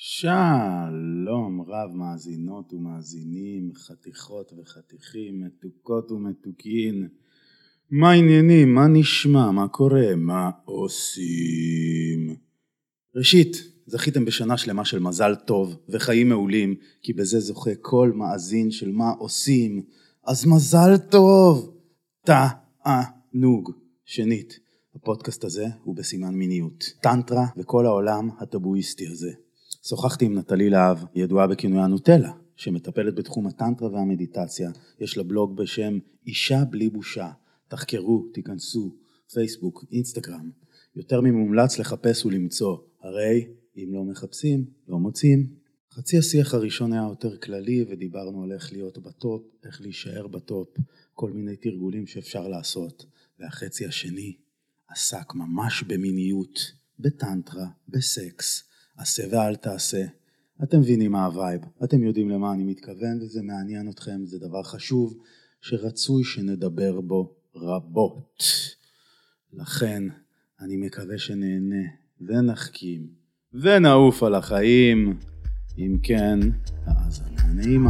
שלום רב מאזינות ומאזינים, חתיכות וחתיכים, מתוקות ומתוקין. מה העניינים? מה נשמע? מה קורה? מה עושים? ראשית, זכיתם בשנה שלמה של מזל טוב וחיים מעולים, כי בזה זוכה כל מאזין של מה עושים. אז מזל טוב! תענוג. שנית, הפודקאסט הזה הוא בסימן מיניות. טנטרה וכל העולם הטבואיסטי הזה. שוחחתי עם נטלי להב, ידועה בכינויה נוטלה, שמטפלת בתחום הטנטרה והמדיטציה. יש לה בלוג בשם אישה בלי בושה. תחקרו, תיכנסו, פייסבוק, אינסטגרם. יותר ממומלץ לחפש ולמצוא. הרי אם לא מחפשים, לא מוצאים. חצי השיח הראשון היה יותר כללי ודיברנו על איך להיות בטופ, איך להישאר בטופ, כל מיני תרגולים שאפשר לעשות. והחצי השני עסק ממש במיניות, בטנטרה, בסקס. עשה ואל תעשה. אתם מבינים מה הווייב, אתם יודעים למה אני מתכוון וזה מעניין אתכם, זה דבר חשוב שרצוי שנדבר בו רבות. לכן אני מקווה שנהנה ונחכים ונעוף על החיים. אם כן, האזנה נעימה.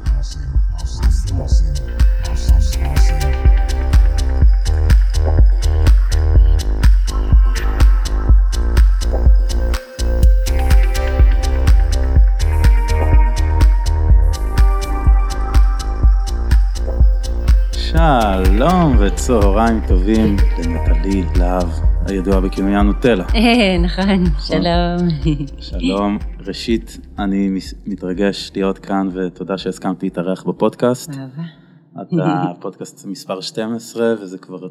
שלום וצהריים טובים לנטלי להב, הידועה בכינויה נוטלה. נכון, שלום. שלום, ראשית אני מתרגש להיות כאן ותודה שהסכמתי להתארח בפודקאסט. אהבה. אתה פודקאסט מספר 12 וזה כבר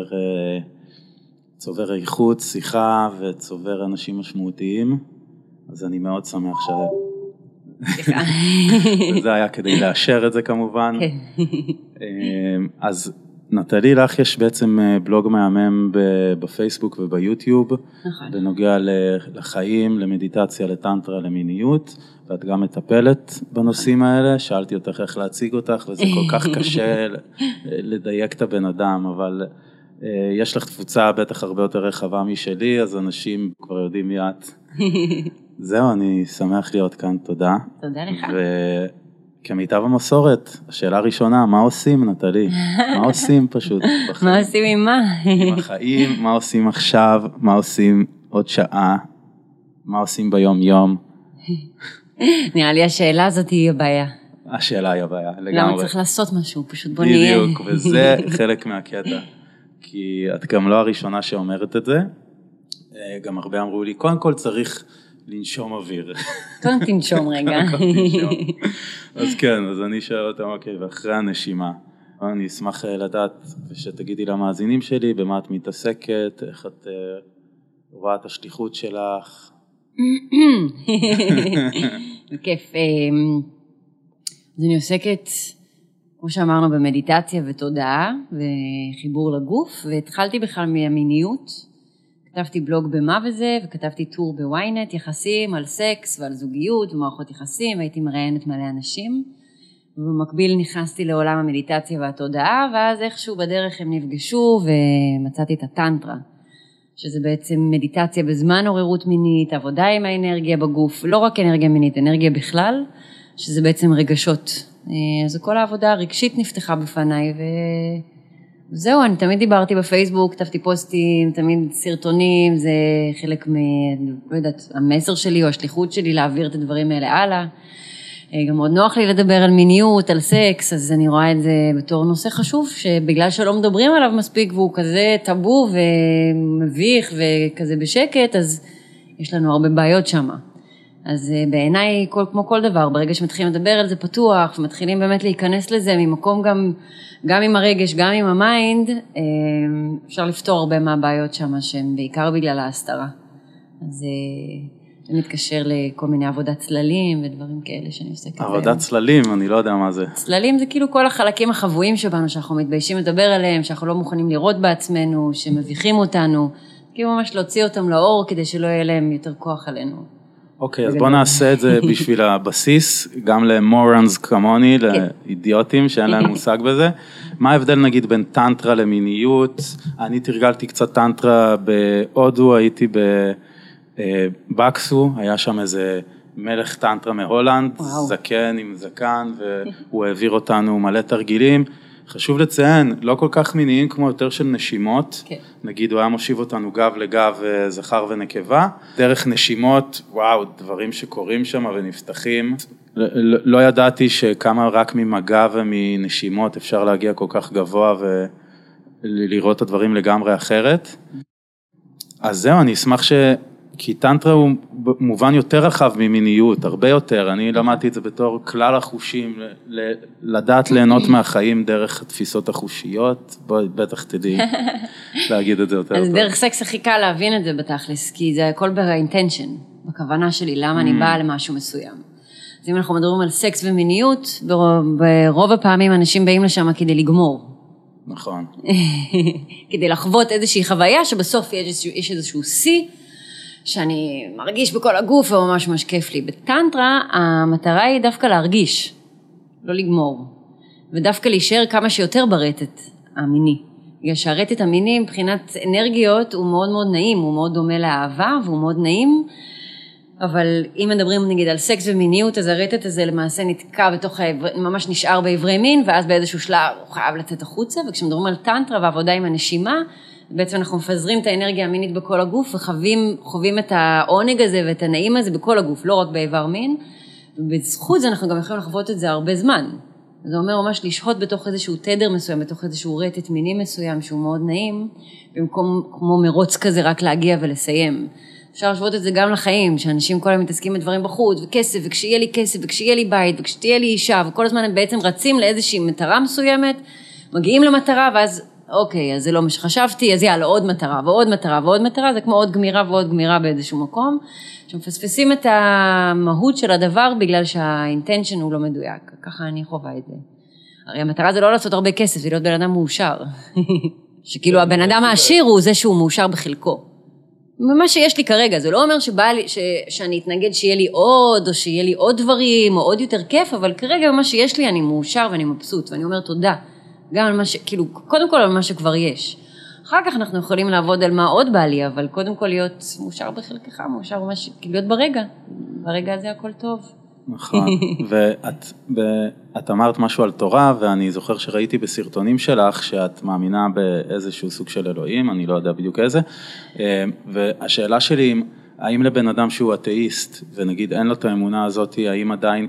צובר איכות, שיחה וצובר אנשים משמעותיים, אז אני מאוד שמח סליחה. וזה היה כדי לאשר את זה כמובן. אז נטלי לך יש בעצם בלוג מהמם בפייסבוק וביוטיוב, בנוגע לחיים, למדיטציה, לטנטרה, למיניות, ואת גם מטפלת בנושאים האלה. שאלתי אותך איך להציג אותך וזה כל כך קשה לדייק את הבן אדם, אבל יש לך תפוצה בטח הרבה יותר רחבה משלי, אז אנשים כבר יודעים מי את. זהו, אני שמח להיות כאן, תודה. תודה לך. וכמיטב המסורת, השאלה הראשונה, מה עושים נטלי? מה עושים פשוט בחיים? מה עושים עם מה? עם החיים, מה עושים עכשיו, מה עושים עוד שעה, מה עושים ביום יום? נראה לי השאלה הזאת היא הבעיה. השאלה היא הבעיה, לגמרי. למה צריך לעשות משהו, פשוט בוא נהיה. בדיוק, וזה חלק מהקטע. כי את גם לא הראשונה שאומרת את זה, גם הרבה אמרו לי, קודם כל צריך לנשום אוויר. קודם תנשום רגע. אז כן, אז אני שואל אותם, אוקיי, ואחרי הנשימה, אני אשמח לדעת ושתגידי למאזינים שלי, במה את מתעסקת, איך את רואה את השליחות שלך. בכיף. אז אני עוסקת, כמו שאמרנו, במדיטציה ותודעה, וחיבור לגוף, והתחלתי בכלל מהמיניות, כתבתי בלוג במה וזה, וכתבתי טור בוויינט, יחסים על סקס ועל זוגיות ומערכות יחסים, והייתי מראיינת מלא אנשים, ובמקביל נכנסתי לעולם המדיטציה והתודעה, ואז איכשהו בדרך הם נפגשו, ומצאתי את הטנטרה, שזה בעצם מדיטציה בזמן עוררות מינית, עבודה עם האנרגיה בגוף, לא רק אנרגיה מינית, אנרגיה בכלל, שזה בעצם רגשות. אז כל העבודה הרגשית נפתחה בפניי, וזהו, אני תמיד דיברתי בפייסבוק, כתבתי פוסטים, תמיד סרטונים, זה חלק לא יודעת, המסר שלי או השליחות שלי להעביר את הדברים האלה הלאה. גם מאוד נוח לי לדבר על מיניות, על סקס, אז אני רואה את זה בתור נושא חשוב, שבגלל שלא מדברים עליו מספיק, והוא כזה טאבו ומביך וכזה בשקט, אז יש לנו הרבה בעיות שם. אז בעיניי, כמו כל דבר, ברגע שמתחילים לדבר על זה פתוח, ומתחילים באמת להיכנס לזה ממקום גם עם הרגש, גם עם המיינד, אפשר לפתור הרבה מהבעיות שם, שהן בעיקר בגלל ההסתרה. אז זה מתקשר לכל מיני עבודת צללים ודברים כאלה שאני עוסקת. עבודת צללים, אני לא יודע מה זה. צללים זה כאילו כל החלקים החבויים שבנו, שאנחנו מתביישים לדבר עליהם, שאנחנו לא מוכנים לראות בעצמנו, שמביכים אותנו, כאילו ממש להוציא אותם לאור, כדי שלא יהיה להם יותר כוח עלינו. אוקיי, אז בוא נעשה את זה בשביל הבסיס, גם למורנס כמוני, לאידיוטים שאין להם מושג בזה. מה ההבדל נגיד בין טנטרה למיניות? אני תרגלתי קצת טנטרה בהודו, הייתי בבקסו, היה שם איזה מלך טנטרה מהולנד, זקן עם זקן, והוא העביר אותנו מלא תרגילים. חשוב לציין, לא כל כך מיניים כמו יותר של נשימות, נגיד הוא היה מושיב אותנו גב לגב זכר ונקבה, דרך נשימות, וואו, דברים שקורים שם ונפתחים. לא ידעתי שכמה רק ממגע ומנשימות אפשר להגיע כל כך גבוה ולראות את הדברים לגמרי אחרת. אז זהו, אני אשמח כי טנטרה הוא מובן יותר רחב ממיניות, הרבה יותר, אני למדתי את זה בתור כלל החושים, לדעת ליהנות מהחיים דרך התפיסות החושיות, בואי בטח תדעי להגיד את זה יותר. אז דרך סקס הכי קל להבין את זה בתכלס, כי זה הכל באינטנשן, בכוונה שלי, למה אני באה למשהו מסוים. אז אם אנחנו מדברים על סקס ומיניות, ברוב הפעמים אנשים באים לשם כדי לגמור. נכון. כדי לחוות איזושהי חוויה שבסוף יש איזשהו שיא, שאני מרגיש בכל הגוף וממש ממש כיף לי. בטנטרה המטרה היא דווקא להרגיש, לא לגמור, ודווקא להישאר כמה שיותר ברטט המיני. בגלל שהרטט המיני מבחינת אנרגיות הוא מאוד מאוד נעים, הוא מאוד דומה לאהבה והוא מאוד נעים, אבל אם מדברים נגיד על סקס ומיניות, אז הרטט הזה למעשה נתקע בתוך, ממש נשאר בעברי מין, ואז באיזשהו שלב הוא חייב לצאת החוצה, וכשמדברים על טנטרה ועבודה עם הנשימה, בעצם אנחנו מפזרים את האנרגיה המינית בכל הגוף, וחווים את העונג הזה ואת הנעים הזה בכל הגוף, לא רק בעבר מין, ובזכות זה אנחנו גם יכולים לחוות את זה הרבה זמן. זה אומר ממש לשהות בתוך איזשהו תדר מסוים, בתוך איזשהו רטט מיני מסוים שהוא מאוד נעים, במקום כמו מרוץ כזה רק להגיע ולסיים. אפשר לשוות את זה גם לחיים, שאנשים כל היום מתעסקים בדברים בחוץ, וכסף, וכשיהיה לי כסף, וכשיהיה לי בית, וכשתהיה לי אישה, וכל הזמן הם בעצם רצים לאיזושהי מטרה מסוימת, מגיעים למטרה, ואז אוקיי, אז זה לא מה שחשבתי, אז יאללה, עוד מטרה, ועוד מטרה, ועוד מטרה, זה כמו עוד גמירה ועוד גמירה באיזשהו מקום, שמפספסים את המהות של הדבר, בגלל שהאינטנשן הוא לא מדויק, ככה אני חווה את זה. הרי המטרה זה לא לעשות הרבה כסף, זה להיות בן אדם מאושר, שכאילו הבן אדם העשיר הוא זה שהוא מאושר בחלקו. מה שיש לי כרגע, זה לא אומר שאני אתנגד שיהיה לי עוד, או שיהיה לי עוד דברים, או עוד יותר כיף, אבל כרגע מה שיש לי אני מאושר ואני מבסוט, ואני אומר תודה. גם על מה כאילו, קודם כל על מה שכבר יש. אחר כך אנחנו יכולים לעבוד על מה עוד בא לי, אבל קודם כל להיות מאושר בחלקך, מאושר ממש, כאילו להיות ברגע הזה הכל טוב. נכון, ואת אמרת משהו על תורה, ואני זוכר שראיתי בסרטונים שלך, שאת מאמינה באיזשהו סוג של אלוהים, אני לא יודע בדיוק איזה, והשאלה שלי, האם לבן אדם שהוא אתאיסט, ונגיד אין לו את האמונה הזאת, האם עדיין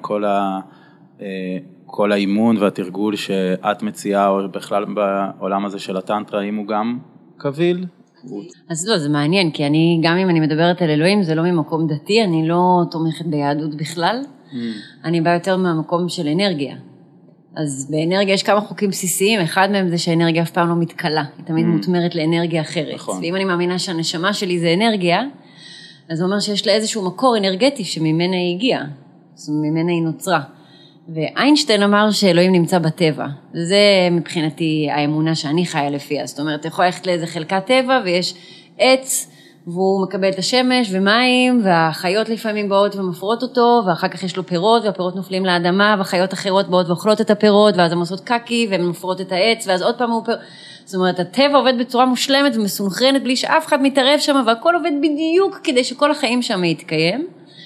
כל האימון והתרגול שאת מציעה, או בכלל בעולם הזה של הטנטרה, האם הוא גם קביל? אז לא, זה מעניין, כי גם אם אני מדברת על אלוהים, זה לא ממקום דתי, אני לא תומכת ביהדות בכלל, אני באה יותר מהמקום של אנרגיה. אז באנרגיה יש כמה חוקים בסיסיים, אחד מהם זה שהאנרגיה אף פעם לא מתקלה, היא תמיד מותמרת לאנרגיה אחרת. נכון. ואם אני מאמינה שהנשמה שלי זה אנרגיה, אז זה אומר שיש לה איזשהו מקור אנרגטי שממנה היא הגיעה, ממנה היא נוצרה. ואיינשטיין אמר שאלוהים נמצא בטבע, וזה מבחינתי האמונה שאני חיה לפיה, זאת אומרת, אתה יכול ללכת לאיזה חלקת טבע ויש עץ, והוא מקבל את השמש ומים, והחיות לפעמים באות ומפרות אותו, ואחר כך יש לו פירות, והפירות נופלים לאדמה, והחיות אחרות באות ואוכלות את הפירות, ואז הן עושות קקי, והן מפרות את העץ, ואז עוד פעם הוא זאת אומרת, הטבע עובד בצורה מושלמת ומסונכרנת, בלי שאף אחד מתערב שם, והכל עובד בדיוק כדי שכל החיים שם יתקיים.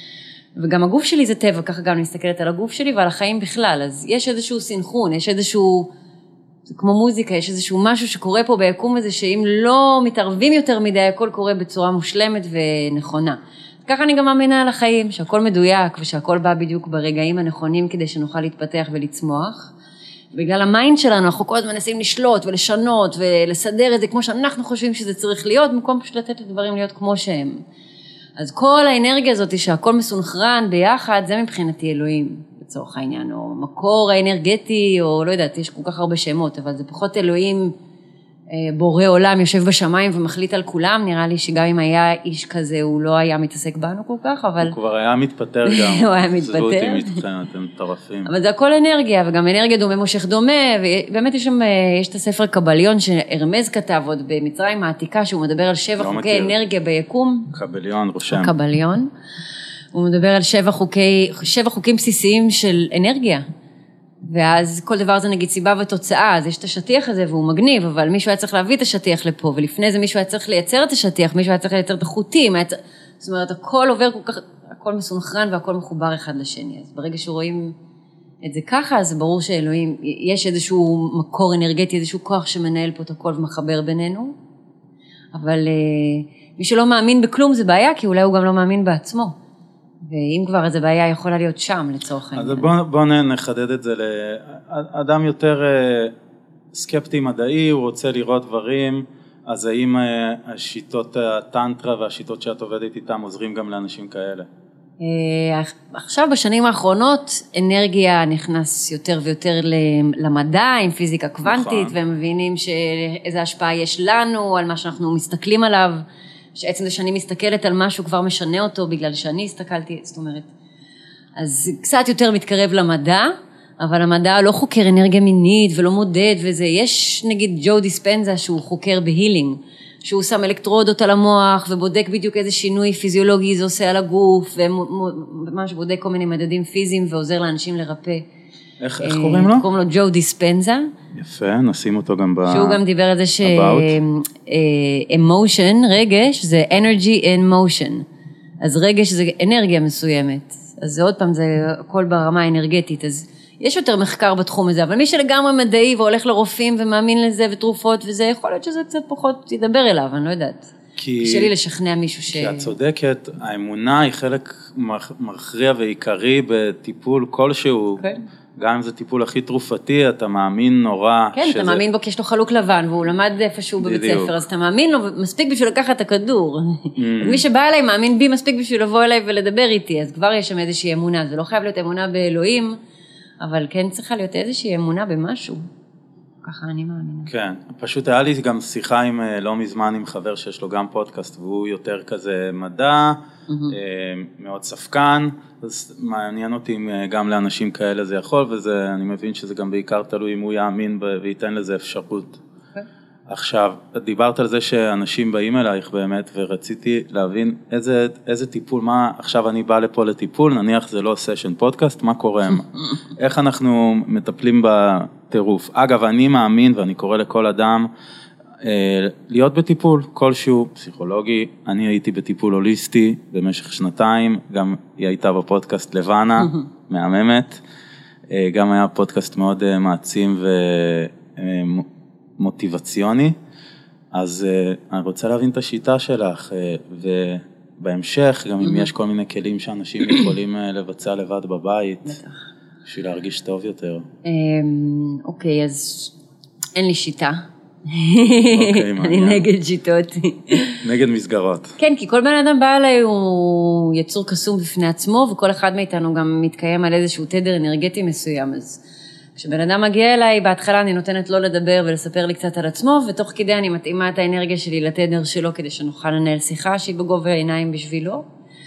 וגם הגוף שלי זה טבע, ככה גם אני מסתכלת על הגוף שלי ועל החיים בכלל, אז יש איזשהו סינכרון, יש איזשהו, זה כמו מוזיקה, יש איזשהו משהו שקורה פה ביקום הזה, שאם לא מתערבים יותר מדי, הכל קורה בצורה מושלמת ונכונה. ככה אני גם מאמינה על החיים, שהכל מדויק ושהכל בא בדיוק ברגעים הנכונים, כדי שנוכל להתפתח ולצמוח. בגלל המיינד שלנו, אנחנו כל הזמן מנסים לשלוט ולשנות ולסדר את זה כמו שאנחנו חושבים שזה צריך להיות, במקום פשוט לתת לדברים להיות כמו שהם. אז כל האנרגיה הזאת שהכל מסונכרן ביחד, זה מבחינתי אלוהים, לצורך העניין, או מקור האנרגטי, או לא יודעת, יש כל כך הרבה שמות, אבל זה פחות אלוהים, בורא עולם, יושב בשמיים ומחליט על כולם, נראה לי שגם אם היה איש כזה, הוא לא היה מתעסק בנו כל כך, אבל... הוא כבר היה מתפטר גם. הוא היה מתפטר. עזבו אותי מתכן, אתם טרפים. אבל זה הכל אנרגיה, וגם אנרגיה דומה מושך דומה, ובאמת יש את הספר קבליון, שהרמז כתב עוד במצרים העתיקה, שהוא מדבר על 7 חוקי אנרגיה ביקום. קבליון, רושם. קבליון. הוא מדבר על 7 חוקים בסיסיים של אנרגיה. ואז כל דבר זה נגיד סיבה ותוצאה, אז יש את השטיח הזה והוא מגניב, אבל מישהו היה צריך להביא את השטיח לפה, ולפני זה מישהו היה צריך לייצר את השטיח, מישהו היה צריך לייצר את החוטים, זאת אומרת, הכל עובר כל כך, הכל מסונכרן והכל מחובר אחד לשני. אז ברגע שרואים את זה ככה, אז ברור שאלוהים, יש איזשהו מקור אנרגטי, איזשהו כוח שמנהל פה את הכל ומחבר בינינו, אבל מי שלא מאמין בכלום זה בעיה, כי אולי הוא גם לא מאמין בעצמו. ואם כבר איזו בעיה יכולה להיות שם לצורך העניין. אז בוא נחדד את זה לאדם יותר סקפטי מדעי, הוא רוצה לראות דברים, אז האם השיטות הטנטרה והשיטות שאת עובדת איתם עוזרים גם לאנשים כאלה? עכשיו בשנים האחרונות אנרגיה נכנס יותר ויותר למדע עם פיזיקה קוונטית, והם מבינים שאיזו השפעה יש לנו על מה שאנחנו מסתכלים עליו, שעצם זה שאני מסתכלת על משהו כבר משנה אותו בגלל שאני הסתכלתי, זאת אומרת, אז קצת יותר מתקרב למדע, אבל המדע לא חוקר אנרגיה מינית ולא מודד וזה, יש נגיד ג'ו דיספנזה שהוא חוקר בהילינג, שהוא שם אלקטרודות על המוח ובודק בדיוק איזה שינוי פיזיולוגי זה עושה על הגוף, וממש בודק כל מיני מדדים פיזיים ועוזר לאנשים לרפא. איך קוראים לו? קוראים לו ג'ו דיספנזה. יפה, נשים אותו גם שהוא גם דיבר על זה emotion, רגש, זה energy in motion. אז רגש זה אנרגיה מסוימת. אז זה עוד פעם, זה הכל ברמה האנרגטית. אז יש יותר מחקר בתחום הזה, אבל מי שלגמרי מדעי והולך לרופאים ומאמין לזה ותרופות וזה, יכול להיות שזה קצת פחות ידבר אליו, אני לא יודעת. קשה לי לשכנע מישהו כי את צודקת, האמונה היא חלק מכריע ועיקרי בטיפול כלשהו. כן. גם אם זה טיפול הכי תרופתי, אתה מאמין נורא. כן, אתה מאמין בו כי יש לו חלוק לבן, והוא למד איפשהו בבית ספר, אז אתה מאמין לו מספיק בשביל לקחת את הכדור. מי שבא אליי מאמין בי מספיק בשביל לבוא אליי ולדבר איתי, אז כבר יש שם איזושהי אמונה, זה לא חייב להיות אמונה באלוהים, אבל כן צריכה להיות איזושהי אמונה במשהו. ככה אני מאמינה. כן, פשוט היה לי גם שיחה עם, לא מזמן עם חבר שיש לו גם פודקאסט, והוא יותר כזה מדע, מאוד ספקן, אז מעניין אותי אם גם לאנשים כאלה זה יכול, ואני מבין שזה גם בעיקר תלוי אם הוא יאמין וייתן לזה אפשרות. עכשיו, דיברת על זה שאנשים באים אלייך באמת, ורציתי להבין איזה טיפול, מה, עכשיו אני בא לפה לטיפול, נניח זה לא סשן פודקאסט, מה קורה? איך אנחנו מטפלים בטירוף? אגב, אני מאמין, ואני קורא לכל אדם, להיות בטיפול כלשהו, פסיכולוגי, אני הייתי בטיפול הוליסטי במשך שנתיים, גם היא הייתה בפודקאסט לבנה, מהממת, גם היה פודקאסט מאוד מעצים מוטיבציוני, אז אני רוצה להבין את השיטה שלך, ובהמשך גם אם יש כל מיני כלים שאנשים יכולים לבצע לבד בבית, בשביל להרגיש טוב יותר. אוקיי, אז אין לי שיטה. אני נגד שיטות. נגד מסגרות. כן, כי כל בן אדם בא אליי הוא יצור קסום בפני עצמו, וכל אחד מאיתנו גם מתקיים על איזשהו תדר אנרגטי מסוים, אז כשבן אדם מגיע אליי, בהתחלה אני נותנת לו לדבר ולספר לי קצת על עצמו, ותוך כדי אני מתאימה את האנרגיה שלי לתדר שלו, כדי שנוכל לנהל שיחה שהיא בגובה העיניים בשבילו.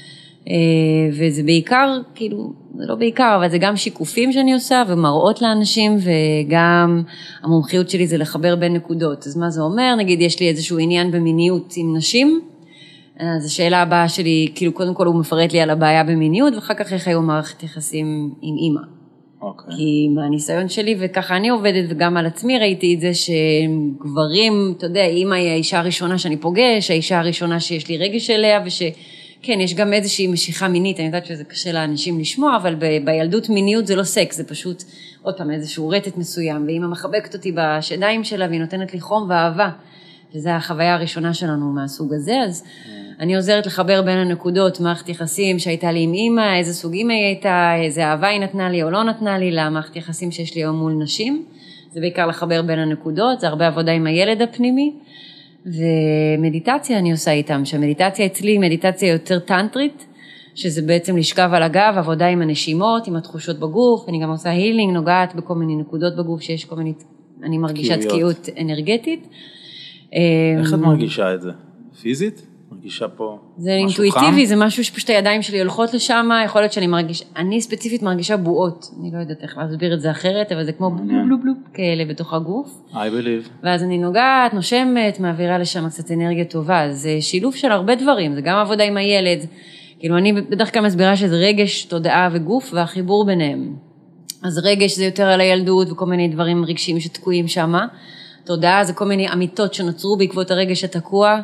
וזה בעיקר, כאילו, זה לא בעיקר, אבל זה גם שיקופים שאני עושה, ומראות לאנשים, וגם המומחיות שלי זה לחבר בין נקודות. אז מה זה אומר? נגיד, יש לי איזשהו עניין במיניות עם נשים, אז השאלה הבאה שלי, כאילו, קודם כל הוא מפרט לי על הבעיה במיניות, ואחר כך איך היו מערכת יחסים עם אמא. כי מהניסיון שלי, וככה אני עובדת, וגם על עצמי ראיתי את זה, שגברים, אתה יודע, אמא היא האישה הראשונה שאני פוגש, האישה הראשונה שיש לי רגש אליה, כן, יש גם איזושהי משיכה מינית, אני יודעת שזה קשה לאנשים לשמוע, אבל בילדות מיניות זה לא סקס, זה פשוט עוד פעם איזשהו רטט מסוים, ואמא מחבקת אותי בשדיים שלה, והיא נותנת לי חום ואהבה, וזו החוויה הראשונה שלנו מהסוג הזה, אז אני עוזרת לחבר בין הנקודות, מערכת יחסים שהייתה לי עם אמא, איזה סוג אמא היא הייתה, איזה אהבה היא נתנה לי או לא נתנה לי, למערכת יחסים שיש לי היום מול נשים, זה בעיקר לחבר בין הנקודות, זה הרבה עבודה עם הילד הפנימי, ומדיטציה אני עושה איתם, שהמדיטציה אצלי היא מדיטציה יותר טנטרית, שזה בעצם לשכב על הגב, עבודה עם הנשימות, עם התחושות בגוף, אני גם עושה הילינג, נוגעת בכל מיני נקודות בגוף, שיש כל מיני, אני מרגישה תקיעות אנרגטית. איך את מרגישה את זה? פיזית? מרגישה פה זה אינטואיטיבי, זה משהו שפשוט הידיים שלי הולכות לשם, יכול להיות שאני מרגישה, אני ספציפית מרגישה בועות, אני לא יודעת איך להסביר את זה אחרת, אבל זה כמו בלופ בלופ בלופ כאלה בתוך הגוף. I believe. ואז אני נוגעת, נושמת, מעבירה לשם קצת אנרגיה טובה, זה שילוב של הרבה דברים, זה גם עבודה עם הילד, כאילו אני בדרך כלל מסבירה שזה רגש, תודעה וגוף והחיבור ביניהם. אז רגש זה יותר על הילדות וכל מיני דברים רגשיים שתקועים שם, תודעה זה כל מיני אמיתות שנוצרו בעקבות הרגש התקוע,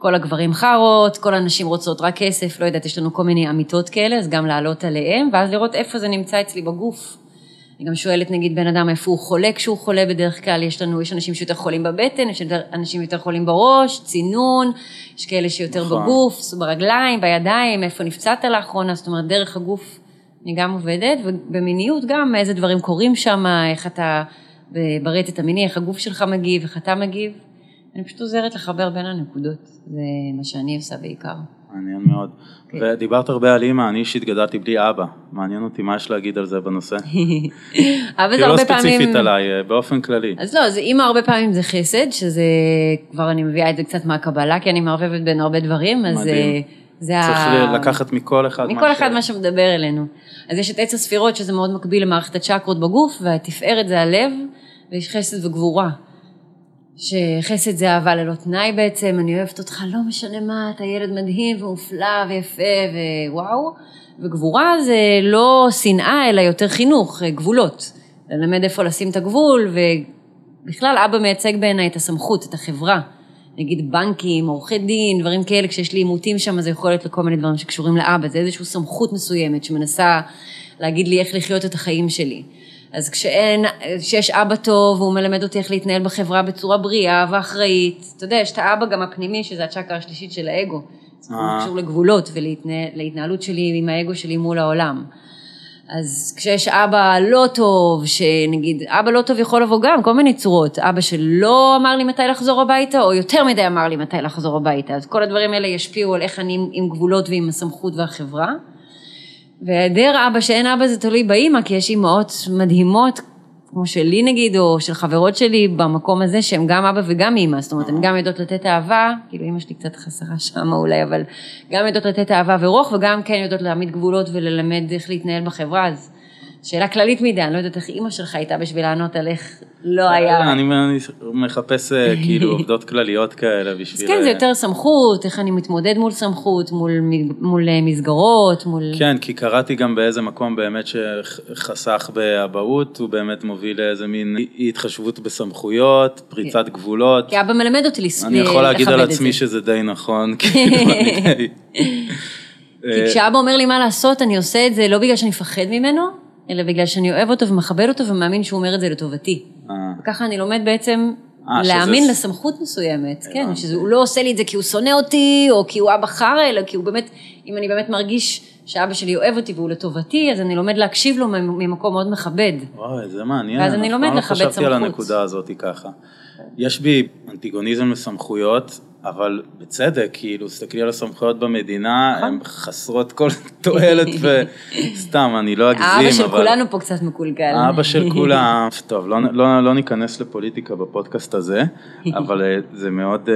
כל הגברים חרות, כל הנשים רוצות רק כסף, לא יודעת, יש לנו כל מיני אמיתות כאלה, אז גם לעלות עליהם, ואז לראות איפה זה נמצא אצלי בגוף. אני גם שואלת נגיד בן אדם איפה הוא חולה כשהוא חולה, בדרך כלל יש אנשים שיותר חולים בבטן, יש אנשים יותר חולים בראש, צינון, יש כאלה שיותר בגוף, ברגליים, בידיים, איפה נפצעת לאחרונה, זאת אומרת דרך הגוף אני גם עובדת, ובמיניות גם איזה דברים קורים שם, איך אתה ברטט המיני, איך הגוף שלך מגיב, איך אתה מגיב, אני פשוט עוזרת לחבר בין הנקודות, זה מה שאני עושה בעיקר. מעניין מאוד. ודיברת הרבה על אמא, אני אישית גדלתי בלי אבא. מעניין אותי מה יש להגיד על זה בנושא. אבא זה הרבה פעמים... כי לא ספציפית עליי, באופן כללי. אז לא, אז אמא הרבה פעמים זה חסד, שזה כבר אני מביאה את זה קצת מהקבלה, כי אני מערבבת בין הרבה דברים, אז זה צריך לקחת מכל אחד מה שמדבר אלינו. אז יש את עץ הספירות, שזה מאוד מקביל למערכת הצ'קרות בגוף, והתפארת זה הלב, ויש חסד וגבורה. שחסד זה אהבה ללא תנאי בעצם, אני אוהבת אותך, לא משנה מה, אתה ילד מדהים ומופלא ויפה ווואו, וגבורה זה לא שנאה אלא יותר חינוך, גבולות, ללמד איפה לשים את הגבול, ובכלל אבא מייצג בעיניי את הסמכות, את החברה, נגיד בנקים, עורכי דין, דברים כאלה, כשיש לי אימותים שם, זה יכול להיות לכל מיני דברים שקשורים לאבא, זה איזושהי סמכות מסוימת שמנסה להגיד לי איך לחיות את החיים שלי. אז כשיש אבא טוב, הוא מלמד אותי איך להתנהל בחברה בצורה בריאה ואחראית. אתה יודע, יש את האבא גם הפנימי, שזה הצ'קרה השלישית של האגו. זה קשור לגבולות ולהתנהלות שלי עם האגו שלי מול העולם. אז כשיש אבא לא טוב, שנגיד, אבא לא טוב יכול לבוא גם, כל מיני צורות. אבא שלא אמר לי מתי לחזור הביתה, או יותר מדי אמר לי מתי לחזור הביתה. אז כל הדברים האלה ישפיעו על איך אני עם גבולות ועם הסמכות והחברה. והיעדר אבא שאין אבא זה תלוי באמא, כי יש אמאות מדהימות, כמו שלי נגיד, או של חברות שלי במקום הזה, שהם גם אבא וגם אמא, זאת אומרת, הן גם יודעות לתת אהבה, כאילו אמא שלי קצת חסרה שם אולי, אבל גם יודעות לתת אהבה ורוח, וגם כן יודעות להעמיד גבולות וללמד איך להתנהל בחברה, אז שאלה כללית מדי, אני לא יודעת איך אמא שלך הייתה בשביל לענות על איך לא היה. אני מחפש כאילו עובדות כלליות כאלה בשביל... אז כן, זה יותר סמכות, איך אני מתמודד מול סמכות, מול מסגרות, מול... כן, כי קראתי גם באיזה מקום באמת שחסך באבהות, הוא באמת מוביל לאיזה מין התחשבות בסמכויות, פריצת גבולות. כי אבא מלמד אותי לכבד את זה. אני יכול להגיד על עצמי שזה די נכון, כי כשאבא אומר לי מה לעשות, אני עושה את זה לא בגלל שאני מפחד ממנו, אלא בגלל שאני אוהב אותו ומכבד אותו ומאמין שהוא אומר את זה לטובתי. וככה אני לומד בעצם להאמין לסמכות מסוימת, כן, שהוא לא עושה לי את זה כי הוא שונא אותי, או כי הוא אבא חרא, אלא כי הוא באמת, אם אני באמת מרגיש שאבא שלי אוהב אותי והוא לטובתי, אז אני לומד להקשיב לו ממקום מאוד מכבד. וואי, זה מעניין. ואז אני לומד לכבד סמכות. חשבתי על הנקודה הזאת ככה. יש בי אנטיגוניזם לסמכויות, אבל בצדק, כאילו, סתכלי על הסמכויות במדינה, הן חסרות כל תועלת, וסתם, אני לא אגזים, האבא של כולנו פה קצת מקולקל. האבא של כולם, טוב, לא ניכנס לפוליטיקה בפודקאסט הזה, אבל זה מאוד,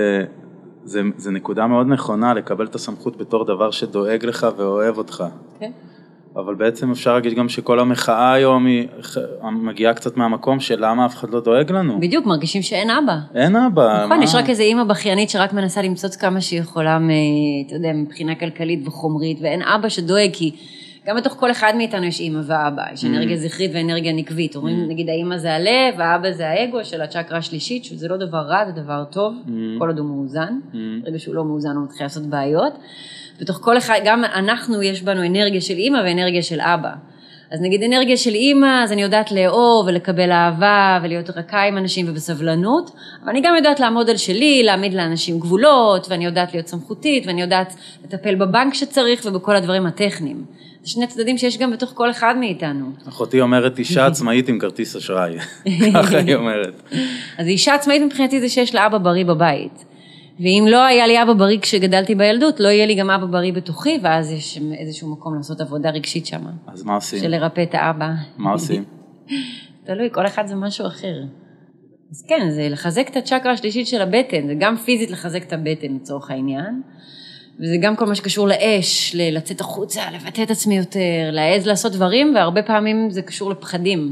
זה נקודה מאוד נכונה, לקבל את הסמכות בתור דבר שדואג לך ואוהב אותך. כן. אבל בעצם אפשר להגיד גם שכל המחאה היום היא מגיעה קצת מהמקום של למה אף אחד לא דואג לנו. בדיוק, מרגישים שאין אבא. אין אבא. נכון, יש רק איזו אימא בכיינית שרק מנסה למצוץ כמה שהיא יכולה, אתה יודע, מבחינה כלכלית וחומרית, ואין אבא שדואג, כי גם בתוך כל אחד מאיתנו יש אימא ואבא, יש אנרגיה זכרית ואנרגיה נקבית. אומרים, נגיד, האימא זה הלב, האבא זה האגו של הצ'קרה השלישית, שזה לא דבר רע, זה דבר טוב, כל עוד הוא מאוזן. ברגע שהוא לא מאוזן, הוא מתחיל לעשות בעיות. בתוך כל אחד, גם אנחנו יש בנו אנרגיה של אימא ואנרגיה של אבא. אז נגיד אנרגיה של אימא, אז אני יודעת לאהוב ולקבל אהבה ולהיות רכה עם אנשים ובסבלנות, אבל אני גם יודעת לעמוד על שלי, להעמיד לאנשים גבולות, ואני יודעת להיות סמכותית, ואני יודעת לטפל בבנק שצריך ובכל הדברים הטכניים. זה שני צדדים שיש גם בתוך כל אחד מאיתנו. אחותי אומרת, אישה עצמאית עם כרטיס אשראי. ככה היא אומרת. אז אישה עצמאית מבחינתי זה שיש לה אבא בריא בבית. ואם לא היה לי אבא בריא כשגדלתי בילדות, לא יהיה לי גם אבא בריא בתוכי, ואז יש איזשהו מקום לעשות עבודה רגשית שם. אז מה עושים? של לרפא את האבא. מה עושים? תלוי, כל אחד זה משהו אחר. אז כן, זה לחזק את הצ'קרה השלישית של הבטן, זה גם פיזית לחזק את הבטן לצורך העניין, וזה גם כל מה שקשור לאש, לצאת החוצה, לבטא את עצמי יותר, להעז לעשות דברים, והרבה פעמים זה קשור לפחדים.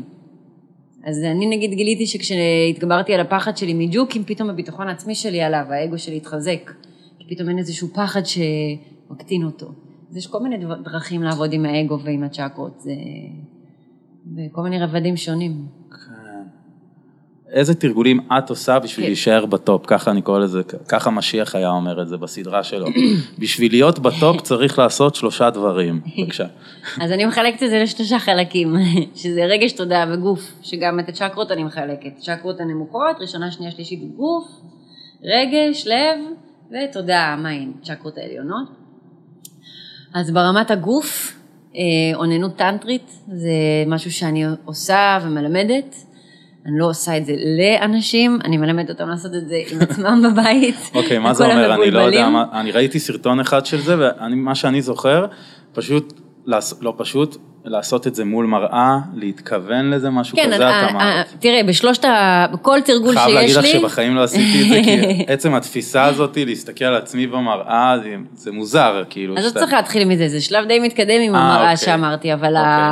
אז אני נגיד גיליתי שכשהתגברתי על הפחד שלי מג'וקים, פתאום הביטחון העצמי שלי עליו, האגו שלי התחזק, כי פתאום אין איזשהו פחד שמקטין אותו. אז יש כל מיני דרכים לעבוד עם האגו ועם הצ'קרות, וכל מיני רבדים שונים. כן. איזה תרגולים את עושה בשביל להישאר בטופ, ככה אני קורא לזה, ככה משיח היה אומר את זה בסדרה שלו. בשביל להיות בטופ צריך לעשות 3 דברים, בבקשה. אז אני מחלקת את זה ל3 חלקים, שזה רגש, תודעה וגוף, שגם את הצ'קרות אני מחלקת. צ'קרות הנמוכות, ראשונה, שנייה, שלישית גוף, רגש, לב ותודעה, מים, צ'קרות העליונות. אז ברמת הגוף, אוננות טנטרית, זה משהו שאני עושה ומלמדת. אני לא עושה את זה לאנשים, אני מלמדת אותם לעשות את זה עם עצמם בבית. אוקיי, מה זה אומר? אני לא יודע, אני ראיתי סרטון אחד של זה, ומה שאני זוכר, פשוט, לא פשוט, לעשות את זה מול מראה, להתכוון לזה, משהו כזה, אתה אמרת. תראה, בכל תרגול שיש לי... חייב להגיד לך שבחיים לא עשיתי את זה, כי עצם התפיסה הזאת, להסתכל על עצמי במראה, זה מוזר, כאילו. אז לא צריך להתחיל מזה, זה שלב די מתקדם עם המראה שאמרתי, אבל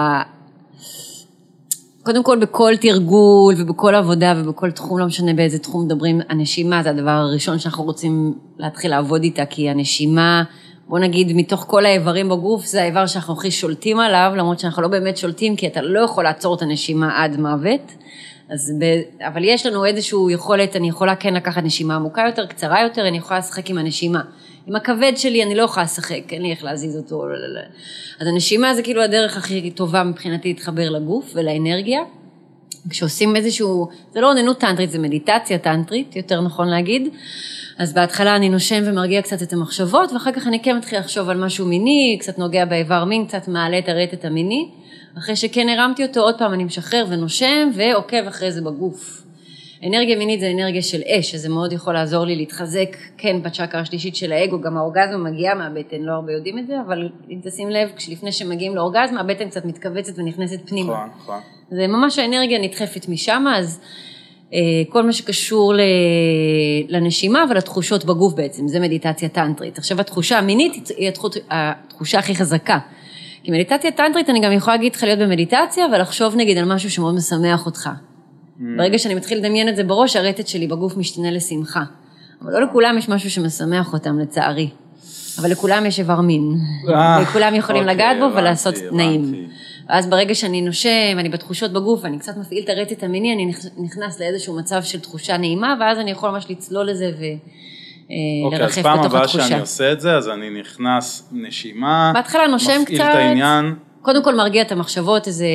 קודם כל בכל תרגול ובכל עבודה ובכל תחום, לא משנה באיזה תחום מדברים, הנשימה זה הדבר הראשון שאנחנו רוצים להתחיל לעבוד איתה, כי הנשימה, בוא נגיד, מתוך כל האיברים בגוף, זה האיבר שאנחנו הכי שולטים עליו, למרות שאנחנו לא באמת שולטים, כי אתה לא יכול לעצור את הנשימה עד מוות, אבל יש לנו איזשהו יכולת, אני יכולה כן לקחת נשימה עמוקה יותר, קצרה יותר, אני יכולה לשחק עם הנשימה. עם הכבד שלי אני לא יכולה לשחק, אין לי איך להזיז אותו. אז הנשימה זה כאילו הדרך הכי טובה מבחינתי להתחבר לגוף ולאנרגיה. כשעושים איזשהו, זה לא אוננות טנטרית, זה מדיטציה טנטרית, יותר נכון להגיד. אז בהתחלה אני נושם ומרגיע קצת את המחשבות, ואחר כך אני כן מתחיל לחשוב על משהו מיני, קצת נוגע באיבר מין, קצת מעלה את הרטט המיני. אחרי שכן הרמתי אותו, עוד פעם אני משחרר ונושם ועוקב אחרי זה בגוף. אנרגיה מינית זה אנרגיה של אש, שזה מאוד יכול לעזור לי להתחזק, כן, בצ'קרה השלישית של האגו, גם האורגזמה מגיעה מהבטן, לא הרבה יודעים את זה, אבל אם תשים לב, לפני שמגיעים לאורגזמה, הבטן קצת מתכווצת ונכנסת פנימה. נכון. זה ממש האנרגיה נדחפת משם, אז כל מה שקשור לנשימה ולתחושות בגוף בעצם, זה מדיטציה טנטרית. עכשיו, התחושה המינית היא התחושה הכי חזקה. כי מדיטציה טנטרית, אני גם יכולה להגיד לך להיות במדיטציה, ולחשוב נגיד על משהו שמאוד משמח אותך. ברגע שאני מתחיל לדמיין את זה בראש, הרטט שלי בגוף משתנה לשמחה. אבל לא לכולם יש משהו שמשמח אותם, לצערי. אבל לכולם יש איבר מין. וכולם יכולים לגעת בו ולעשות נעים. ואז ברגע שאני נושם, אני בתחושות בגוף, אני קצת מפעיל את הרטט המיני, אני נכנס לאיזשהו מצב של תחושה נעימה, ואז אני יכול ממש לצלול לזה ולרחף בתוך התחושה. אז פעם הבאה שאני עושה את זה, אז אני נכנס נשימה, בהתחלה נושם מפעיל את העניין. קודם כל מרגיע את המחשבות, איזה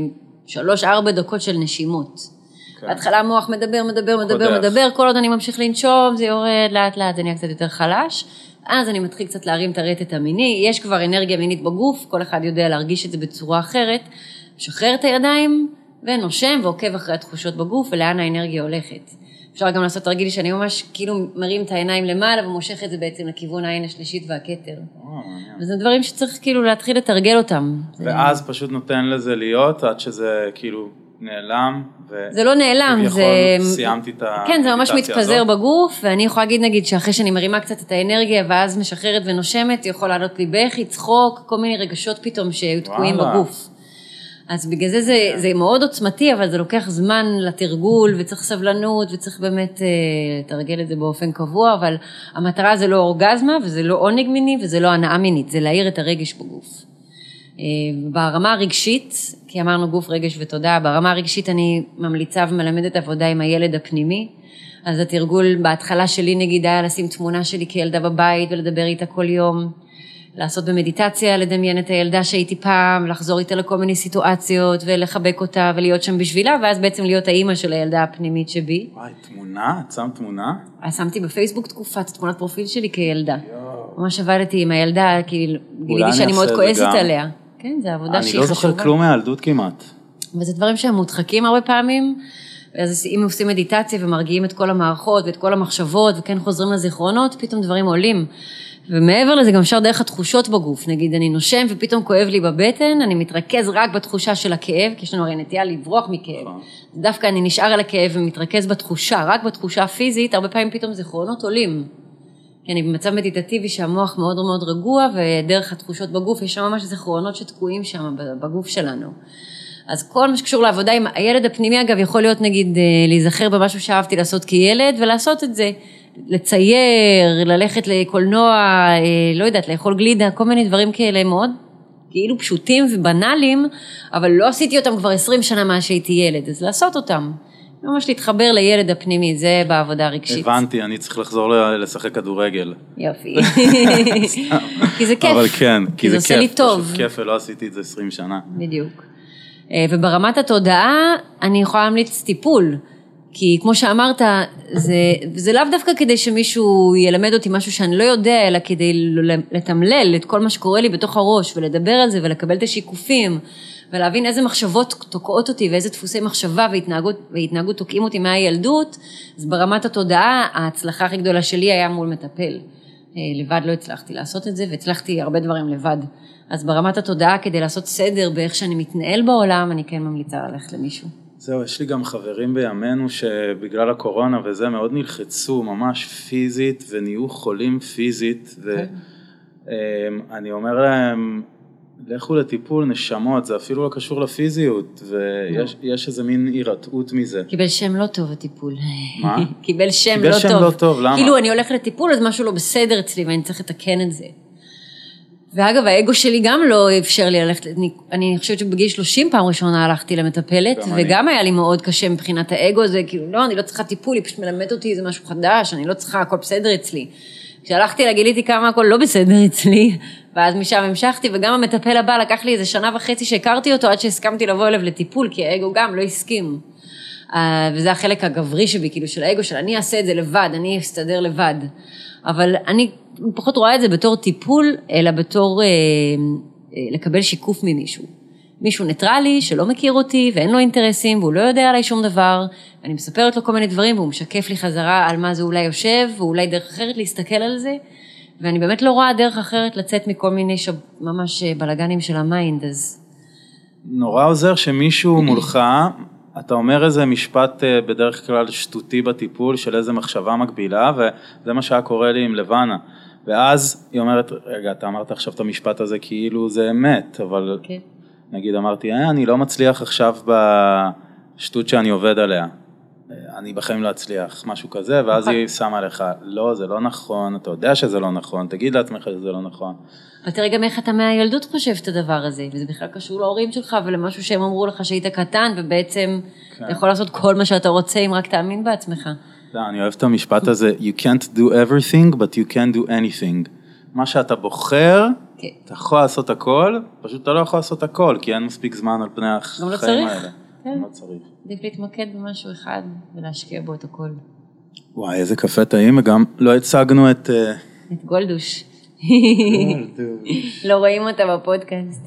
3-4 דקות של נשימות. בהתחלה המוח מדבר, כל עוד אני ממשיך לנשום, זה יורד לאט לאט, זה נהיה קצת יותר חלש, אז אני מתחיל קצת להרים את הרטט המיני, יש כבר אנרגיה מינית בגוף, כל אחד יודע להרגיש את זה בצורה אחרת, משחרר את הידיים ונושם ועוקב אחרי התחושות בגוף ולאן האנרגיה הולכת. אפשר גם לעשות תרגיל שאני ממש כאילו מרים את העיניים למעלה ומושך את זה בעצם לכיוון העין השלישית והכתר. וזה דברים שצריך כאילו להתחיל לתרגל אותם. ואז פשוט נותן לזה להיות עד שזה כאילו נעלם. זה לא נעלם, זה... סיימתי את המדיטציה הזאת. כן, זה ממש מתפזר בגוף, ואני יכולה להגיד נגיד שאחרי שאני מרימה קצת את האנרגיה ואז משחררת ונושמת, יכול לעלות לי בכי, צחוק, כל מיני רגשות פתאום שהיו תקועים בגוף. אז בגלל זה זה מאוד עוצמתי, אבל זה לוקח זמן לתרגול, וצריך סבלנות, וצריך באמת לתרגל את זה באופן קבוע, אבל המטרה זה לא אורגזמה, וזה לא עונג מיני, וזה לא הנאה מינית, זה להאיר את הרגש בגוף. ברמה הרגשית, כי אמרנו גוף, רגש ותודעה, ברמה הרגשית אני ממליצה ומלמדת עבודה עם הילד הפנימי, אז התרגול בהתחלה שלי נגיד היה לשים תמונה שלי כילדה בבית, ולדבר איתה כל יום, לעשות במדיטציה, לדמיין את הילדה שהייתי פעם, לחזור איתה לכל מיני סיטואציות, ולחבק אותה, ולהיות שם בשבילה, ואז בעצם להיות האימא של הילדה הפנימית שבי. וואי, תמונה? את שמת תמונה? שמתי בפייסבוק תקופת תמונת פרופיל שלי כילדה. ממש עבדתי עם הילדה, כי גיליתי שאני מאוד כועסת עליה. כן, זה עבודה שהיא חשובה. אני לא זוכר כלום מהילדות כמעט. וזה דברים שהם מודחקים הרבה פעמים, אז אם עושים מדיטציה ומרגיעים את כל המערכות ואת כל המחשבות, וכן חוזרים לזיכרונות, פתאום דברים עולים. ומעבר לזה גם אפשר דרך התחושות בגוף, נגיד אני נושם ופתאום כואב לי בבטן, אני מתרכז רק בתחושה של הכאב, כי יש לנו הרי נטייה לברוח מכאב. דווקא אני נשאר על הכאב ומתרכז בתחושה, רק בתחושה הפיזית, הרבה פעמים פתאום זיכרונות עולים. כי אני במצב מדיטטיבי שהמוח מאוד מאוד רגוע, ודרך התחושות בגוף יש שם ממש זיכרונות שתקועים שם בגוף שלנו. אז כל מה שקשור לעבודה עם הילד הפנימי, אגב, יכול להיות נגיד להיזכר במשהו שאהבתי לעשות כילד, ולעשות את זה. לצייר, ללכת לקולנוע, לא יודעת, לאכול גלידה, כל מיני דברים כאלה מאוד, כאילו פשוטים ובנאליים, אבל לא עשיתי אותם כבר 20 שנה מה שהייתי ילד, אז לעשות אותם. ממש להתחבר לילד הפנימי, זה בעבודה הרגשית. הבנתי, אני צריך לחזור לשחק כדורגל. יופי. כי זה כיף. אבל כן, כי זה עושה לי טוב. פשוט כיף, ולא עשיתי את זה 20 שנה. בדיוק. וברמת התודעה, אני יכולה להמליץ טיפול. כי כמו שאמרת, זה לאו דווקא כדי שמישהו ילמד אותי משהו שאני לא יודע, אלא כדי לתמלל את כל מה שקורה לי בתוך הראש, ולדבר על זה, ולקבל את השיקופים, ולהבין איזה מחשבות תוקעות אותי, ואיזה דפוסי מחשבה והתנהגות תוקעים אותי מהילדות. אז ברמת התודעה, ההצלחה הכי גדולה שלי היה מול מטפל. לבד לא הצלחתי לעשות את זה, והצלחתי הרבה דברים לבד. אז ברמת התודעה, כדי לעשות סדר באיך שאני מתנהל בעולם, אני כן ממליצה ללכת למישהו. זהו, יש לי גם חברים בימינו שבגלל הקורונה וזה מאוד נלחצו ממש פיזית ונהיו חולים פיזית, ואני אומר להם, לכו לטיפול נשמות, זה אפילו לא קשור לפיזיות, ויש איזה מין הירתעות מזה. קיבל שם לא טוב הטיפול. מה? קיבל שם לא טוב. למה? כאילו אני הולך לטיפול, אז משהו לא בסדר אצלי, ואני צריך לתקן את זה. ואגב, האגו שלי גם לא אפשר לי ללכת, אני חושבת שבגיל 30 פעם ראשונה הלכתי למטפלת, וגם היה לי מאוד קשה מבחינת האגו הזה, כאילו לא, אני לא צריכה טיפול, היא פשוט מלמדת אותי איזה משהו חדש, אני לא צריכה, הכל בסדר אצלי. כשהלכתי לה, גיליתי כמה הכל לא בסדר אצלי, ואז משם המשכתי, וגם המטפל הבא לקח לי איזה 1.5 שנה שהכרתי אותו, עד שהסכמתי לבוא אליו לטיפול, כי האגו גם לא הסכים. וזה החלק הגברי שבי, כאילו של האגו, של אני אעשה את זה לבד, אני אסתדר לבד. אבל אני פחות רואה את זה בתור טיפול, אלא בתור לקבל שיקוף ממישהו. מישהו ניטרלי שלא מכיר אותי ואין לו אינטרסים, והוא לא יודע עליי שום דבר, אני מספרת לו כל מיני דברים, והוא משקף לי חזרה על מה זה אולי יושב, ואולי דרך אחרת להסתכל על זה, ואני באמת לא רואה דרך אחרת לצאת מכל מיני ממש בלגנים של המיינד, אז... נורא עוזר שמישהו מולך, אתה אומר איזה משפט בדרך כלל שטותי בטיפול של איזה מחשבה מקבילה, וזה מה שהיה קורה לי עם לבנה. ואז היא אומרת, רגע, אתה אמרת עכשיו את המשפט הזה כאילו זה אמת, אבל נגיד אמרתי, אני לא מצליח עכשיו בשטות שאני עובד עליה. אני בחיים לא אצליח, משהו כזה, ואז היא שמה לך, לא, זה לא נכון, אתה יודע שזה לא נכון, תגיד לעצמך שזה לא נכון. אבל תראה גם איך אתה מהילדות חושב את הדבר הזה, וזה בכלל קשור להורים שלך, ולמשהו שהם אמרו לך שהיית קטן, ובעצם אתה יכול לעשות כל מה שאתה רוצה, אם רק תאמין בעצמך. אני אוהב את המשפט הזה, you can't do everything, but you can do anything. מה שאתה בוחר, אתה יכול לעשות הכל, פשוט אתה לא יכול לעשות הכל, כי אין מספיק זמן על פני החיים האלה. לא צריך. עדיף להתמקד במשהו אחד, ולהשקיע בו את הכל. וואי, איזה קפה טעים, וגם לא הצגנו את... את גולדוש. לא רואים אותה בפודקאסט.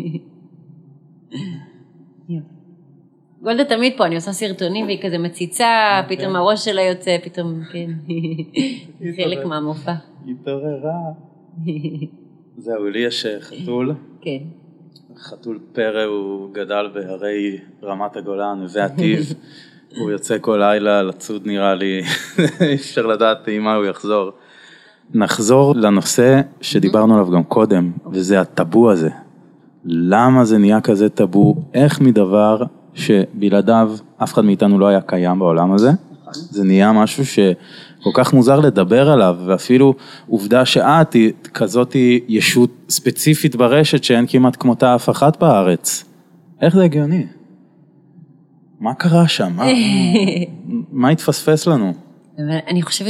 גולדה תמיד פה, אני עושה סרטונים והיא כזה מציצה, פתאום הראש שלה יוצא, פתאום, כן, חלק מהמופע. התעוררה. זהו, לי יש חתול. כן. חתול פרא, הוא גדל בהרי רמת הגולן והטיב. הוא יוצא כל לילה לצוד נראה לי, אפשר לדעת עם מה הוא יחזור. נחזור לנושא שדיברנו עליו גם קודם, וזה הטאבו הזה. למה זה נהיה כזה טאבו? איך מדבר שבלעדיו אף אחד מאיתנו לא היה קיים בעולם הזה? זה נהיה משהו שכל כך מוזר לדבר עליו, ואפילו עובדה שאת היא כזאת ישות ספציפית ברשת שאין כמעט כמותה אף אחת בארץ. איך זה הגיוני? מה קרה שם? מה התפספס לנו? אני חושבת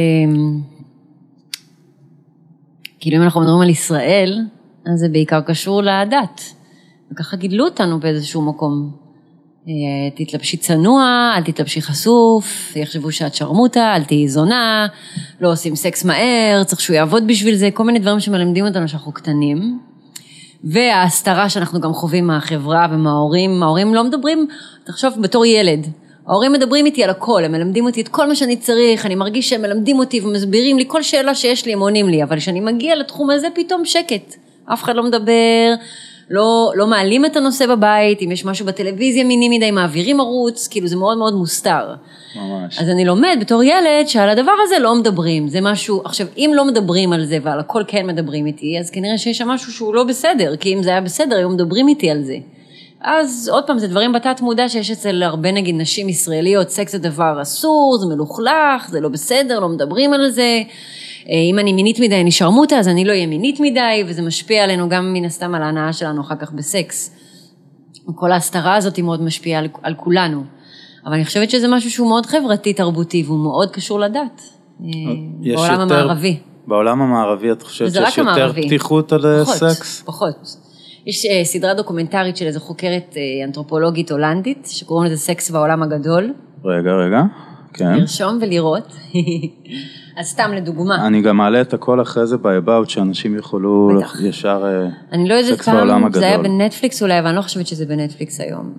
כאילו אם אנחנו מדברים על ישראל, אז זה בעיקר קשור לדת. וככה גידלו אותנו באיזשהו מקום. תתלבשי צנוע, אל תתלבשי חשוף, יחשבו שאת שרמוטה, אל תהי זונה, לא עושים סקס מהר, צריך שהוא יעבוד בשביל זה, כל מיני דברים שמלמדים אותנו שאנחנו קטנים. וההסתרה שאנחנו גם חווים מהחברה ומההורים, ההורים לא מדברים, תחשוב בתור ילד, ההורים מדברים איתי על הכל, הם מלמדים אותי את כל מה שאני צריך, אני מרגיש שהם מלמדים אותי ומסבירים לי כל שאלה שיש לי, הם עונים לי, אבל כשאני מגיע לתחום הזה פתאום שקט, אף אחד לא מדבר, לא מעלים את הנושא בבית, אם יש משהו בטלוויזיה מיני מדי, מעבירים ערוץ, כאילו זה מאוד מאוד מוסתר. ממש. אז אני לומד בתור ילד שעל הדבר הזה לא מדברים, זה משהו, עכשיו אם לא מדברים על זה ועל הכל כן מדברים איתי, אז כנראה שיש שם משהו שהוא לא בסדר, כי אם זה היה בסדר, היו מדברים איתי על זה. אז עוד פעם, זה דברים בתת מודע שיש אצל הרבה נגיד נשים ישראליות, סקס זה דבר אסור, זה מלוכלך, זה לא בסדר, לא מדברים על זה. אם אני מינית מדי, אני שרמוטה, אז אני לא אהיה מינית מדי, וזה משפיע עלינו גם מן הסתם על ההנאה שלנו אחר כך בסקס. כל ההסתרה הזאת היא מאוד משפיעה על כולנו. אבל אני חושבת שזה משהו שהוא מאוד חברתי, תרבותי, והוא מאוד קשור לדת, בעולם המערבי. בעולם המערבי את חושבת שיש יותר פתיחות על סקס? פחות. יש סדרה דוקומנטרית של איזו חוקרת אנתרופולוגית הולנדית, שקוראים לזה סקס בעולם הגדול. רגע, כן. לרשום ולראות. אז סתם לדוגמה. אני גם מעלה את הכל אחרי זה באבאוט, שאנשים יכולו ישר אני לא יודעת פעם, זה היה בנטפליקס אולי, אבל אני לא חושבת שזה בנטפליקס היום.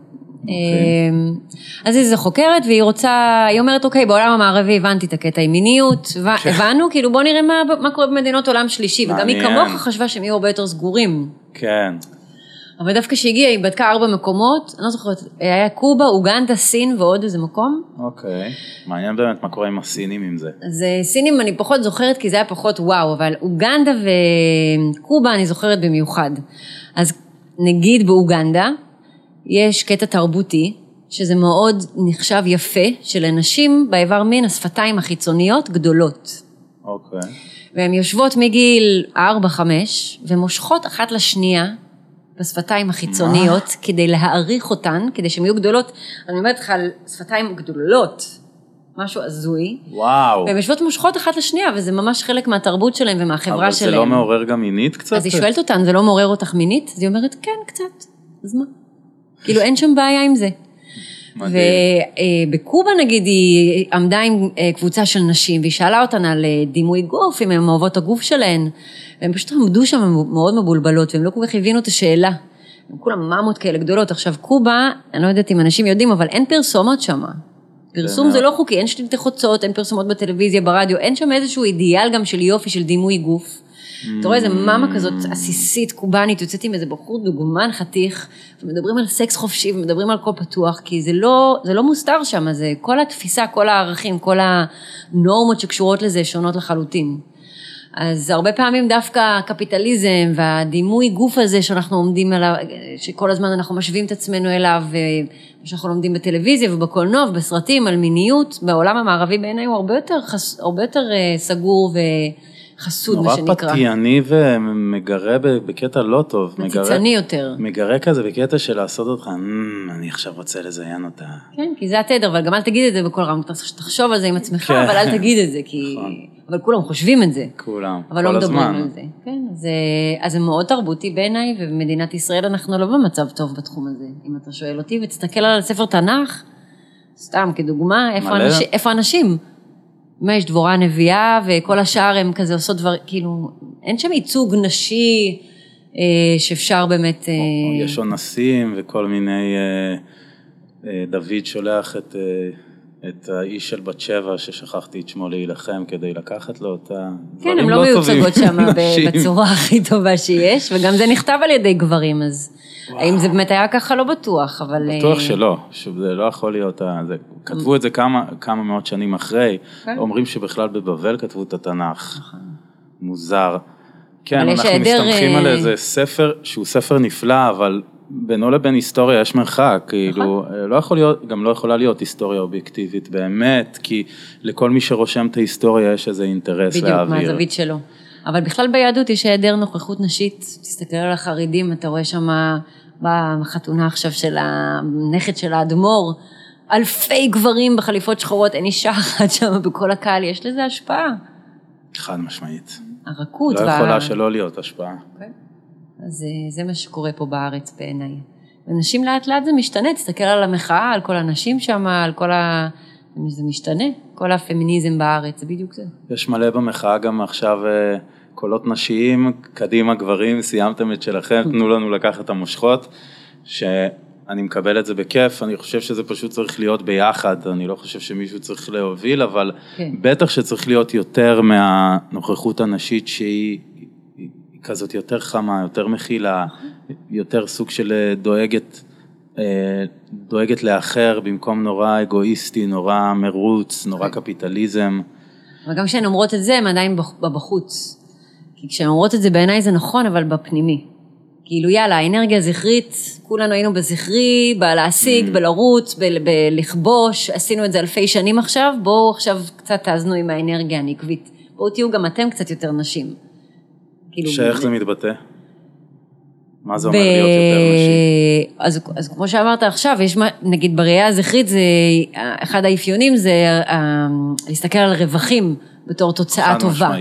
אז איזו חוקרת, והיא רוצה, היא אומרת, אוקיי, בעולם המערבי הבנתי את הקטע עם מיניות, הבנו, כאילו בוא נראה מה קורה במדינות עולם שלישי, וגם היא כמוך חשבה שהם יהיו הרבה יותר סגורים. כן. אבל דווקא שהגיעה, היא בדקה 4 מקומות, אני לא זוכרת, היה קובה, אוגנדה, סין ועוד איזה מקום. אוקיי, מעניין באמת מה קורה עם הסינים עם זה. אז סינים אני פחות זוכרת, כי זה היה פחות וואו, אבל אוגנדה וקובה אני זוכרת במיוחד. אז נגיד באוגנדה, יש קטע תרבותי, שזה מאוד נחשב יפה, שלנשים באיבר מין, השפתיים החיצוניות גדולות. אוקיי. והן יושבות מגיל 4-5, ומושכות אחת לשנייה, בשפתיים החיצוניות, כדי להעריך אותן, כדי שהן יהיו גדולות. אני אומרת לך על שפתיים גדולות, משהו הזוי. וואו. והן יושבות מושכות אחת לשנייה, וזה ממש חלק מהתרבות שלהם ומהחברה שלהם. אבל זה לא מעורר גם מינית קצת? אז היא שואלת אותן, זה לא מעורר אותך מינית? אז היא אומרת, כן, קצת. אז מה? כאילו אין שם בעיה עם זה. ובקובה נגיד היא עמדה עם קבוצה של נשים, והיא שאלה אותן על דימוי גוף, אם הן אוהבות הגוף שלהן, והם פשוט עמדו שם מאוד מבולבלות, והם לא כל כך הבינו את השאלה. הם כולם ממות כאלה גדולות. עכשיו קובה, אני לא יודעת אם אנשים יודעים, אבל אין פרסומות שם. פרסום זה לא חוקי, אין שלטי חוצות, אין פרסומות בטלוויזיה, ברדיו, אין שם איזשהו אידיאל גם של יופי, של דימוי גוף. אתה רואה איזה מאמה כזאת עסיסית, קובנית, יוצאת עם איזה בחור דוגמן חתיך, ומדברים על סקס חופשי, ומדברים על כל פתוח, כי זה לא מוסתר שם, זה כל התפיסה, כל הערכים, כל הנורמות שקשורות לזה שונות לחלוטין. אז הרבה פעמים דווקא הקפיטליזם והדימוי גוף הזה שאנחנו עומדים עליו, שכל הזמן אנחנו משווים את עצמנו אליו, ושאנחנו לומדים בטלוויזיה ובקולנוע ובסרטים על מיניות, בעולם המערבי בעיניי הוא הרבה יותר סגור וחסוד, מה שנקרא. נורא פתייני ומגרה בקטע לא טוב. מציצני יותר. מגרה כזה בקטע של לעשות אותך, אני עכשיו רוצה לזיין אותה. כן, כי זה התדר, אבל גם אל תגיד את זה בכל רם, תחשוב על זה עם עצמך, אבל אל תגיד את זה, כי... אבל כולם חושבים את זה. כולם, אבל לא מדברים על זה. כן, אז זה מאוד תרבותי בעיניי, ובמדינת ישראל אנחנו לא במצב טוב בתחום הזה. אם אתה שואל אותי, ותסתכל על ספר תנ"ך, סתם כדוגמה, איפה אנשים? מה, יש דבורה הנביאה, וכל השאר הם כזה עושות דבר, כאילו, אין שם ייצוג נשי, שאפשר באמת... יש אונסים וכל מיני, דוד שולח את האיש של בת שבע ששכחתי את שמו להילחם כדי לקחת לו אותה. כן, הם לא מיוצגות שם בצורה הכי טובה שיש, וגם זה נכתב על ידי גברים, אז האם זה באמת היה ככה לא בטוח, אבל... בטוח שלא, שזה לא יכול להיות, כתבו את זה כמה מאות שנים אחרי, אומרים שבכלל בבבל כתבו את התנ"ך, מוזר. כן, אנחנו מסתמכים על איזה ספר, שהוא ספר נפלא, אבל... בינו לבין היסטוריה יש מרחק, כאילו, לא יכול להיות, גם לא יכולה להיות היסטוריה אובייקטיבית באמת, כי לכל מי שרושם את ההיסטוריה יש איזה אינטרס להעביר. בדיוק, מהזווית שלו. אבל בכלל ביהדות יש היעדר נוכחות נשית, תסתכל על החרדים, אתה רואה שם בחתונה עכשיו של הנכד של האדמו"ר, אלפי גברים בחליפות שחורות, אין אישה אחת שם בכל הקהל, יש לזה השפעה. חד משמעית. הרכות. לא יכולה שלא להיות השפעה. אוקיי. אז זה מה שקורה פה בארץ בעיניי. ונשים לאט לאט זה משתנה, תסתכל על המחאה, על כל הנשים שם, על כל זה משתנה, כל הפמיניזם בארץ, זה בדיוק זה. יש מלא במחאה גם עכשיו קולות נשיים, קדימה גברים, סיימתם את שלכם, תנו לנו לקחת את המושכות, שאני מקבל את זה בכיף, אני חושב שזה פשוט צריך להיות ביחד, אני לא חושב שמישהו צריך להוביל, אבל בטח שצריך להיות יותר מהנוכחות הנשית שהיא, כזאת יותר חמה, יותר מכילה, יותר סוג של דואגת לאחר, במקום נורא אגואיסטי, נורא מרוץ, נורא קפיטליזם. אבל גם כשהן אומרות את זה, הן עדיין בבחוץ. כי כשהן אומרות את זה בעיניי זה נכון, אבל בפנימי. כאילו יאללה, האנרגיה זכרית, כולנו היינו בזכרי, בלהשיג, בלרוץ, בלכבוש, עשינו את זה אלפי שנים עכשיו, בואו עכשיו קצת תאזנו עם האנרגיה הנקבית. בואו תהיו גם אתם קצת יותר נשים. שאיך זה מתבטא? מה זה אומר להיות יותר נשי? אז כמו שאמרת עכשיו, יש נגיד בראייה הזכרית, אחד האפיונים זה להסתכל על רווחים בתור תוצאה טובה.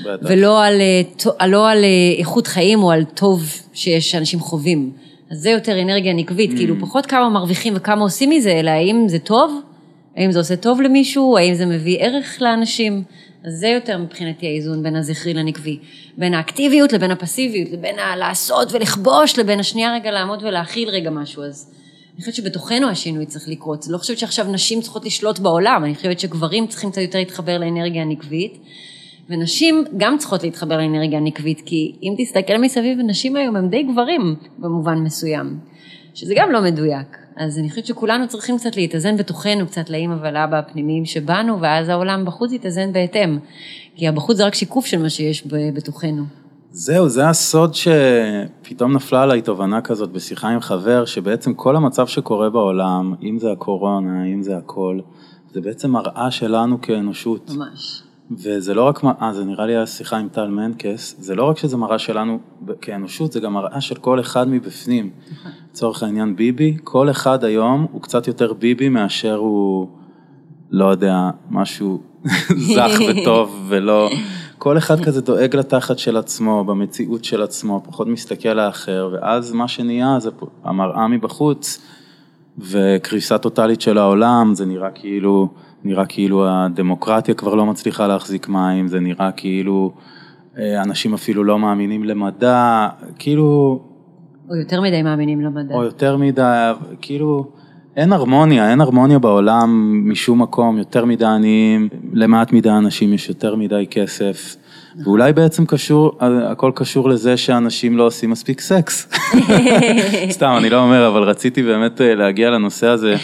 ולא על איכות חיים או על טוב שיש אנשים חווים. אז זה יותר אנרגיה נקבית, כאילו פחות כמה מרוויחים וכמה עושים מזה, אלא האם זה טוב, האם זה עושה טוב למישהו, האם זה מביא ערך לאנשים. אז זה יותר מבחינתי האיזון בין הזכרי לנקבי, בין האקטיביות לבין הפסיביות, לבין לעשות ולכבוש, לבין השנייה רגע לעמוד ולהכיל רגע משהו. אז אני חושבת שבתוכנו השינוי צריך לקרות, לא חושבת שעכשיו נשים צריכות לשלוט בעולם, אני חושבת שגברים צריכים קצת יותר להתחבר לאנרגיה הנקבית, ונשים גם צריכות להתחבר לאנרגיה הנקבית, כי אם תסתכל מסביב, נשים היום הם די גברים במובן מסוים, שזה גם לא מדויק. אז אני חושבת שכולנו צריכים קצת להתאזן בתוכנו, קצת לאמא ולאבא הפנימיים שבנו, ואז העולם בחוץ יתאזן בהתאם, כי הבחוץ זה רק שיקוף של מה שיש בתוכנו. זהו, זה הסוד שפתאום נפלה עליי תובנה כזאת בשיחה עם חבר, שבעצם כל המצב שקורה בעולם, אם זה הקורונה, אם זה הכל, זה בעצם מראה שלנו כאנושות. ממש. וזה לא רק, זה נראה לי השיחה עם טל מנקס, זה לא רק שזה מראה שלנו כאנושות, זה גם מראה של כל אחד מבפנים. לצורך העניין ביבי, כל אחד היום הוא קצת יותר ביבי מאשר הוא, לא יודע, משהו זך וטוב ולא, כל אחד כזה דואג לתחת של עצמו, במציאות של עצמו, פחות מסתכל לאחר, ואז מה שנהיה זה המראה מבחוץ, וקריסה טוטלית של העולם, זה נראה כאילו הדמוקרטיה כבר לא מצליחה להחזיק מים, זה נראה כאילו אנשים אפילו לא מאמינים למדע, כאילו... או יותר מדי מאמינים למדע. או יותר מדי, כאילו... אין הרמוניה בעולם משום מקום, יותר מדי עניים, למעט מדי אנשים יש יותר מדי כסף, ואולי בעצם הכל קשור לזה שאנשים לא עושים מספיק סקס. סתם, אני לא אומר, אבל רציתי באמת להגיע לנושא הזה,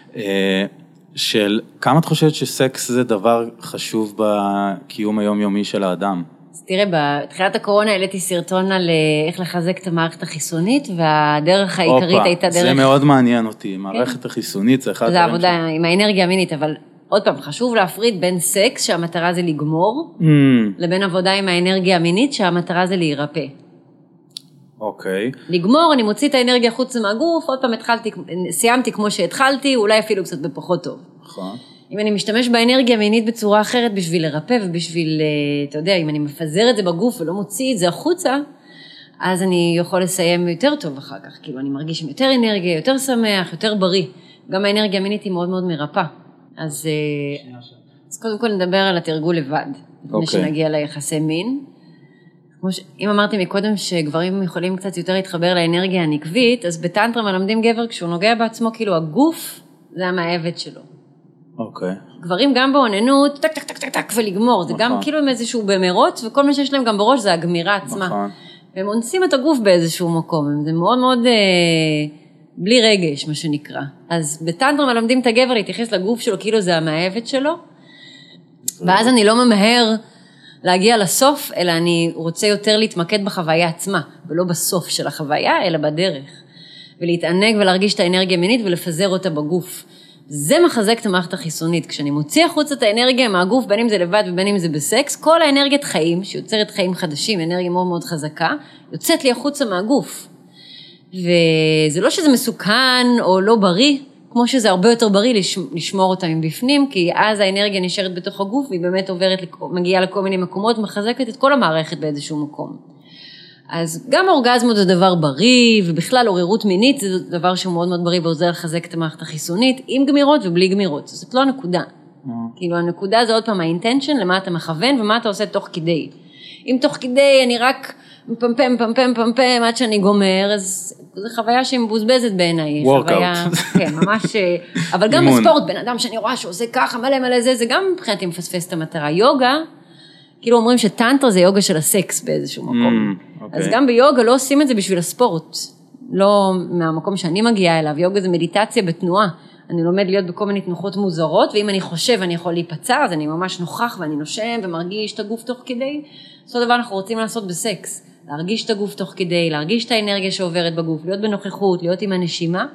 של כמה את חושבת שסקס זה דבר חשוב בקיום היומיומי של האדם? אז תראה, בתחילת הקורונה העליתי סרטון על איך לחזק את המערכת החיסונית, והדרך העיקרית הייתה דרך... זה מאוד מעניין אותי, מערכת החיסונית זה אחד... זה עבודה עם האנרגיה המינית, אבל עוד פעם, חשוב להפריד בין סקס, שהמטרה זה לגמור, לבין עבודה עם האנרגיה המינית, שהמטרה זה להירפא. אוקיי. לגמור, אני מוציא את האנרגיה חוץ מהגוף, עוד פעם סיימתי כמו שהתחלתי, אולי אפילו קצת בפחות טוב. נכון. אם אני משתמש באנרגיה המינית בצורה אחרת בשביל לרפא ובשביל, אתה יודע, אם אני מפזר את זה בגוף ולא מוציא את זה החוצה, אז אני יכול לסיים יותר טוב אחר כך. כאילו אני מרגיש עם יותר אנרגיה, יותר שמח, יותר בריא. גם האנרגיה המינית היא מאוד מאוד מרפא. אז קודם כל נדבר על התרגול לבד, לפני שנגיע ליחסי מין. אם אמרתי מקודם שגברים יכולים קצת יותר להתחבר לאנרגיה הנקבית, אז בטנטרה מלמדים גבר כשהוא נוגע בעצמו, כאילו הגוף זה המאהבת שלו. אוקיי. גברים גם בעוננות, טק, טק, טק, טק, טק, ולגמור. זה גם כאילו עם איזשהו במרוץ, וכל מה שיש להם גם בראש זה הגמירה עצמה. נכון. והם אונסים את הגוף באיזשהו מקום. זה מאוד מאוד בלי רגש, מה שנקרא. אז בטנטרה מלמדים את הגבר להתייחס לגוף שלו, כאילו זה המאהבת שלו. ואז אני לא ממהר להגיע לסוף, אלא אני רוצה יותר להתמקד בחוויה עצמה, ולא בסוף של החוויה, אלא בדרך. ולהתענג ולהרגיש את האנרגיה המינית ולפזר אותה בגוף. זה מחזק את המערכת החיסונית. כשאני מוציא החוץ את האנרגיה מהגוף, בין אם זה לבד ובין אם זה בסקס, כל האנרגיית חיים, שיוצרת חיים חדשים, אנרגיה מאוד מאוד חזקה, יוצאת לי החוצה מהגוף. וזה לא שזה מסוכן או לא בריא, כמו שזה הרבה יותר בריא לשמור אותה מבפנים, כי אז האנרגיה נשארת בתוך הגוף, והיא באמת מגיעה לכל מיני מקומות, מחזקת את כל המערכת באיזשהו מקום. אז גם אורגזמות זה דבר בריא, ובכלל עוררות מינית זה דבר שהוא מאוד מאוד בריא, ועוזר לחזק את המערכת החיסונית, עם גמירות ובלי גמירות. זאת לא הנקודה. כאילו הנקודה זה עוד פעם האינטנשן, למה אתה מכוון ומה אתה עושה תוך כדי. אם תוך כדי אני רק פמפם עד שאני גומר, אז זו חוויה שהיא מבוזבזת בעיניי. וורקאוט. כן, ממש, אבל גם בספורט, בן אדם שאני רואה שעושה ככה מלא זה גם מבחינתי מפספס את המטרה. יוגה, כאילו אומרים שטנטרה זה יוגה של הסקס באיזשהו מקום. אז גם ביוגה לא עושים את זה בשביל הספורט. לא מהמקום שאני מגיעה אליו. יוגה זה מדיטציה בתנועה. אני לומד להיות בכל מיני תנוחות מוזרות, ואם אני חושב אני יכול להיפצע, אז אני ממש נוכח ואני נושם ומרגיש את הגוף תוך כדי. אותו דבר אנחנו רוצים לעשות בסקס. להרגיש את הגוף תוך כדי, להרגיש את האנרגיה שעוברת בגוף, להיות בנוכחות, להיות עם הנשימה.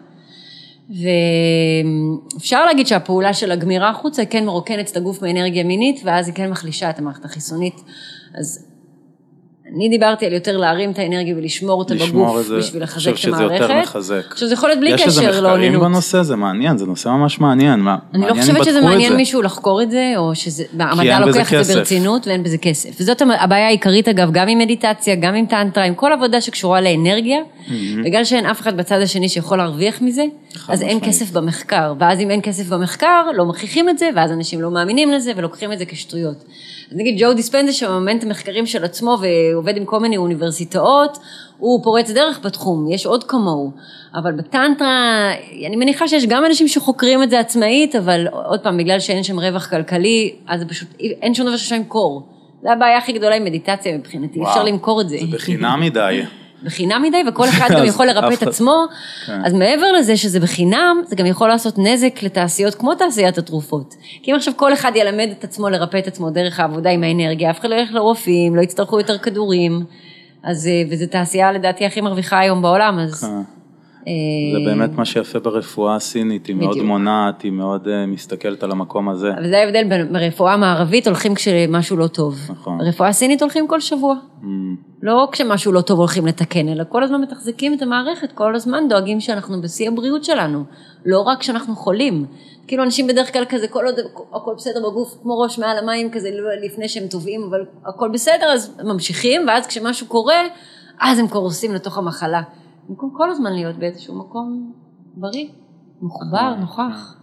ואפשר להגיד שהפעולה של הגמירה החוצה כן מרוקנת את הגוף מאנרגיה מינית, ואז היא כן מחלישה את המערכת החיסונית. אז אני דיברתי על יותר להרים את האנרגיה ולשמור אותה בגוף בשביל לחזק את המערכת. אני חושב שזה יותר מחזק. עכשיו זה יכול להיות בלי קשר לאוננות. יש איזה מחקרים בנושא, זה מעניין, זה נושא ממש מעניין. אני לא חושבת שזה מעניין מישהו לחקור את זה, או שהמדע לוקח את זה ברצינות ואין בזה כסף. וזאת הבעיה העיקרית אגב, גם עם מדיטציה, גם עם טנטרה, עם כל עבודה שקשורה לאנרגיה, בגלל שאין אף אחד בצד השני שיכול להרוויח מזה, אז אין כסף במחקר. ואז אם אין כסף במחקר, לא מכריחים את זה, ואז אנשים לא מאמינים לזה ולוקחים את זה כשטויות. אז נגיד ג'ו דיספנזה שמממן את המחקרים של עצמו ועובד עם כל מיני אוניברסיטאות, הוא פורץ דרך בתחום, יש עוד כמוהו, אבל בטנטרה, אני מניחה שיש גם אנשים שחוקרים את זה עצמאית, אבל עוד פעם, בגלל שאין שם רווח כלכלי, אז זה פשוט, אין שום דבר שאפשר למכור. זה הבעיה הכי גדולה עם מדיטציה מבחינתי, אפשר למכור את זה. זה בחינם מדי. בחינם מדי, וכל אחד גם יכול לרפא את עצמו, אז מעבר לזה שזה בחינם, זה גם יכול לעשות נזק לתעשיות כמו תעשיית התרופות. כי אם עכשיו כל אחד ילמד את עצמו לרפא את עצמו דרך העבודה עם האנרגיה, אף אחד לא ילך לרופאים, לא יצטרכו יותר כדורים, אז, וזו תעשייה לדעתי הכי מרוויחה היום בעולם, אז... זה באמת מה שיפה ברפואה הסינית, היא מאוד מונעת, היא מאוד מסתכלת על המקום הזה. אבל זה ההבדל ברפואה המערבית, הולכים כשמשהו לא טוב. נכון. ברפואה הסינית הולכים כל שבוע. לא כשמשהו לא טוב הולכים לתקן, אלא כל הזמן מתחזקים את המערכת, כל הזמן דואגים שאנחנו בשיא הבריאות שלנו, לא רק כשאנחנו חולים. כאילו אנשים בדרך כלל כזה, כל עוד הכל בסדר בגוף, כמו ראש מעל המים כזה, לפני שהם טובים, אבל הכל בסדר, אז ממשיכים, ואז כשמשהו קורה, אז הם קורסים לתוך המחלה. במקום כל הזמן להיות באיזשהו מקום בריא, מחובר, נוכח.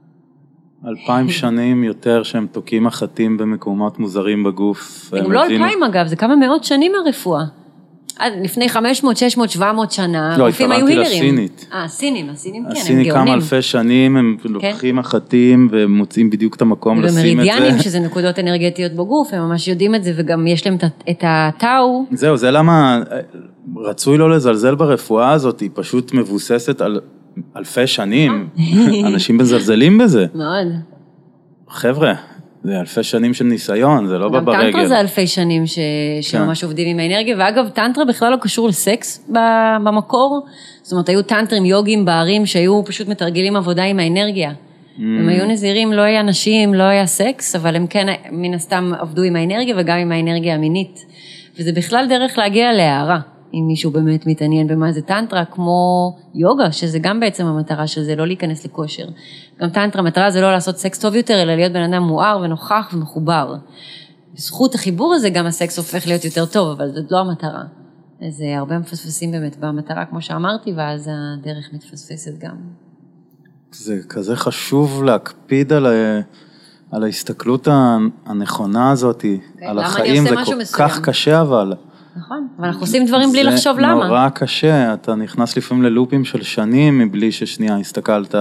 2000 שנים יותר שהם תוקים החטים במקומות מוזרים בגוף. גם לא 2000 אגב, זה כמה מאות שנים הרפואה. עד לפני 500, 600, 700 שנה, הרופאים היו הילרים. לא, התכוונתי לסינית. הסינים כן, הם גאונים. הסינים כמה אלפי שנים, הם לוקחים החטים ומוצאים בדיוק את המקום לשים את זה. ומרידיאנים, שזה נקודות אנרגטיות בגוף, הם ממש יודעים את זה, וגם יש להם את הטאו. זהו, זה למה רצוי לא לזלזל ברפואה הזאת, היא פשוט מבוססת על אלפי שנים. אנשים מזלזלים בזה. מאוד. חבר'ה. זה אלפי שנים של ניסיון, זה לא בא ברגל. גם טנטרה זה אלפי שנים שממש עובדים עם האנרגיה, ואגב, טנטרה בכלל לא קשור לסקס במקור, זאת אומרת, היו טנטרים יוגים בערים שהיו פשוט מתרגלים עבודה עם האנרגיה. הם היו נזירים, לא היה נשים, לא היה סקס, אבל הם כן מן הסתם עבדו עם האנרגיה וגם עם האנרגיה המינית. וזה בכלל דרך להגיע להערה, אם מישהו באמת מתעניין במה זה טנטרה, כמו יוגה, שזה גם בעצם המטרה של זה, לא להיכנס לכושר. גם טנטרה, המטרה זה לא לעשות סקס טוב יותר, אלא להיות בן אדם מואר ונוכח ומחובר. בזכות החיבור הזה גם הסקס הופך להיות יותר טוב, אבל זאת לא המטרה. אז הרבה מפספסים באמת במטרה, כמו שאמרתי, ואז הדרך מתפספסת גם. זה כזה חשוב להקפיד על ההסתכלות הנכונה הזאת, על החיים, זה כל כך קשה אבל. נכון, אבל אנחנו עושים דברים בלי לחשוב למה. זה נורא קשה, אתה נכנס לפעמים ללופים של שנים, מבלי ששנייה הסתכלת,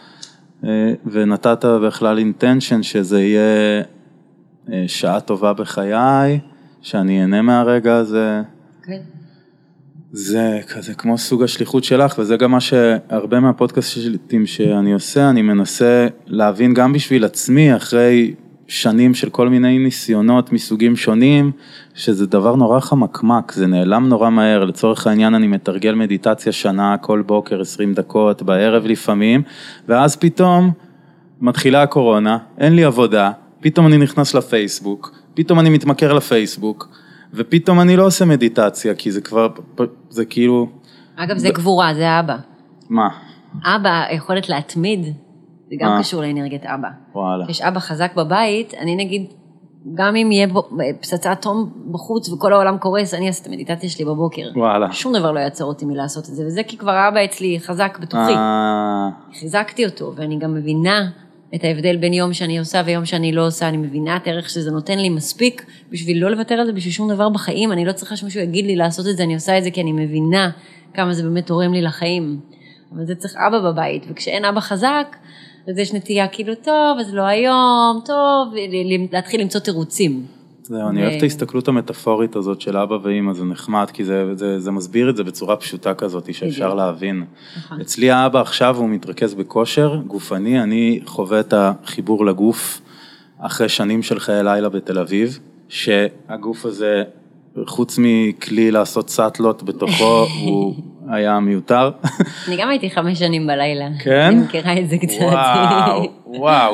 ונתת בכלל אינטנשן שזה יהיה שעה טובה בחיי, שאני אהנה מהרגע הזה. כן. זה כזה כמו סוג השליחות שלך, וזה גם מה שהרבה מהפודקאסטים שאני עושה, אני מנסה להבין גם בשביל עצמי, אחרי שנים של כל מיני ניסיונות מסוגים שונים, שזה דבר נורא חמקמק, זה נעלם נורא מהר, לצורך העניין אני מתרגל מדיטציה שנה, כל בוקר 20 דקות, בערב לפעמים, ואז פתאום מתחילה הקורונה, אין לי עבודה, פתאום אני נכנס לפייסבוק, פתאום אני מתמכר לפייסבוק, ופתאום אני לא עושה מדיטציה, כי זה כבר, זה כאילו... אגב, זה גבורה, זה אבא. מה? אבא, יכולת להתמיד, זה גם קשור לאנרגיית אבא. וואלה. יש אבא חזק בבית, אני נגיד, גם אם יהיה פצצת אטום בחוץ וכל העולם קורס, אני אעשה את המדיטציה שלי בבוקר. וואלה. שום דבר לא יעצור אותי מלעשות את זה, וזה כי כבר האבא אצלי חזק בתוכי. חיזקתי אותו, ואני גם מבינה את ההבדל בין יום שאני עושה ויום שאני לא עושה, אני מבינה את הערך שזה נותן לי מספיק, בשביל לא לוותר על זה, בשביל שום דבר בחיים, אני לא צריכה שמישהו יגיד לי לעשות את זה, אני עושה את זה כי אני מבינה כמה זה באמת תורם לי לחיים. אבל זה צריך אבא בבית, וכשאין אבא חזק, אז יש נטייה כאילו טוב, אז לא היום, טוב, להתחיל למצוא תירוצים. זהו, אני אוהב את ההסתכלות המטאפורית הזאת של אבא ואמא, זה נחמד, כי זה מסביר את זה בצורה פשוטה כזאת, שאפשר להבין. אצלי האבא עכשיו הוא מתרכז בכושר גופני, אני חווה את החיבור לגוף, אחרי שנים של חיי לילה בתל אביב, שהגוף הזה, חוץ מכלי לעשות סאטלות בתוכו, הוא היה מיותר. אני גם הייתי 5 שנים בלילה. כן? אני מכירה את זה קצת. וואו.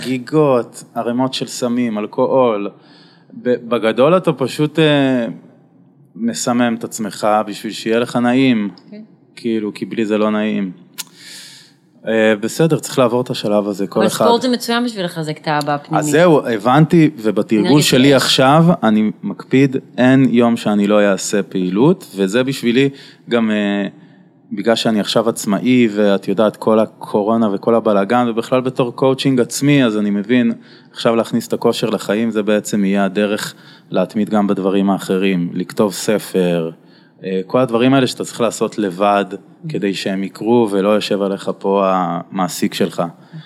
חגיגות, ערימות של סמים, אלכוהול. בגדול אתה פשוט מסמם את עצמך בשביל שיהיה לך נעים, כאילו, כי בלי זה לא נעים. בסדר, צריך לעבור את השלב הזה, כל אחד. אבל ספורט זה מצוין בשביל לחזק את האבא הפנימי. אז זהו, הבנתי, ובתרגול שלי עכשיו, אני מקפיד, אין יום שאני לא אעשה פעילות, וזה בשבילי גם, בגלל שאני עכשיו עצמאי, ואת יודעת, כל הקורונה וכל הבלגן, ובכלל בתור קואוצ'ינג עצמי, אז אני מבין, עכשיו להכניס את הכושר לחיים, זה בעצם יהיה הדרך להתמיד גם בדברים האחרים, לכתוב ספר, כל הדברים האלה שאתה צריך לעשות לבד, כדי שהם יקרו ולא יושב עליך פה המעסיק שלך.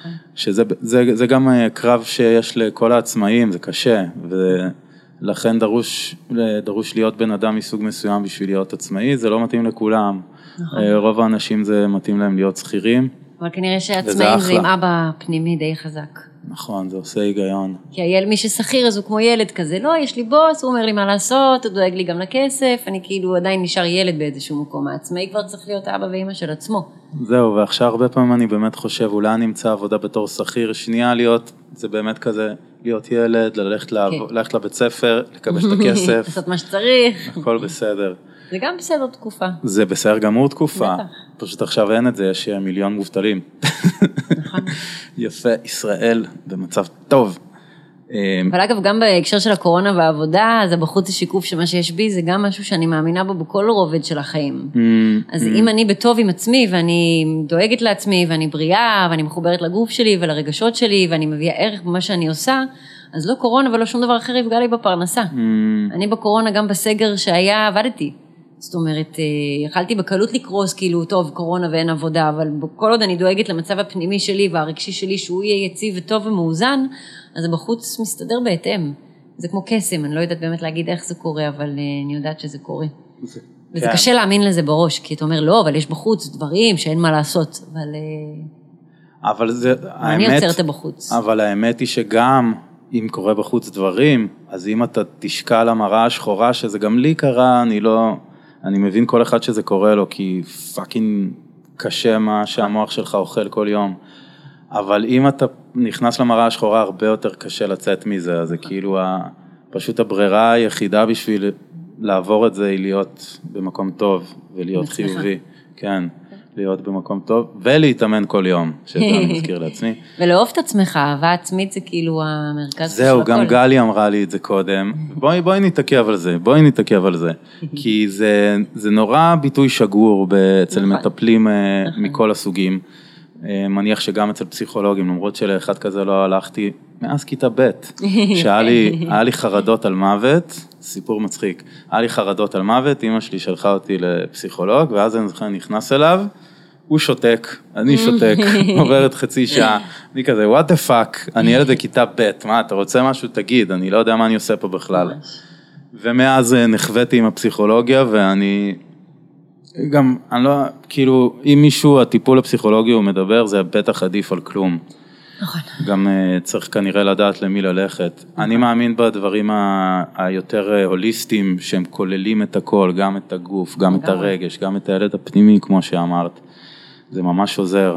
שזה גם קרב שיש לכל העצמאים, זה קשה, ולכן דרוש להיות בן אדם מסוג מסוים בשביל להיות עצמאי, זה לא מתאים לכולם. רוב האנשים זה מתאים להם להיות שכירים. אבל כנראה שהעצמאים זה עם אבא פנימי די חזק. נכון, זה עושה היגיון. כי הילד, מי ששכיר אז הוא כמו ילד כזה, לא, יש לי בוס, הוא אומר לי מה לעשות, הוא דואג לי גם לכסף, אני כאילו עדיין נשאר ילד באיזשהו מקום, העצמאי כבר צריך להיות אבא ואמא של עצמו. זהו, ועכשיו הרבה פעמים אני באמת חושב, אולי אני אמצא עבודה בתור שכיר, שנייה להיות, זה באמת כזה, להיות ילד, ללכת לבית ספר, לקבל את הכסף. לעשות מה שצריך. הכל בסדר. זה גם בסדר תקופה. זה בסדר גמור תקופה. פשוט עכשיו אין את זה, יש מיליון מובטלים. נכון. יפה, ישראל במצב טוב. אבל אגב, גם בהקשר של הקורונה והעבודה, אז בחוץ השיקוף שמה שיש בי, זה גם משהו שאני מאמינה בו בכל רובד של החיים. אז אם אני בטוב עם עצמי, ואני דואגת לעצמי, ואני בריאה, ואני מחוברת לגוף שלי ולרגשות שלי, ואני מביאה ערך במה שאני עושה, אז לא קורונה ולא שום דבר אחר יפגע לי בפרנסה. אני בקורונה, גם בסגר שהיה, עבדתי. זאת אומרת, יכלתי בקלות לקרוס, כאילו, טוב, קורונה ואין עבודה, אבל כל עוד אני דואגת למצב הפנימי שלי והרגשי שלי, שהוא יהיה יציב וטוב ומאוזן, אז זה בחוץ מסתדר בהתאם. זה כמו קסם, אני לא יודעת באמת להגיד איך זה קורה, אבל אני יודעת שזה קורה. וזה קשה להאמין לזה בראש, כי אתה אומר, לא, אבל יש בחוץ דברים שאין מה לעשות, אבל זה, אני יוצרת בחוץ. אבל האמת היא שגם, אם קורה בחוץ דברים, אז אם אתה תשקע על המראה השחורה, שזה גם לי קרה, אני מבין כל אחד שזה קורה לו, כי פאקינג קשה מה שהמוח שלך אוכל כל יום. אבל אם אתה נכנס למראה השחורה, הרבה יותר קשה לצאת מזה, אז זה כאילו פשוט הברירה היחידה בשביל לעבור את זה, היא להיות במקום טוב, ולהיות חיובי. כן, להיות במקום טוב, ולהתאמן כל יום, שזה אני מזכיר לעצמי. ולאהוב את עצמך, אהבה עצמית זה כאילו המרכז של הכל. זהו, גם גלי אמרה לי את זה קודם. בואי נתעכב על זה, כי זה נורא ביטוי שגור אצל מטפלים מכל הסוגים. מניח שגם אצל פסיכולוגים, למרות שלאחד כזה לא הלכתי, מאז כיתה ב', שהיה לי חרדות על מוות, סיפור מצחיק, היה לי חרדות על מוות, אמא שלי שלחה אותי לפסיכולוג, ואז אני נכנס אליו, הוא שותק, אני שותק, עוברת חצי שעה, אני כזה, what the fuck, אני ילד בכיתה ב', מה, אתה רוצה משהו? תגיד, אני לא יודע מה אני עושה פה בכלל. ומאז נחוויתי עם הפסיכולוגיה, ואני גם, אני לא, כאילו, אם מישהו, הטיפול הפסיכולוגי הוא מדבר, זה בטח עדיף על כלום. נכון. גם צריך כנראה לדעת למי ללכת. אני מאמין בדברים היותר הוליסטיים, שהם כוללים את הכל, גם את הגוף, גם את הרגש, גם את הילד הפנימי, כמו שאמרת. זה ממש עוזר.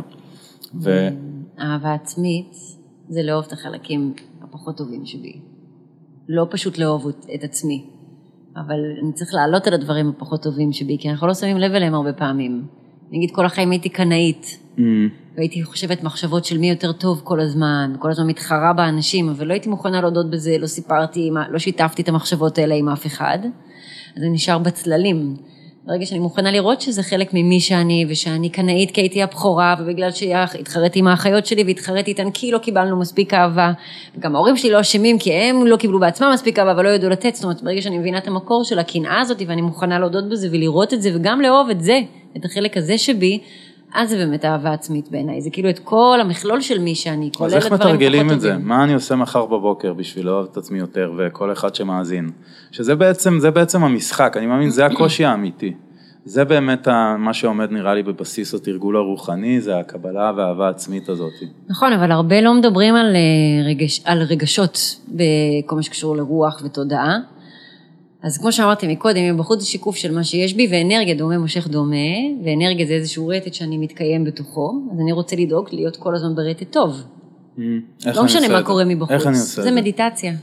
אהבה עצמית, זה לאהוב את החלקים הפחות טובים שבי. לא פשוט לאהוב את עצמי. אבל אני צריך לעלות על הדברים הפחות טובים שבי, כי אנחנו לא שמים לב אליהם הרבה פעמים. נגיד, כל החיים הייתי קנאית, והייתי חושבת מחשבות של מי יותר טוב כל הזמן מתחרה באנשים, אבל לא הייתי מוכנה להודות בזה, לא סיפרתי, לא שיתפתי את המחשבות האלה עם אף אחד, אז אני נשאר בצללים. ברגע שאני מוכנה לראות שזה חלק ממי שאני, ושאני קנאית כי הייתי הבכורה, ובגלל שהתחרתי עם האחיות שלי, והתחרתי איתן כי לא קיבלנו מספיק אהבה, וגם ההורים שלי לא אשמים, כי הם לא קיבלו בעצמם מספיק אהבה, אבל לא ידעו לתת, זאת אומרת, ברגע שאני מבינה את המקור של הקנאה הזאת, ואני מוכנה להודות בזה, ולראות את זה, וגם לאהוב את זה, את החלק הזה שבי, אז זה באמת אהבה עצמית בעיניי, זה כאילו את כל המכלול של מי שאני, אז איך מתרגלים את זה? מה אני עושה מחר בבוקר בשביל לאהוב את עצמי יותר, וכל אחד שמאזין? שזה בעצם המשחק, אני מאמין, זה הקושי האמיתי. זה באמת מה שעומד נראה לי בבסיס התרגול הרוחני, זה הקבלה והאהבה העצמית הזאת. נכון, אבל הרבה לא מדברים על רגשות, בכל מה שקשור לרוח ותודעה. אז כמו שאמרתי מקודם, אם בחוץ זה שיקוף של מה שיש בי, ואנרגיה דומה מושך דומה, ואנרגיה זה איזשהו רטט שאני מתקיים בתוכו, אז אני רוצה לדאוג להיות כל הזמן ברטט טוב. לא משנה מה קורה מבחוץ. איך אני עושה את זה? זה מדיטציה.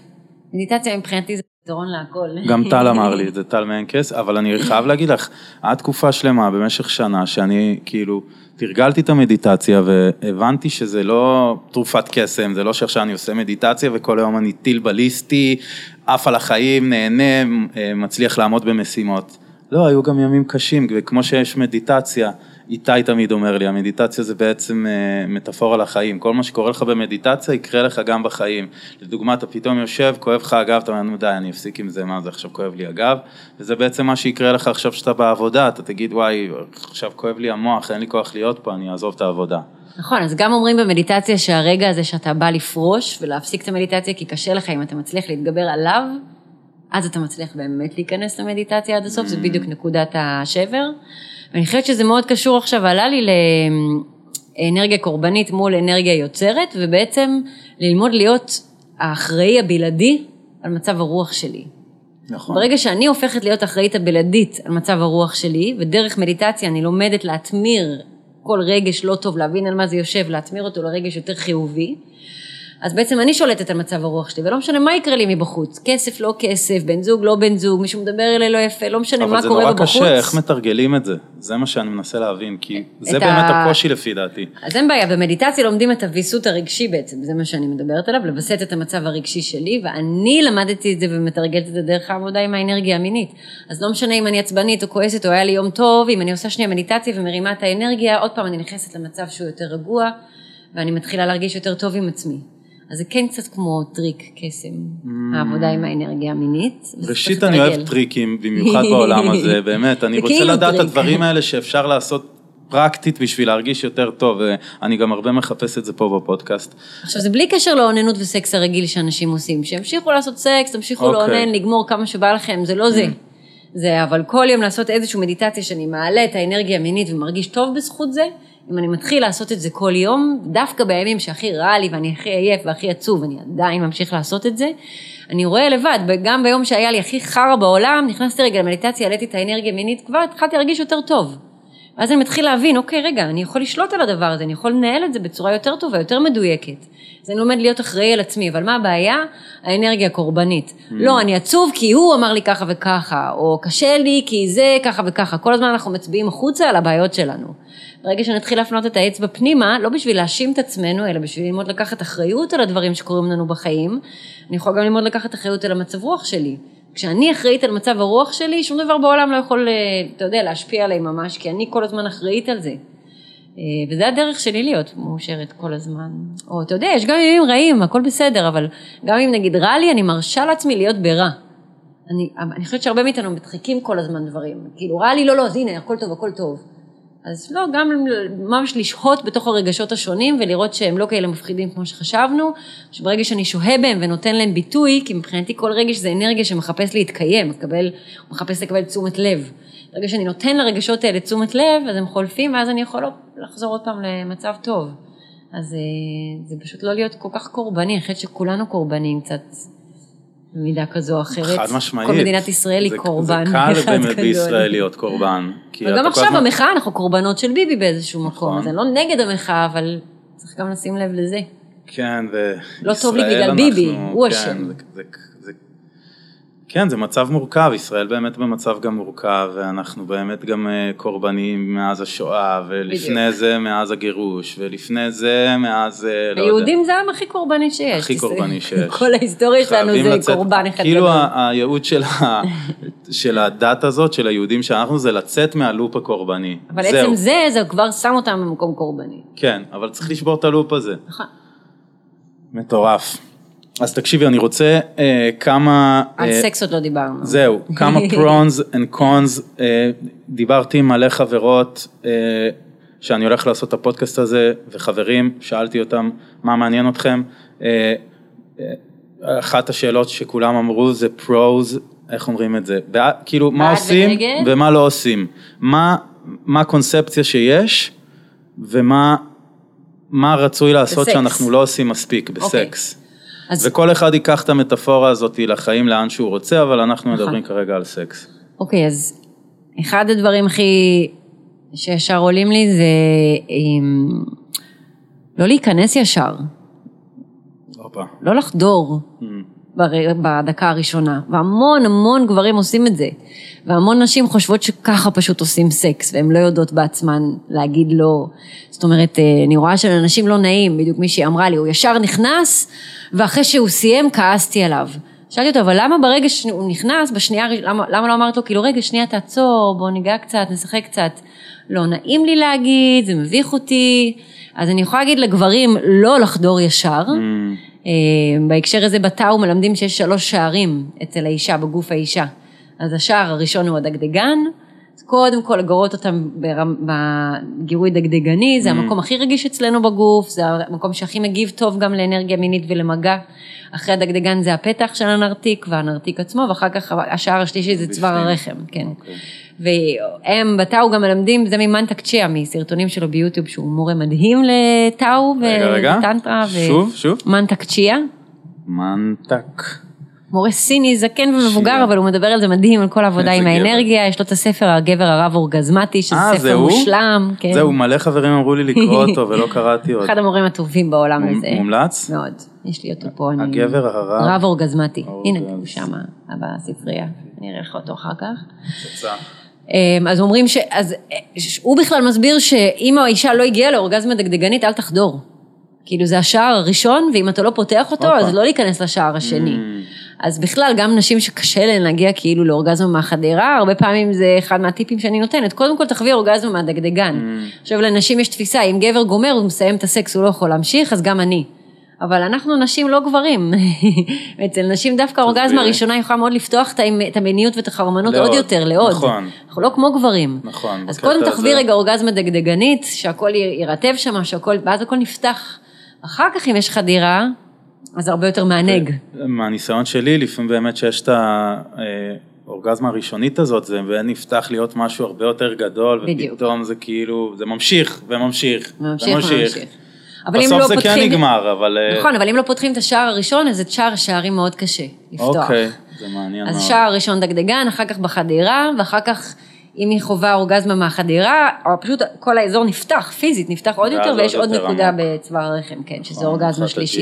מדיטציה מבחינתי זה פתרון להכל. גם טל אמר לי את זה, טל מנקס, אבל אני חייב להגיד לך, עד תקופה שלמה, במשך שנה, שאני כאילו תרגלתי את המדיטציה, והבנתי שזה לא תרופת קסם, זה לא שעכשיו אני עושה מדיטציה, וכל היום אני טיל בליסטי, עף על החיים, נהנה, מצליח לעמוד במשימות. לא, היו גם ימים קשים, וכמו שיש מדיטציה, איתי תמיד אומר לי, המדיטציה זה בעצם מטאפורה לחיים, כל מה שקורה לך במדיטציה יקרה לך גם בחיים. לדוגמה, אתה פתאום יושב, כואב לך אגב, אתה אומר, די, אני אפסיק עם זה, מה זה עכשיו כואב לי אגב, וזה בעצם מה שיקרה לך עכשיו שאתה בעבודה, אתה תגיד, וואי, עכשיו כואב לי המוח, אין לי כוח להיות פה, אני אעזוב את העבודה. נכון, אז גם אומרים במדיטציה שהרגע הזה שאתה בא לפרוש ולהפסיק את המדיטציה, כי קשה לך אם אתה מצליח להתגבר עליו, אז אתה מצליח באמת להיכנס למדיטציה עד הסוף, זה בדיוק נקודת השבר. ואני חושבת שזה מאוד קשור עכשיו, עלה לי לאנרגיה קורבנית מול אנרגיה יוצרת, ובעצם ללמוד להיות האחראי הבלעדי על מצב הרוח שלי. נכון. ברגע שאני הופכת להיות אחראית הבלעדית על מצב הרוח שלי, ודרך מדיטציה אני לומדת להתמיר כל רגש לא טוב, להבין על מה זה יושב, להתמיר אותו לרגש יותר חיובי, אז בעצם אני שולטת על מצב הרוח שלי, ולא משנה מה יקרה לי מבחוץ, כסף לא כסף, בן זוג לא בן זוג, מישהו מדבר אליי לא יפה, לא משנה מה קורה בבחוץ. אבל זה נורא קשה, איך מתרגלים את זה? זה מה שאני מנסה להבין, כי זה באמת הקושי לפי דעתי. אז אין בעיה, במדיטציה לומדים את הוויסות הרגשי בעצם, זה מה שאני מדברת עליו, לבסט את המצב הרגשי שלי, ואני למדתי את זה ומתרגלת את זה דרך העבודה עם האנרגיה המינית. אז לא משנה אם אני עצבנית או כועסת או היה לי יום טוב, אם אני עושה שנייה מדיטציה ומרימה את האנרגיה, עוד פעם אני נכנסת למצב שהוא יותר רגוע, ואני מתחילה להרגיש יותר טוב עם עצמי. אז זה כן קצת כמו טריק קסם, העבודה עם האנרגיה המינית. ראשית אני אוהב טריקים, במיוחד בעולם הזה, באמת, אני רוצה לדעת את הדברים האלה שאפשר לעשות פרקטית בשביל להרגיש יותר טוב, ואני גם הרבה מחפש את זה פה בפודקאסט. עכשיו זה בלי קשר לעוננות וסקס הרגיל שאנשים עושים, שימשיכו לעשות סקס, תמשיכו לעונן, לגמור כמה שבא לכם, זה לא זה. זה אבל כל יום לעשות איזושהי מדיטציה שאני מעלה את האנרגיה המינית ומרגיש טוב בזכות זה, אם אני מתחיל לעשות את זה כל יום, דווקא בימים שהכי רע לי ואני הכי עייף והכי עצוב, אני עדיין ממשיך לעשות את זה, אני רואה לבד, גם ביום שהיה לי הכי חרא בעולם, נכנסתי רגע למדיטציה, העליתי את האנרגיה המינית, כבר התחלתי להרגיש יותר טוב. ואז אני מתחיל להבין, אוקיי, רגע, אני יכול לשלוט על הדבר הזה, אני יכול לנהל את זה בצורה יותר טובה, יותר מדויקת. אז אני לומד להיות אחראי על עצמי, אבל מה הבעיה? האנרגיה הקורבנית. לא, אני עצוב כי הוא אמר לי ככה וככה, או קשה לי כי זה ככה וככה. כל הזמן אנחנו מצביעים החוצה על הבעיות שלנו. ברגע שנתחיל להפנות את האצבע פנימה, לא בשביל להאשים את עצמנו, אלא בשביל ללמוד לקחת אחריות על הדברים שקורים לנו בחיים, אני יכול גם ללמוד לקחת אחריות על המצב רוח שלי. כשאני אחראית על מצב הרוח שלי, שום דבר בעולם לא יכול, אתה יודע, להשפיע עליי ממש, כי אני כל הזמן אחראית על זה. וזה הדרך שלי להיות מאושרת כל הזמן. או אתה יודע, יש גם ימים רעים, הכל בסדר, אבל גם אם נגיד רע לי, אני מרשה לעצמי להיות ברע. אני חושבת שהרבה מאיתנו מדחיקים כל הזמן דברים. כאילו, רע לי, לא, אז הנה, הכל טוב, הכל טוב. אז לא, גם ממש לשהות בתוך הרגשות השונים, ולראות שהם לא כאלה מפחידים כמו שחשבנו, שברגע שאני שוהה בהם ונותן להם ביטוי, כי מבחינתי כל רגש זה אנרגיה שמחפש להתקיים, מחפש לקבל תשומת לב. ברגע שאני נותן לרגשות האלה תשומת לב, אז הם חולפים, ואז אני יכול לחזור עוד פעם למצב טוב. אז זה פשוט לא להיות כל כך קורבני, אני חושבת שכולנו קורבנים קצת, במידה כזו או אחרת. חד משמעית. כל מדינת ישראל היא קורבן. זה קל באמת בישראל להיות קורבן. וגם עכשיו המחאה, אנחנו קורבנות של ביבי באיזשהו מקום, אז אני לא נגד המחאה, אבל צריך גם לשים לב לזה. כן, לא טוב לי בגלל ביבי, הוא אשם. כן, זה מצב מורכב, ישראל באמת במצב גם מורכב, ואנחנו באמת גם קורבנים מאז השואה, ולפני זה מאז הגירוש, ולפני זה מאז, לא יודע. היהודים זה העם הכי קורבני שיש. הכי קורבני שיש. כל ההיסטוריה שלנו זה קורבן אחד גדול. כאילו הייעוד של הדת הזאת, של היהודים שאנחנו, זה לצאת מהלופ הקורבני. אבל עצם זה כבר שם אותם במקום קורבני. כן, אבל צריך לשבור את הלופ הזה. נכון. מטורף. אז תקשיבי, אני רוצה כמה... על סקס עוד לא דיברנו. זהו, כמה pros and cons, דיברתי עם מלא חברות שאני הולך לעשות את הפודקאסט הזה, וחברים, שאלתי אותם מה מעניין אתכם. אחת השאלות שכולם אמרו זה pros, איך אומרים את זה? כאילו, מה עושים ומה לא עושים. מה הקונספציה שיש, ומה רצוי לעשות שאנחנו לא עושים מספיק בסקס. וכל אחד ייקח את המטאפורה הזאת לחיים לאן שהוא רוצה, אבל אנחנו מדברים כרגע על סקס. אוקיי, אז אחד הדברים הכי שישר עולים לי זה לא להיכנס ישר. לא לחדור. בדקה הראשונה, והמון המון גברים עושים את זה, והמון נשים חושבות שככה פשוט עושים סקס, והן לא יודעות בעצמן להגיד לא, זאת אומרת, אני רואה שלאנשים לא נעים, בדיוק מישהי אמרה לי, הוא ישר נכנס, ואחרי שהוא סיים כעסתי עליו, שאלתי אותו, אבל למה ברגע שהוא נכנס, למה לא אמרת לו, כאילו רגע שנייה תעצור, בוא ניגע קצת, נשחק קצת, לא נעים לי להגיד, זה מביך אותי, אז אני יכולה להגיד לגברים לא לחדור ישר, בהקשר הזה בטאו מלמדים שיש 3 שערים אצל האישה, בגוף האישה. אז השער הראשון הוא הדגדגן, אז קודם כל לגרות אותם בגירוי דגדגני, זה המקום הכי רגיש אצלנו בגוף, זה המקום שהכי מגיב טוב גם לאנרגיה מינית ולמגע. אחרי הדגדגן זה הפתח של הנרתיק והנרתיק עצמו, ואחר כך השער השלישי זה צוואר הרחם, כן. והם בטאו גם מלמדים, זה ממנטק צ'יה, מסרטונים שלו ביוטיוב, שהוא מורה מדהים לטאו וטנטרה. שוב. מנטק צ'יה. מנטק. מורה סיני, זקן ומבוגר, אבל הוא מדבר על זה מדהים, על כל העבודה עם האנרגיה, יש לו את הספר הגבר הרב אורגזמטי, שזה ספר מושלם. זהו, מלא חברים אמרו לי לקרוא אותו, ולא קראתי עוד. אחד המורים הטובים בעולם הזה. מומלץ? מאוד, יש לי אותו פה. הגבר הרב? רב אורגזמטי, הנה, הוא שם, בספרייה, אני אראה לך אותו אחר כך. אז אומרים הוא בכלל מסביר שאם האישה לא הגיעה לאורגזמה דגדגנית, אל תחדור. כאילו זה השער הראשון, ואם אתה לא פותח אותו, אז לא להיכנס לשער השני. אז בכלל, גם נשים שקשה להן להגיע כאילו לאורגזמה מהחדרה, הרבה פעמים זה אחד מהטיפים שאני נותנת, קודם כל תחווי אורגזמה מהדגדגן. עכשיו לנשים יש תפיסה, אם גבר גומר, הוא מסיים את הסקס, הוא לא יכול להמשיך, אז גם אני. אבל אנחנו נשים לא גברים. אצל נשים דווקא האורגזמה הראשונה יכולה מאוד לפתוח את המיניות ואת החרמנות עוד יותר, לעוד. נכון. אנחנו לא כמו גברים. נכון. אז קודם תחווי רגע אורגזמה דגדגנית, שהכל ירטב שם, ואז הכל נפתח. אחר כך אם יש חדירה, אז הרבה יותר מענג. מהניסיון שלי, לפעמים באמת שיש את האורגזמה הראשונית הזאת, זה נפתח להיות משהו הרבה יותר גדול, ופתאום זה כאילו, זה ממשיך וממשיך. ממשיך. בסוף זה כן נגמר, אבל... נכון, אבל אם לא פותחים את השער הראשון, אז זה שערים מאוד קשה לפתוח. אוקיי, זה מעניין מאוד. אז השער הראשון דגדגן, אחר כך בחדירה, ואחר כך אם היא חובה אורגזמה מהחדירה, או פשוט כל האזור נפתח, פיזית נפתח עוד יותר, ויש עוד נקודה בצוואר הרחם, כן, שזה אורגזמה שלישית.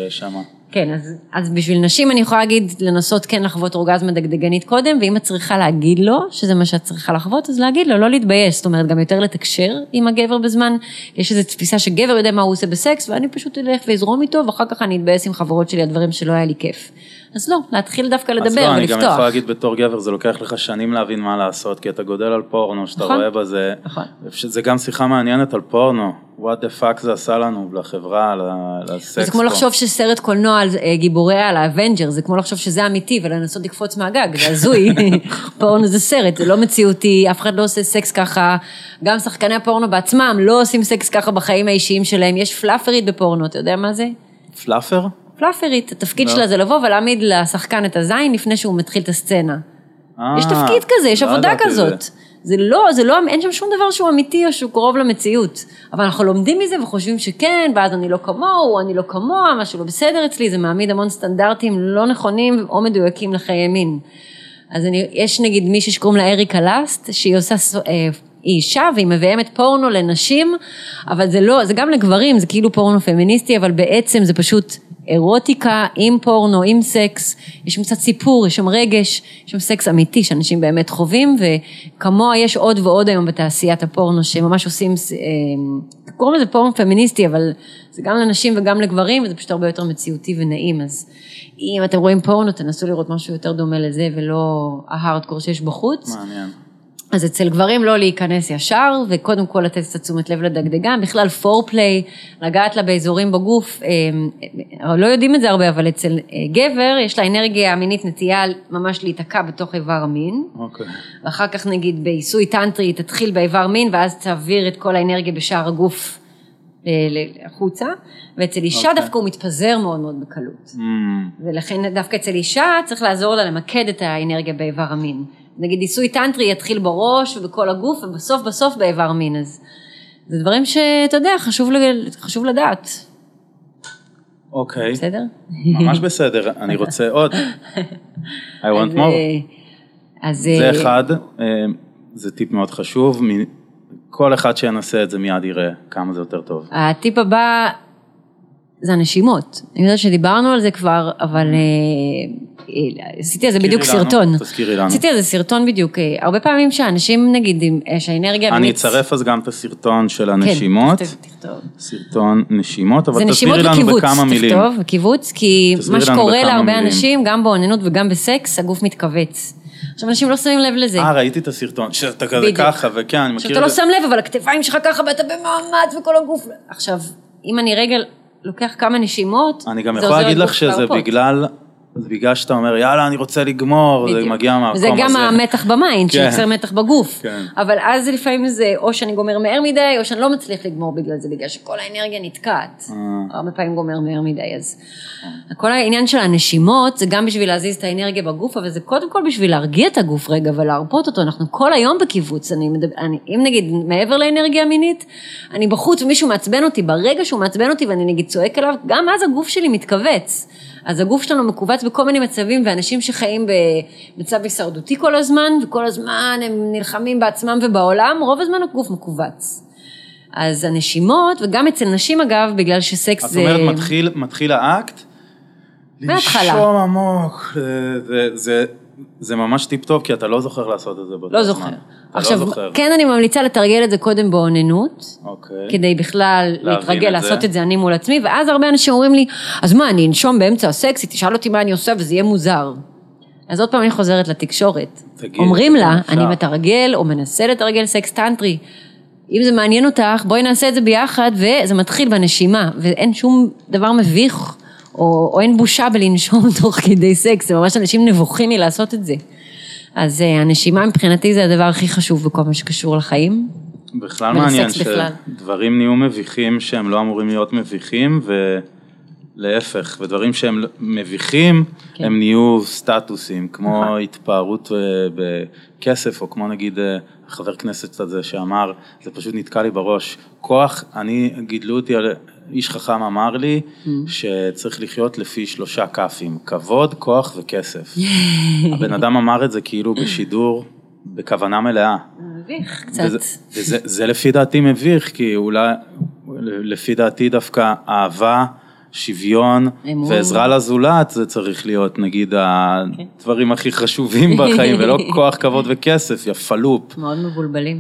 כן, אז בשביל נשים אני יכולה להגיד, לנסות כן לחוות אורגזמה דגדגנית קודם, ואם את צריכה להגיד לו, שזה מה שאת צריכה לחוות, אז להגיד לו, לא להתבייש, זאת אומרת, גם יותר לתקשר עם הגבר בזמן, יש איזו תפיסה שגבר יודע מה הוא עושה בסקס, ואני פשוט אלך ואזרום איתו, ואחר כך אני אתבייס עם חברות שלי, הדברים שלא היה לי כיף. אז לא, להתחיל דווקא לדבר ולפתוח. אז לא, אני גם יכול להגיד בתור גבר, זה לוקח לך שנים להבין מה לעשות, כי אתה גודל על פורנו, שאתה רואה בזה. נכון. זה גם שיחה מעניינת על פורנו. What the fuck זה עשה לנו, לחברה, לסקס פה. זה כמו לחשוב שסרט קולנוע על גיבורי על האבנג'ר, זה כמו לחשוב שזה אמיתי, ולנסות לקפוץ מהגג, זה הזוי. פורנו זה סרט, זה לא מציאותי, אף אחד לא עושה סקס ככה, גם שחקני הפורנו בעצמם לא עושים סקס ככה בחיים האישיים שלהם, יש פלאפרית בפורנו, אתה יודע מה זה? פלאפר? פלאפרית, התפקיד שלה זה לבוא ולהעמיד לשחקן את הזין לפני שהוא מתחיל את הסצנה. יש תפקיד כזה, יש עבודה כזאת. זה לא, אין שם שום דבר שהוא אמיתי או שהוא קרוב למציאות. אבל אנחנו לומדים מזה וחושבים שכן, ואז אני לא כמוהו, אני לא כמוה, משהו לא בסדר אצלי, זה מעמיד המון סטנדרטים לא נכונים או מדויקים לחיי מין. אז יש נגיד מישהי שקוראים לה אריקה לאסט, שהיא עושה... היא אישה והיא מביימת פורנו לנשים, אבל זה לא, זה גם לגברים, זה כאילו פורנו פמיניסטי, אבל בעצם זה פשוט אירוטיקה עם פורנו, עם סקס, יש שם קצת סיפור, יש שם רגש, יש שם סקס אמיתי שאנשים באמת חווים, וכמוה יש עוד ועוד היום בתעשיית הפורנו, שממש עושים, קוראים לזה פורנו פמיניסטי, אבל זה גם לנשים וגם לגברים, וזה פשוט הרבה יותר מציאותי ונעים, אז אם אתם רואים פורנו, תנסו לראות משהו יותר דומה לזה, ולא ההארדקור שיש בחוץ. מעניין. אז אצל גברים לא להיכנס ישר, וקודם כל לתת את תשומת לב לדגדגן, בכלל פורפליי, לגעת לה באזורים בגוף, לא יודעים את זה הרבה, אבל אצל גבר יש לה אנרגיה המינית נטייה ממש להתעקע בתוך איבר המין, ואחר כך נגיד בעיסוי טנטרי תתחיל באיבר מין, ואז תעביר את כל האנרגיה בשאר הגוף החוצה, ואצל אישה דווקא הוא מתפזר מאוד מאוד בקלות, ולכן דווקא אצל אישה צריך לעזור לה למקד את האנרגיה באיבר המין. נגיד עיסוי טנטרי יתחיל בראש ובכל הגוף, ובסוף באיבר מין, אז זה דברים שאתה יודע, חשוב לדעת. אוקיי. בסדר? ממש בסדר, אני רוצה עוד. I want more. זה אחד, זה טיפ מאוד חשוב, כל אחד שינסה את זה מיד יראה כמה זה יותר טוב. הטיפ הבא, זה הנשימות. אני יודעת שדיברנו על זה כבר, אבל עשיתי על זה בדיוק סרטון. תזכירי לנו. עשיתי על זה סרטון בדיוק. הרבה פעמים שאנשים, נגיד, שהאנרגיה... אני אצרף אז גם את הסרטון של הנשימות. כן, תכתוב. סרטון נשימות, אבל תסבירי לנו בכמה מילים. זה נשימות וקיבוץ, קיבוץ, כי מה שקורה להרבה אנשים, גם באוננות וגם בסקס, הגוף מתכווץ. עכשיו אנשים לא שמים לב לזה. ראיתי את הסרטון, שאתה כזה ככה, וכן, אני מכיר... שאתה לא שם לב, אבל הכתפיים שלך ככה, ואתה במאמץ וכל הגוף... עכשיו, אם אני רגע לוקח כמה נשימות, אני גם יכול להגיד לך שזה בגלל שאתה אומר, יאללה, אני רוצה לגמור, זה מגיע מהמקום הזה. זה גם המתח במיינד, שיוצר מתח בגוף. אבל אז לפעמים זה, או שאני גומר מהר מדי, או שאני לא מצליח לגמור בגלל זה, בגלל שכל האנרגיה נתקעת. הרבה פעמים גומר מהר מדי, אז כל העניין של הנשימות, זה גם בשביל להזיז את האנרגיה בגוף, אבל זה קודם כל בשביל להרגיע את הגוף רגע, ולהרפות אותו. אנחנו כל היום בקיבוץ, אם נגיד מעבר לאנרגיה המינית, אני בחוץ ומישהו מעצבן אותי, ברגע שהוא מעצבן אותי ואני נגיד צועק אליו, גם אז הגוף שלי מתכווץ. אז הגוף שלנו מקובץ בכל מיני מצבים, ואנשים שחיים במצב הישרדותי כל הזמן, וכל הזמן הם נלחמים בעצמם ובעולם, רוב הזמן הגוף מקובץ. אז הנשימות, וגם אצל נשים אגב, בגלל שסקס זה... את אומרת, מתחיל האקט, לנשום עמוק, זה ממש טיפ טוב, כי אתה לא זוכר לעשות את זה באותו זמן. לא זוכר. עכשיו, כן אני ממליצה לתרגל את זה קודם באוננות, כדי בכלל להתרגל לעשות את זה אני מול עצמי, ואז הרבה אנשים אומרים לי, אז מה, אני אנשום באמצע הסקס, תשאל אותי מה אני עושה, וזה יהיה מוזר. אז עוד פעם אני חוזרת לתקשורת. אומרים לה, אני מתרגל או מנסה לתרגל סקס טנטרי, אם זה מעניין אותך, בואי נעשה את זה ביחד, וזה מתחיל בנשימה, ואין שום דבר מביך, או אין בושה בלנשום תוך כדי סקס, זה ממש אנשים נבוכים מלעשות את זה. אז הנשימה מבחינתי זה הדבר הכי חשוב בכל מה שקשור לחיים. בכלל מעניין שדברים נהיו מביכים שהם לא אמורים להיות מביכים, ולהפך, ודברים שהם מביכים, הם נהיו סטטוסים, כמו התפארות בכסף, או כמו נגיד חבר כנסת הזה שאמר, זה פשוט נתקע לי בראש, כוח, גידלו אותי על... איש חכם אמר לי שצריך לחיות לפי 3 כפים, כבוד, כוח וכסף. הבן אדם אמר את זה כאילו בשידור, בכוונה מלאה. מביך קצת. וזה לפי דעתי מביך, כי אולי לפי דעתי דווקא אהבה, שוויון ועזרה לזולת, זה צריך להיות נגיד הדברים הכי חשובים בחיים, ולא כוח, כבוד וכסף, יפלופ. מאוד מבולבלים.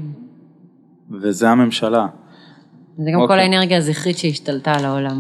וזה הממשלה. זה גם כל האנרגיה הזכרית שהשתלטה על העולם.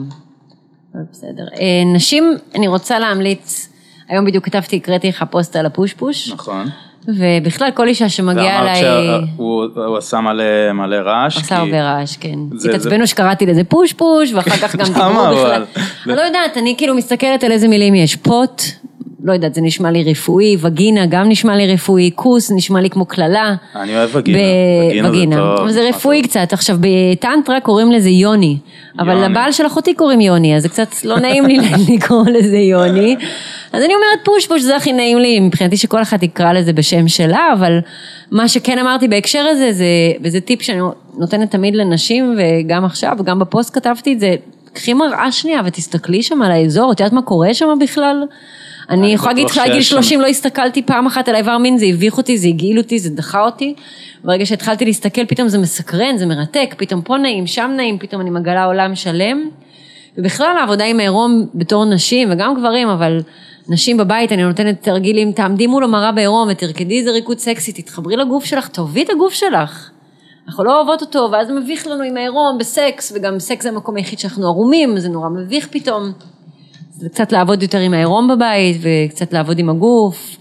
בסדר. נשים, אני רוצה להמליץ, היום בדיוק כתבתי, הקראתי לך פוסט על הפוש-פוש. נכון. ובכלל כל אישה שמגיעה אליי... ואמרת שהוא עשה מלא רעש. עשה הרבה רעש, כן. התעצבנו שקראתי לזה פוש-פוש, ואחר כך גם דיברו בכלל. אני לא יודעת, אני כאילו מסתכלת על איזה מילים יש. פוט, לא יודעת, זה נשמע לי רפואי, וגינה גם נשמע לי רפואי, כוס נשמע לי כמו כללה. אני אוהב וגינה, וגינה זה טוב. אבל זה רפואי קצת, עכשיו בטנטרה קוראים לזה יוני, אבל לבעל של אחותי קוראים יוני, אז זה קצת לא נעים לי לקרוא לזה יוני, אז אני אומרת פוש זה הכי נעים לי, מבחינתי שכל אחד יקרא לזה בשם שלה, אבל מה שכן אמרתי בהקשר הזה, וזה טיפ שאני נותנת תמיד לנשים, וגם עכשיו, וגם בפוסט כתבתי את זה, קחי מראה שנייה ותסתכלי שם על האזור, את יודעת מה קורה שם בכלל? אני יכולה להגיד לך, גיל 30 לא הסתכלתי פעם אחת על האיבר מין, זה הביך אותי, זה הגעיל אותי, זה דחה אותי, ברגע שהתחלתי להסתכל, פתאום זה מסקרן, זה מרתק, פתאום פה נעים, שם נעים, פתאום אני מגלה עולם שלם, ובכלל העבודה עם העירום בתור נשים, וגם גברים, אבל נשים בבית, אני נותנת תרגילים, תעמדי מול המראה בעירום, ותרקדי איזה ריקוד סקסי, תתחברי לגוף שלך, תאהבי את הגוף שלך, אנחנו לא אוהבות אותו, ואז מביך לנו עם העירום בסקס, וגם סקס זה המקום היחיד שאנחנו ערומים, זה נורא מביך פתאום. זה קצת לעבוד יותר עם העירום בבית, וקצת לעבוד עם הגוף.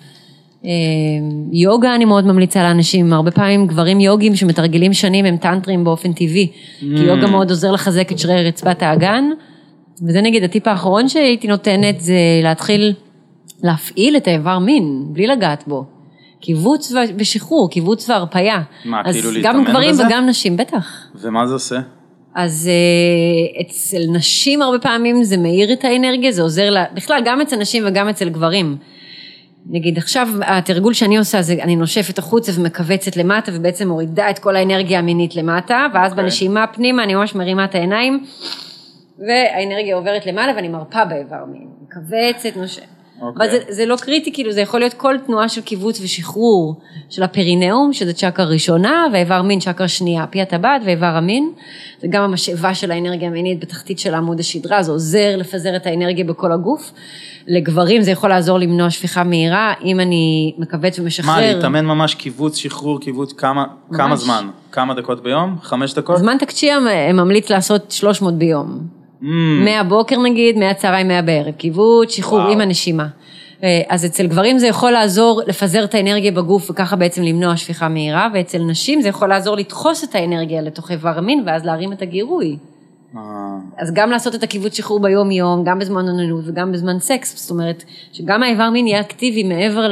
יוגה אני מאוד ממליצה לאנשים, הרבה פעמים גברים יוגים שמתרגלים שנים הם טנטרים באופן טבעי, כי יוגה מאוד עוזר לחזק את שרירי רצפת האגן, וזה נגיד הטיפ האחרון שהייתי נותנת, זה להתחיל להפעיל את האיבר מין, בלי לגעת בו. קיבוץ ושחרור, קיבוץ והרפאיה. מה, כאילו להתאמן בזה? אז גם גברים וגם נשים, בטח. ומה זה עושה? אז אצל נשים הרבה פעמים זה מאיר את האנרגיה, זה עוזר לה, בכלל גם אצל נשים וגם אצל גברים. נגיד עכשיו התרגול שאני עושה, זה אני נושפת החוצה ומקבצת למטה, ובעצם מורידה את כל האנרגיה המינית למטה, ואז בנשימה פנימה אני ממש מרימה את העיניים, והאנרגיה עוברת למעלה ואני מרפה באיבר מין, מקבצת, אבל זה לא קריטי, כאילו זה יכול להיות כל תנועה של קיבוץ ושחרור של הפרינאום, שזה צ'קרה ראשונה, ואיבר מין צ'קרה שנייה, פי הטבעת ואיבר המין, זה גם המשאבה של האנרגיה המינית בתחתית של עמוד השדרה, זה עוזר לפזר את האנרגיה בכל הגוף, לגברים זה יכול לעזור למנוע שפיכה מהירה, אם אני מקבץ ומשחרר. מה, להתאמן ממש קיבוץ, שחרור, קיבוץ, כמה זמן? כמה דקות ביום? 5 דקות? זמן תקצ'יה ממליץ לעשות 300 ביום. 100 בוקר נגיד, 100 צהריים, 100 בערב, קיבוץ, שחרור עם הנשימה. אז אצל גברים זה יכול לעזור לפזר את האנרגיה בגוף וככה בעצם למנוע שפיכה מהירה, ואצל נשים זה יכול לעזור לדחוס את האנרגיה לתוך איבר המין ואז להרים את הגירוי. אז גם לעשות את הקיבוץ שחרור ביום יום, גם בזמן עוננות וגם בזמן סקס, זאת אומרת שגם האיבר מין יהיה אקטיבי מעבר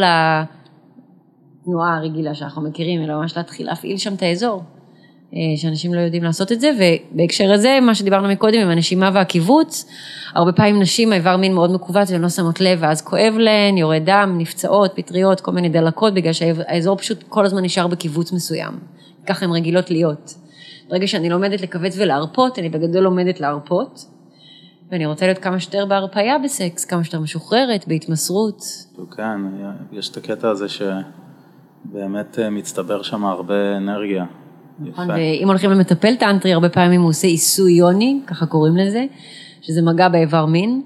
לתנועה הרגילה שאנחנו מכירים, אלא ממש להתחיל להפעיל שם את האזור. שאנשים לא יודעים לעשות את זה, ובהקשר הזה, מה שדיברנו מקודם עם הנשימה והקיבוץ, הרבה פעמים נשים, האיבר מין מאוד מקובץ, והן לא שמות לב, ואז כואב להן, יורד דם, נפצעות, פטריות, כל מיני דלקות, בגלל שהאזור פשוט כל הזמן נשאר בקיבוץ מסוים. ככה הן רגילות להיות. ברגע שאני לומדת לכווץ ולהרפות, אני בגדול לומדת להרפות, ואני רוצה להיות כמה שיותר בהרפאיה בסקס, כמה שיותר משוחררת, בהתמסרות. כן, יש את הקטע הזה שבאמת מצטבר שם הרבה אנרגיה. נכון, ואם הולכים למטפל טנטרי, הרבה פעמים הוא עושה עיסוי יוני, ככה קוראים לזה, שזה מגע באיבר מין,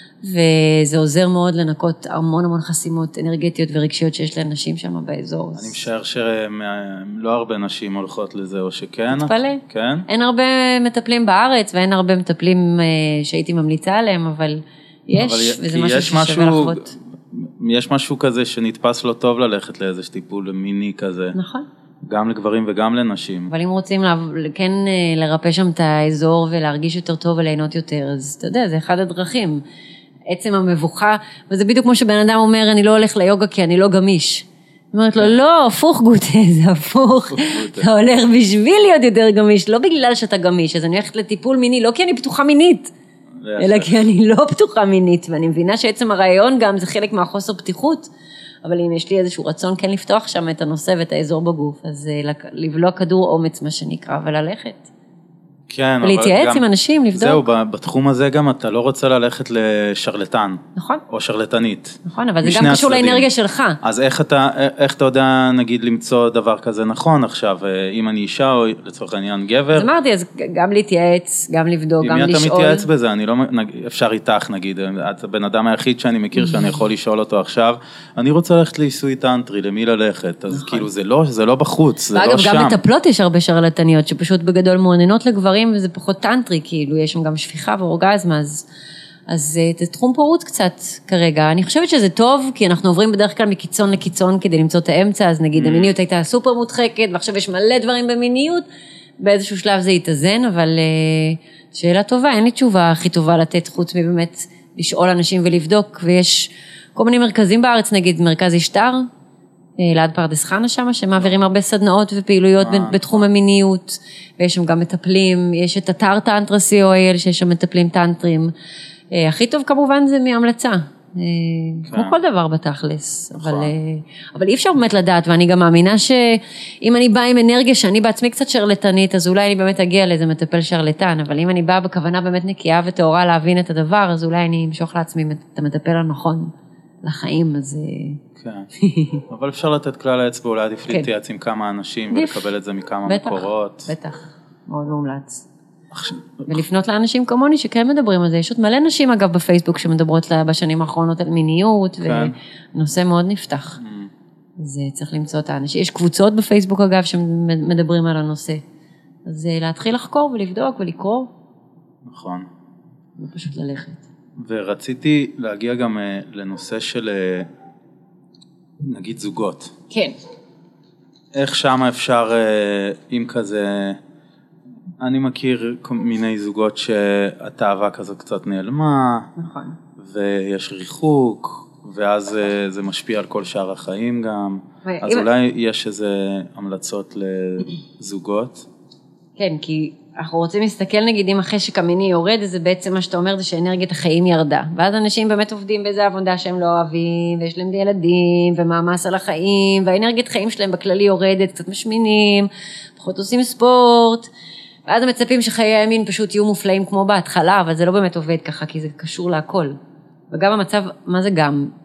וזה עוזר מאוד לנקות המון חסימות אנרגטיות ורגשיות שיש לאנשים שם באזור. אני משער שלא הרבה נשים הולכות לזה, או שכן? תתפלא. כן? אין הרבה מטפלים בארץ, ואין הרבה מטפלים שהייתי ממליצה עליהם, אבל יש, וזה משהו ששווה לחוות. יש משהו כזה שנתפס לא טוב ללכת לאיזה טיפול מיני כזה. נכון. גם לגברים וגם לנשים. אבל אם רוצים כן לרפא שם את האזור ולהרגיש יותר טוב וליהנות יותר, אז אתה יודע, זה אחד הדרכים. עצם המבוכה, וזה בדיוק כמו שבן אדם אומר, אני לא הולך ליוגה כי אני לא גמיש. אומרת לו, לא, הפוך גוטה, זה הפוך. אתה הולך בשביל להיות יותר גמיש, לא בגלל שאתה גמיש, אז אני הולכת לטיפול מיני, לא כי אני פתוחה מינית, אלא כי אני לא פתוחה מינית, ואני מבינה שעצם הרעיון גם זה חלק מהחוסר פתיחות, אבל אם יש לי איזשהו רצון כן לפתוח שם את הנושא ואת האזור בגוף, אז לבלוע כדור אומץ מה שנקרא, וללכת. כן, ולהתייעץ עם אנשים, לבדוק. זהו, בתחום הזה גם אתה לא רוצה ללכת לשרלטן. נכון. או שרלטנית. נכון, אבל זה גם קשור לאנרגיה שלך. אז איך אתה יודע, נגיד, למצוא דבר כזה נכון עכשיו, אם אני אישה או לצורך העניין גבר? אז אמרתי, אז גם להתייעץ, גם לבדוק, גם לשאול. אם אתה מתייעץ בזה, אני לא, אפשר איתך, נגיד, את הבן אדם היחיד שאני מכיר שאני יכול לשאול אותו עכשיו, אני רוצה ללכת לעיסוי טנטרי, למי ללכת? אז כאילו זה לא בחוץ, זה לא שם. גם מטפלות יש הרבה שרלטניות, שפשוט בגדול מעוננות לגברים, וזה פחות טנטרי, כאילו, יש שם גם שפיכה ואורגזמה, אז זה תחום פרוץ קצת כרגע. אני חושבת שזה טוב, כי אנחנו עוברים בדרך כלל מקיצון לקיצון, כדי למצוא את האמצע, אז נגיד, המיניות הייתה סופר מודחקת, ועכשיו יש מלא דברים במיניות, באיזשהו שלב זה יתאזן, אבל שאלה טובה, אין לי תשובה הכי טובה לתת, חוץ מבאמת לשאול אנשים ולבדוק, ויש כל מיני מרכזים בארץ, נגיד מרכז אשתר, ליד פרדס חנה שם, שמעבירים הרבה סדנאות ופעילויות בתחום המיניות, ויש שם גם מטפלים, יש את אתר טנטרה co.il, שיש שם מטפלים טנטרים, הכי טוב כמובן זה מהמלצה, כמו כל דבר בתכלס, אבל אי אפשר באמת לדעת, ואני גם מאמינה שאם אני באה עם אנרגיה שאני בעצמי קצת שרלטנית, אז אולי אני באמת אגיע לאיזה מטפל שרלטן, אבל אם אני באה בכוונה באמת נקייה וטהורה להבין את הדבר, אז אולי אני אמשוך לעצמי את המטפל הנכון לחיים, אז כן, אבל אפשר לתת כלל האצבע, אולי עדיף להתייעץ עם כמה אנשים ולקבל את זה מכמה מקורות. בטח, מאוד מומלץ. ולפנות לאנשים כמוני שכן מדברים על זה, יש עוד מלא נשים אגב בפייסבוק שמדברות בשנים האחרונות על מיניות, ונושא מאוד נפתח. אז צריך למצוא את האנשים, יש קבוצות בפייסבוק אגב שמדברים על הנושא, אז להתחיל לחקור ולבדוק ולקרוא. נכון. ופשוט ללכת. ורציתי להגיע גם לנושא של נגיד זוגות. כן. איך שם אפשר, אם כזה, אני מכיר מיני זוגות שהתאווה כזאת קצת נעלמה, נכון. ויש ריחוק, ואז זה משפיע על כל שאר החיים גם, אז אולי יש איזה המלצות לזוגות? כן, כי אנחנו רוצים להסתכל נגיד אם החשק המיני יורד, אז זה בעצם מה שאתה אומר זה שאנרגיית החיים ירדה, ואז אנשים באמת עובדים באיזה עבודה שהם לא אוהבים, ויש להם ילדים, ומאמץ על החיים, והאנרגיית חיים שלהם בכללי יורדת, קצת משמינים, פחות עושים ספורט, ואז הם מצפים שחיי הימין פשוט יהיו מופלאים כמו בהתחלה, אבל זה לא באמת עובד ככה, כי זה קשור להכל. וגם המצב, מה זה גם?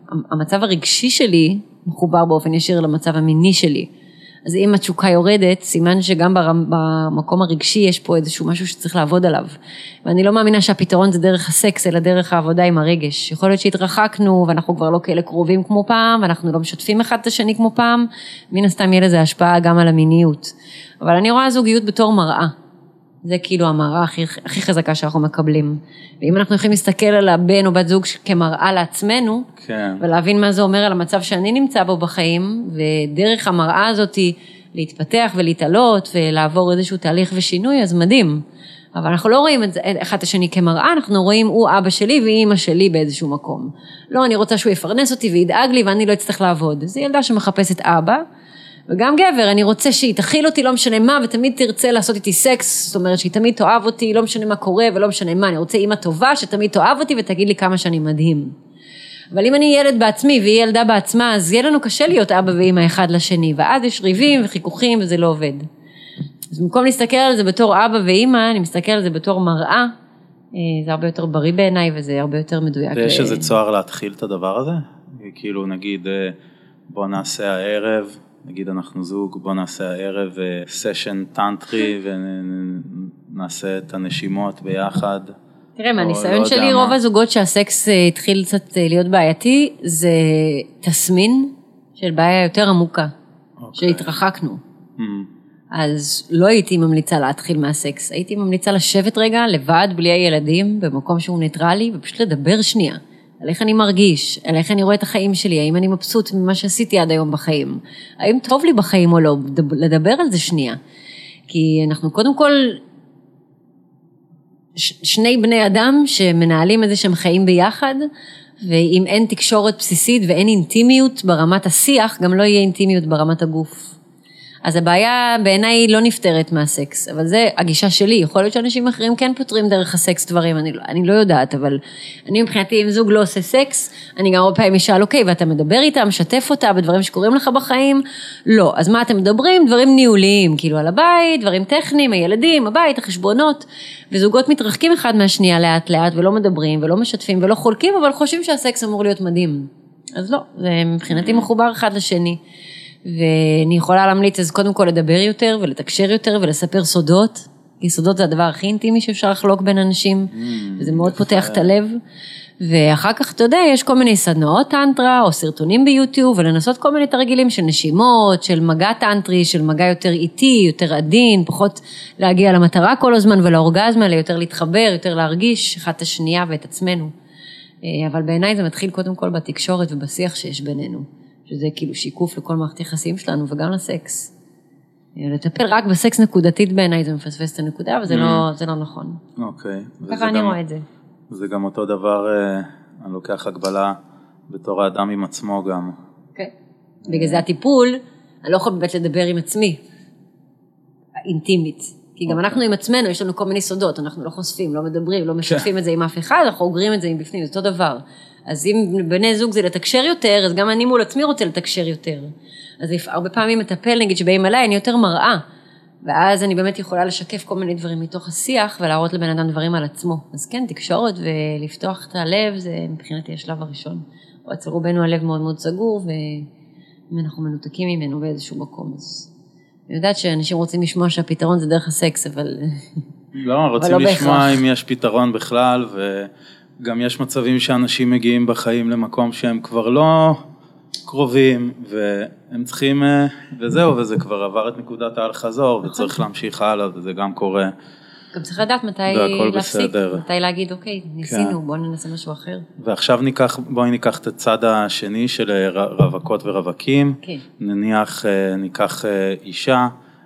המצב הרגשי שלי מחובר באופן ישיר למצב המיני שלי. אז אם התשוקה יורדת, סימן שגם במקום הרגשי יש פה איזשהו משהו שצריך לעבוד עליו. ואני לא מאמינה שהפתרון זה דרך הסקס, אלא דרך העבודה עם הרגש. יכול להיות שהתרחקנו, ואנחנו כבר לא כאלה קרובים כמו פעם, ואנחנו לא משתפים אחד את השני כמו פעם, מן הסתם יהיה לזה השפעה גם על המיניות. אבל אני רואה זוגיות בתור מראה. זה כאילו המראה הכי חזקה שאנחנו מקבלים. ואם אנחנו יכולים להסתכל על הבן או בת זוג כמראה לעצמנו, כן. ולהבין מה זה אומר על המצב שאני נמצא בו בחיים, ודרך המראה הזאת להתפתח ולהתעלות, ולעבור איזשהו תהליך ושינוי, אז מדהים. אבל אנחנו לא רואים את אחד השני כמראה, אנחנו רואים הוא אבא שלי ואמא שלי באיזשהו מקום. לא, אני רוצה שהוא יפרנס אותי וידאג לי, ואני לא אצטרך לעבוד. זו ילדה שמחפשת אבא, וגם גבר, אני רוצה שהיא תכיל אותי, לא משנה מה, ותמיד תרצה לעשות איתי סקס, זאת אומרת שהיא תמיד תאהב אותי, לא משנה מה קורה ולא משנה מה, אני רוצה אימא טובה שתמיד תאהב אותי ותגיד לי כמה שאני מדהים. אבל אם אני ילד בעצמי והיא ילדה בעצמה, אז יהיה לנו קשה להיות אבא ואמא אחד לשני, ואז יש ריבים וחיכוכים וזה לא עובד. אז במקום להסתכל על זה בתור אבא ואמא, אני מסתכל על זה בתור מראה, זה הרבה יותר בריא בעיניי וזה הרבה יותר מדויק. ויש איזה צוהר להתחיל את הדבר הזה? כאילו נגיד בוא נעשה הערב, נגיד אנחנו זוג, בוא נעשה הערב סשן טנטרי ונעשה את הנשימות ביחד. תראה, מהניסיון שלי רוב הזוגות שהסקס התחיל קצת להיות בעייתי, זה תסמין של בעיה יותר עמוקה, שהתרחקנו. אז לא הייתי ממליצה להתחיל מהסקס, הייתי ממליצה לשבת רגע לבד בלי הילדים, במקום שהוא ניטרלי, ופשוט לדבר שנייה. על איך אני מרגיש, על איך אני רואה את החיים שלי, האם אני מבסוט ממה שעשיתי עד היום בחיים, האם טוב לי בחיים או לא, לדבר על זה שנייה. כי אנחנו קודם כל, שני בני אדם שמנהלים איזה שהם חיים ביחד, ואם אין תקשורת בסיסית ואין אינטימיות ברמת השיח, גם לא יהיה אינטימיות ברמת הגוף. אז הבעיה בעיניי לא נפטרת מהסקס, אבל זה הגישה שלי, יכול להיות שאנשים אחרים כן פותרים דרך הסקס דברים, אני לא יודעת, אבל אני מבחינתי אם זוג לא עושה סקס, אני גם הרבה פעמים אשאל, אוקיי, ואתה מדבר איתה, משתף אותה בדברים שקורים לך בחיים? לא, אז מה אתם מדברים? דברים ניהוליים, כאילו על הבית, דברים טכניים, הילדים, הבית, החשבונות, וזוגות מתרחקים אחד מהשנייה לאט לאט, ולא מדברים, ולא משתפים, ולא חולקים, אבל חושבים שהסקס אמור להיות מדהים. אז לא, זה מבחינתי מחובר אחד לשני. ואני יכולה להמליץ אז קודם כל לדבר יותר ולתקשר יותר ולספר סודות, כי סודות זה הדבר הכי אינטימי שאפשר לחלוק בין אנשים, וזה מאוד פותח את הלב, ואחר כך אתה יודע, יש כל מיני סדנאות טנטרה או סרטונים ביוטיוב, ולנסות כל מיני תרגילים של נשימות, של מגע טנטרי, של מגע יותר איטי, יותר עדין, פחות להגיע למטרה כל הזמן ולאורגזמה, אלא יותר להתחבר, יותר להרגיש אחד את השנייה ואת עצמנו, אבל בעיניי זה מתחיל קודם כל בתקשורת ובשיח שיש בינינו. שזה כאילו שיקוף לכל מערכת יחסים שלנו, וגם לסקס. לטפל רק בסקס נקודתית בעיניי, זה מפספס את הנקודה, אבל זה לא נכון. אוקיי. ככה אני רואה את זה. זה גם אותו דבר, אני לוקח הגבלה בתור האדם עם עצמו גם. אוקיי. בגלל זה הטיפול, אני לא יכול באמת לדבר עם עצמי, אינטימית. כי גם אנחנו עם עצמנו, יש לנו כל מיני סודות, אנחנו לא חושפים, לא מדברים, לא משתפים את זה עם אף אחד, אנחנו אוגרים את זה עם בפנים, זה אותו דבר. אז אם בני זוג זה לתקשר יותר, אז גם אני מול עצמי רוצה לתקשר יותר. אז הרבה פעמים מטפל, נגיד שבאים אליי, אני יותר מראה, ואז אני באמת יכולה לשקף כל מיני דברים מתוך השיח, ולהראות לבן אדם דברים על עצמו. אז כן, תקשורת ולפתוח את הלב, זה מבחינתי השלב הראשון. או אצל רובנו הלב מאוד מאוד סגור, ואנחנו מנותקים ממנו באיזשהו מקום. אז אני יודעת שאנשים רוצים לשמוע שהפתרון זה דרך הסקס, אבל לא, רוצים לשמוע אם יש פתרון בכלל, וגם יש מצבים שאנשים מגיעים בחיים למקום שהם כבר לא קרובים, והם צריכים, וזהו, וזה כבר עבר את נקודת האל חזור, וצריך להמשיך הלאה, וזה גם קורה. גם צריך לדעת מתי להפסיק, מתי להגיד, אוקיי, ניסינו, בואו ננסה משהו אחר. ועכשיו בואי ניקח את הצד השני של רווקות ורווקים, נניח, ניקח אישה,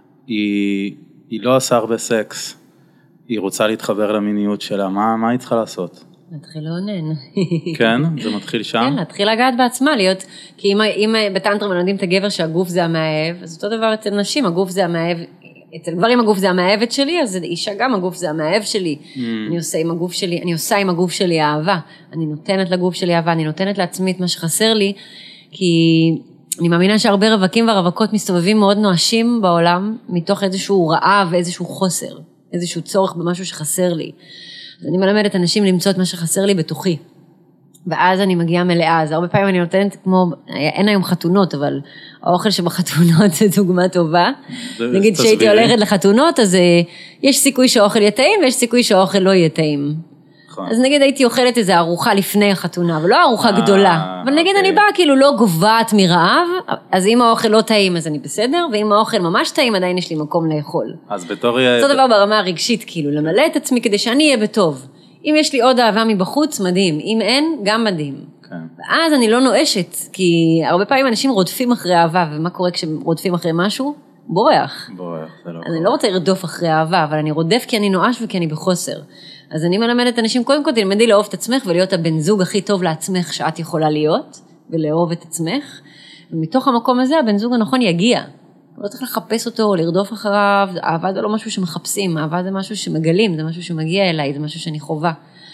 היא לא עושה הרבה סקס, היא רוצה להתחבר למיניות שלה, מה היא צריכה לעשות? להתחיל לעונן. כן? זה מתחיל שם? כן, להתחיל לגעת בעצמה, להיות, כי אם בטנטרה מלמדים את הגבר שהגוף זה המאהב, אז אותו דבר אצל נשים, הגוף זה המאהב, אצל גברים הגוף זה המאהבת שלי, אז אישה גם הגוף זה המאהב שלי. אני עושה עם הגוף שלי אהבה, אני נותנת לגוף שלי אהבה, אני נותנת לעצמי את מה שחסר לי, כי אני מאמינה שהרבה רווקים ורווקות מסתובבים מאוד נואשים בעולם, מתוך איזשהו רעב ואיזשהו חוסר, איזשהו צורך במשהו שחסר לי. אז אני מלמדת אנשים למצוא את מה שחסר לי בתוכי. ואז אני מגיעה מלאה, אז הרבה פעמים אני נותנת כמו, אין היום חתונות, אבל האוכל שבחתונות זה דוגמה טובה. נגיד שהייתי הולכת לחתונות, אז יש סיכוי שהאוכל יהיה טעים, ויש סיכוי שהאוכל לא יהיה טעים. אז נגיד הייתי אוכלת איזו ארוחה לפני החתונה, אבל לא ארוחה גדולה. אבל נגיד אני באה כאילו לא גובעת מרעב, אז אם האוכל לא טעים אז אני בסדר, ואם האוכל ממש טעים עדיין יש לי מקום לאכול. אז בתור... זה דבר ברמה הרגשית, כאילו, למלא את עצמי כדי שאני אהיה בטוב. אם יש לי עוד אהבה מבחוץ, מדהים. אם אין, גם מדהים. ואז אני לא נואשת, כי הרבה פעמים אנשים רודפים אחרי אהבה, ומה קורה כשהם רודפים אחרי משהו? בורח. זה לא אני לא רוצה לרדוף אחרי אהבה, אבל אני רודף כי אני נואש וכי אני בחוסר. אז אני מלמדת אנשים, קודם כל תלמדי לאהוב את עצמך, ולהיות הבן זוג הכי טוב לעצמך שאת יכולה להיות, ולאהוב את עצמך. ומתוך המקום הזה, הבן זוג הנכון יגיע. לא צריך לחפש אותו או לרדוף אחריו, אהבה זה לא משהו שמחפשים, אהבה זה משהו שמגלים, זה משהו שמגיע אליי, זה משהו שאני חובה.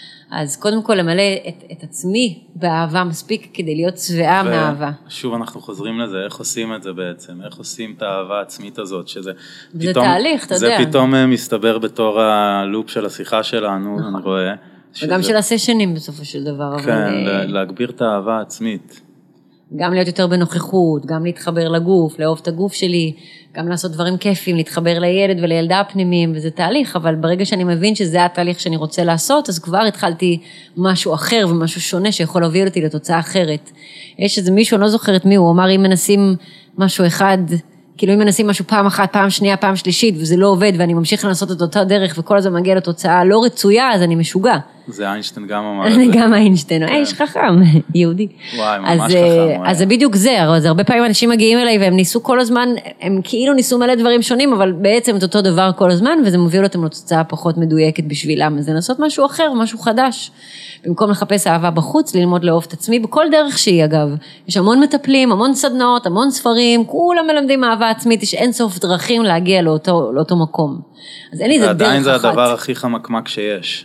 אז קודם כל למלא את עצמי באהבה מספיק כדי להיות שבעה מאהבה. שוב אנחנו חוזרים לזה, איך עושים את זה בעצם, איך עושים את האהבה העצמית הזאת, שזה זה פתאום, תהליך, אתה יודע. זה פתאום מסתבר בתור הלופ של השיחה שלנו, נכון. אני רואה. וגם של הסשנים בסופו של דבר. כן, אבל... להגביר את האהבה העצמית. גם להיות יותר בנוכחות, גם להתחבר לגוף, לאהוב את הגוף שלי, גם לעשות דברים כיפים, להתחבר לילד ולילדה הפנימיים, וזה תהליך, אבל ברגע שאני מבין שזה התהליך שאני רוצה לעשות, אז כבר התחלתי משהו אחר ומשהו שונה שיכול להוביל אותי לתוצאה אחרת. יש איזה מישהו, אני לא זוכרת מי, הוא אמר, אם מנסים משהו אחד, כאילו אם מנסים משהו פעם אחת, פעם שנייה, פעם שלישית, וזה לא עובד, ואני ממשיך לנסות את אותה דרך, וכל הזמן מגיע לתוצאה לא רצויה, אז אני משוגע. זה איינשטיין גם אמר את זה. גם איינשטיין, איש חכם, יהודי. וואי, ממש חכם. אז זה בדיוק זה, אז הרבה פעמים אנשים מגיעים אליי, והם ניסו כל הזמן, הם כאילו ניסו מלא דברים שונים, אבל בעצם את אותו דבר כל הזמן, וזה מוביל אותם לתוצאה פחות מדויקת בשבילם, אז זה לעשות משהו אחר, משהו חדש. במקום לחפש אהבה בחוץ, ללמוד לאהוב את עצמי, בכל דרך שהיא אגב. יש המון מטפלים, המון סדנאות, המון ספרים, כולם מלמדים אהבה עצמית, יש אין סוף דרכים להגיע לאותו מקום. אז אין לי איזה דרך אחת. ועדיין זה הדבר הכי חמקמק שיש.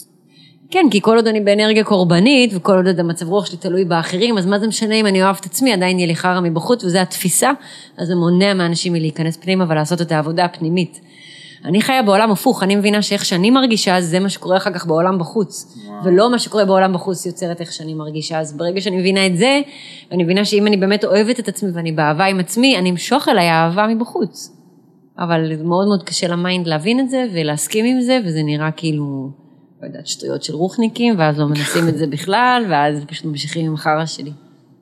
כן, כי כל עוד אני באנרגיה קורבנית, וכל עוד המצב רוח שלי תלוי באחרים, אז מה זה משנה אם אני אוהב את עצמי, עדיין יהיה לי חרא מבחוץ, וזו התפיסה, אז זה מונע מאנשים מלהיכנס פנימה, ולעשות את העבודה הפנימית. אני חיה בעולם הפוך, אני מבינה שאיך שאני מרגישה, זה מה שקורה אחר כך בעולם בחוץ, ולא מה שקורה בעולם בחוץ יוצר את איך שאני מרגישה, אז ברגע שאני מבינה את זה, ואני מבינה שאם אני באמת אוהבת את עצמי, ואני באהבה עם עצמי, אני אמשוך אליי האהבה מבחוץ. אבל זה מאוד מאוד קשה למיינד להבין את זה, ולהסכים עם זה, וזה נראה כאילו, לא יודעת, שטויות של רוחניקים, ואז לא מנסים את זה בכלל, ואז פשוט ממשיכים עם החרא שלי.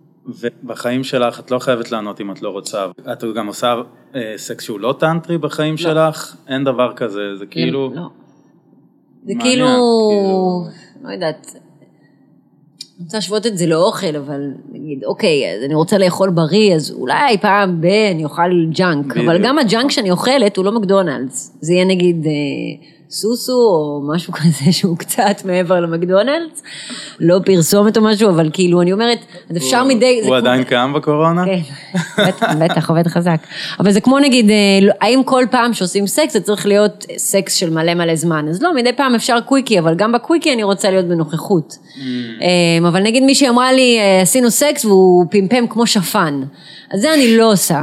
ובחיים שלך, את לא חייבת לענות אם את לא רוצה, את גם עושה סקס שהוא לא טנטרי בחיים שלך? אין דבר כזה, זה כאילו... לא. זה כאילו, לא יודעת, אני רוצה לשבות את זה לאוכל, אבל נגיד, אוקיי, אז אני רוצה לאכול בריא, אז אולי פעם אני אוכל ג'אנק, אבל גם הג'אנק שאני אוכלת הוא לא מקדונלדס, זה יהיה נגיד... סוסו או משהו כזה שהוא קצת מעבר למקדונלדס, לא פרסומת או משהו, אבל כאילו אני אומרת, אז אפשר מדי... הוא עדיין קיים בקורונה? כן, בטח, עובד חזק. אבל זה כמו נגיד, האם כל פעם שעושים סקס, זה צריך להיות סקס של מלא מלא זמן, אז לא, מדי פעם אפשר קוויקי, אבל גם בקוויקי אני רוצה להיות בנוכחות. אבל נגיד מישהי אמרה לי, עשינו סקס והוא פימפם כמו שפן, אז זה אני לא עושה.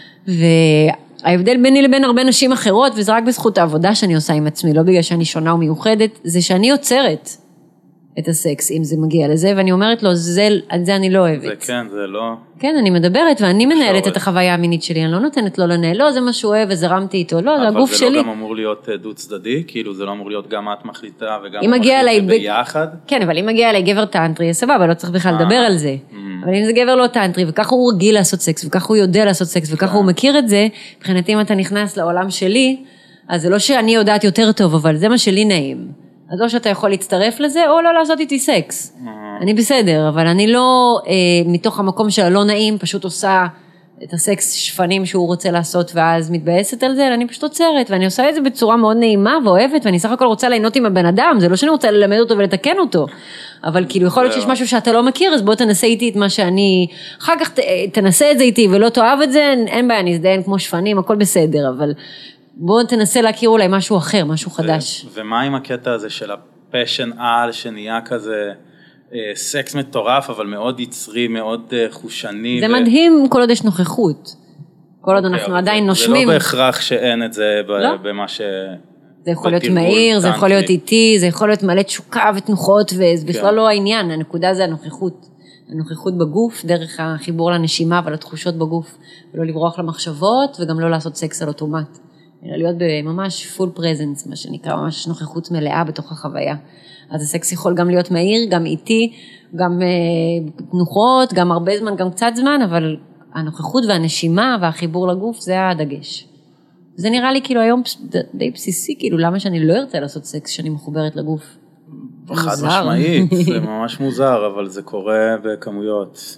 ההבדל ביני לבין הרבה נשים אחרות, וזה רק בזכות העבודה שאני עושה עם עצמי, לא בגלל שאני שונה ומיוחדת, זה שאני יוצרת את הסקס, אם זה מגיע לזה, ואני אומרת לו, זה אני לא אוהבת. זה כן, זה לא... כן, אני מדברת, ואני מנהלת את החוויה המינית שלי, אני לא נותנת לו לנהל, לא, זה מה שהוא אוהב, וזרמתי איתו, לא, זה הגוף שלי. אבל זה לא גם אמור להיות דו צדדי, כאילו זה לא אמור להיות גם את מחליטה, וגם את מחליטה ביחד. כן, אבל אם מגיע אליי גבר טנטרי, סבבה, לא צריך בכלל לדבר על זה. אבל אם זה גבר לא טנטרי, וככה הוא רגיל לעשות סקס, וככה הוא יודע לעשות סקס, וככה הוא מכיר את זה, מבחינתי אם אתה נכנס לעולם שלי, אז זה לא שאני יודעת יותר טוב, אבל זה מה שלי נעים. אז או שאתה יכול להצטרף לזה, או לא לעשות איתי סקס. אני בסדר, אבל אני לא, מתוך המקום של הלא נעים, פשוט עושה את הסקס שפנים שהוא רוצה לעשות, ואז מתבאסת על זה, אלא אני פשוט עוצרת, ואני עושה את זה בצורה מאוד נעימה ואוהבת, ואני סך הכל רוצה ליהנות עם הבן אדם, זה לא שאני רוצה ללמד אותו ולתקן אותו, אבל כאילו יכול להיות שיש משהו שאתה לא מכיר, אז בוא תנסה איתי את מה שאני, אחר כך תנסה את זה איתי, ולא תאהב את זה, אין בעיה, נזדיין כמו שפנים, הכל בסדר, אבל בוא תנסה להכיר אולי משהו אחר, משהו חדש. ומה עם הקטע הזה של הפשן על, שנהיה כזה סקס מטורף, אבל מאוד יצרי, מאוד חושני? זה מדהים כל עוד יש נוכחות. כל עוד אנחנו עדיין נושמים. זה לא בהכרח שאין את זה במה ש... זה יכול להיות מהיר, זה יכול להיות איטי, זה יכול להיות מלא תשוקה ותנוחות, וזה בכלל לא העניין, הנקודה זה הנוכחות. הנוכחות בגוף, דרך החיבור לנשימה ולתחושות בגוף, ולא לברוח למחשבות, וגם לא לעשות סקס על אוטומט. אלא להיות בממש full presence, מה שנקרא, ממש נוכחות מלאה בתוך החוויה. אז הסקס יכול גם להיות מהיר, גם איטי, גם תנוחות, גם הרבה זמן, גם קצת זמן, אבל הנוכחות והנשימה והחיבור לגוף, זה הדגש. זה נראה לי כאילו היום די בסיסי, כאילו למה שאני לא ארצה לעשות סקס שאני מחוברת לגוף? חד משמעית, זה ממש מוזר, אבל זה קורה בכמויות.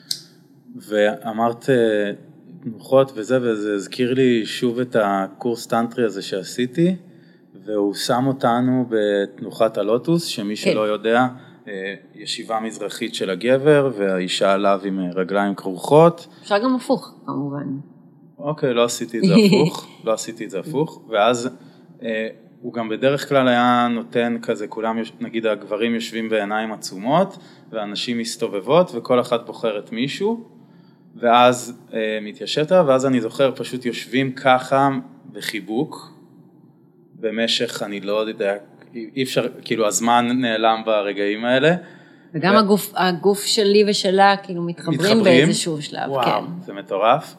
ואמרת תנוחות וזה הזכיר לי שוב את הקורס טנטרי הזה שעשיתי, והוא שם אותנו בתנוחת הלוטוס, שמי שלא יודע, ישיבה מזרחית של הגבר, והאישה עליו עם רגליים כרוכות. אפשר גם הפוך, כמובן. אוקיי, לא עשיתי את זה הפוך, ואז הוא גם בדרך כלל היה נותן כזה, כולם, נגיד הגברים יושבים בעיניים עצומות, והנשים מסתובבות, וכל אחת בוחרת מישהו, ואז מתיישבת, ואז אני זוכר, פשוט יושבים ככה בחיבוק, במשך, אני לא יודע, אי אפשר, כאילו הזמן נעלם ברגעים האלה. וגם הגוף שלי ושלה, כאילו מתחברים באיזשהו שלב. וואו, זה מטורף,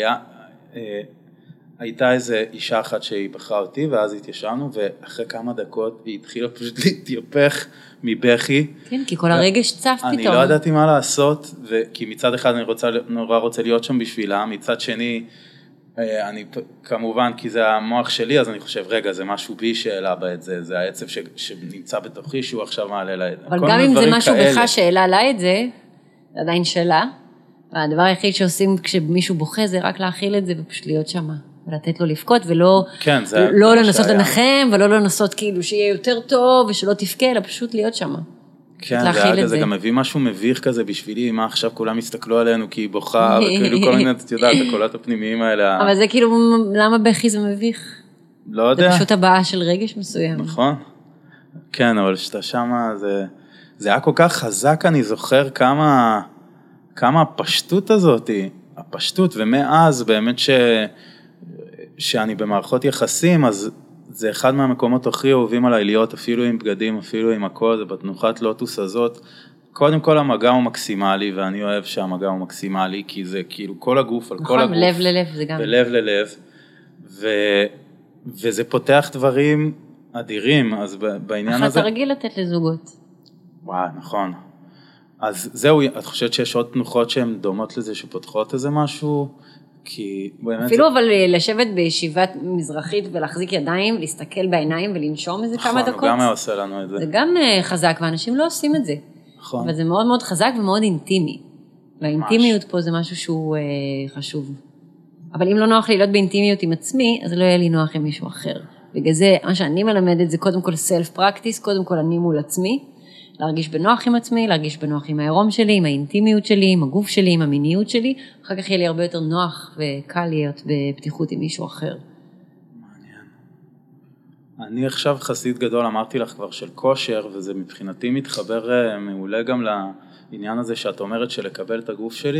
הייתה איזו אישה אחת שהיא בחרה אותי, ואז התיישבנו, ואחרי כמה דקות היא התחילה פשוט להתייפך מבכי. כן, כי כל הרגש צף פתאום. אני לא ידעתי מה לעשות, כי מצד אחד אני נורא רוצה להיות שם בשבילה, מצד שני, אני כמובן, כי זה המוח שלי, אז אני חושב, רגע, זה משהו בי שאלה את זה, זה העצב שנמצא בתוכי, שהוא עכשיו מעלה לה את זה. אבל גם אם זה משהו בך שאלה לה את זה, זה עדיין שאלה, והדבר היחיד שעושים כשמישהו בוכה, זה רק להכיל את זה ופשוט להיות שמה. ולתת לו לפקות, ולא לא לנסות לנחם, ולא לנסות כאילו שיהיה יותר טוב, ושלא תפקה, אלא פשוט להיות שם. כן, זה גם מביא משהו מביך כזה בשבילי, מה עכשיו כולם הסתכלו עלינו כי היא בוכה, וכאילו כל מיני, את יודעת, הקולות הפנימיים האלה. אבל זה כאילו, למה בכי זה מביך? לא יודע. זה פשוט הבאה של רגש מסוים. נכון. כן, אבל שאתה שמה, זה היה כל כך חזק, אני זוכר כמה הפשטות הזאת, הפשטות, ומאז באמת שאני במערכות יחסים, אז זה אחד מהמקומות הכי אהובים עליי להיות, אפילו עם בגדים, אפילו עם הכל, זה בתנוחת לוטוס הזאת. קודם כל המגע הוא מקסימלי, ואני אוהב שהמגע הוא מקסימלי, כי זה כאילו כל הגוף, על כל הגוף. נכון, לב ללב זה גם. ולב ללב, וזה פותח דברים אדירים, אז בעניין הזה... אתה רגיל לתת לזוגות. וואו, נכון. אז זהו, את חושבת שיש עוד תנוחות שהן דומות לזה, שפותחות איזה משהו? אפילו אבל לשבת בישיבת מזרחית ולהחזיק ידיים, להסתכל בעיניים ולנשום איזה כמה דקות. נכון, הוא גם עושה לנו את זה. זה גם חזק, ואנשים לא עושים את זה. נכון. אבל זה מאוד מאוד חזק ומאוד אינטימי. והאינטימיות פה זה משהו שהוא חשוב. אבל אם לא נוח לי להיות באינטימיות עם עצמי, אז לא יהיה לי נוח עם מישהו אחר. בגלל זה, מה שאני מלמדת זה קודם כל self practice, קודם כל אני מול עצמי, להרגיש בנוח עם עצמי, להרגיש בנוח עם העירום שלי, עם האינטימיות שלי, עם הגוף שלי, עם המיניות שלי, אחר כך יהיה לי הרבה יותר נוח וקל להיות בפתיחות עם מישהו אחר. מעניין. אני עכשיו חסיד גדול, אמרתי לך כבר של כושר, וזה מבחינתי מתחבר מעולה גם לעניין הזה שאת אומרת שלקבל את הגוף שלי,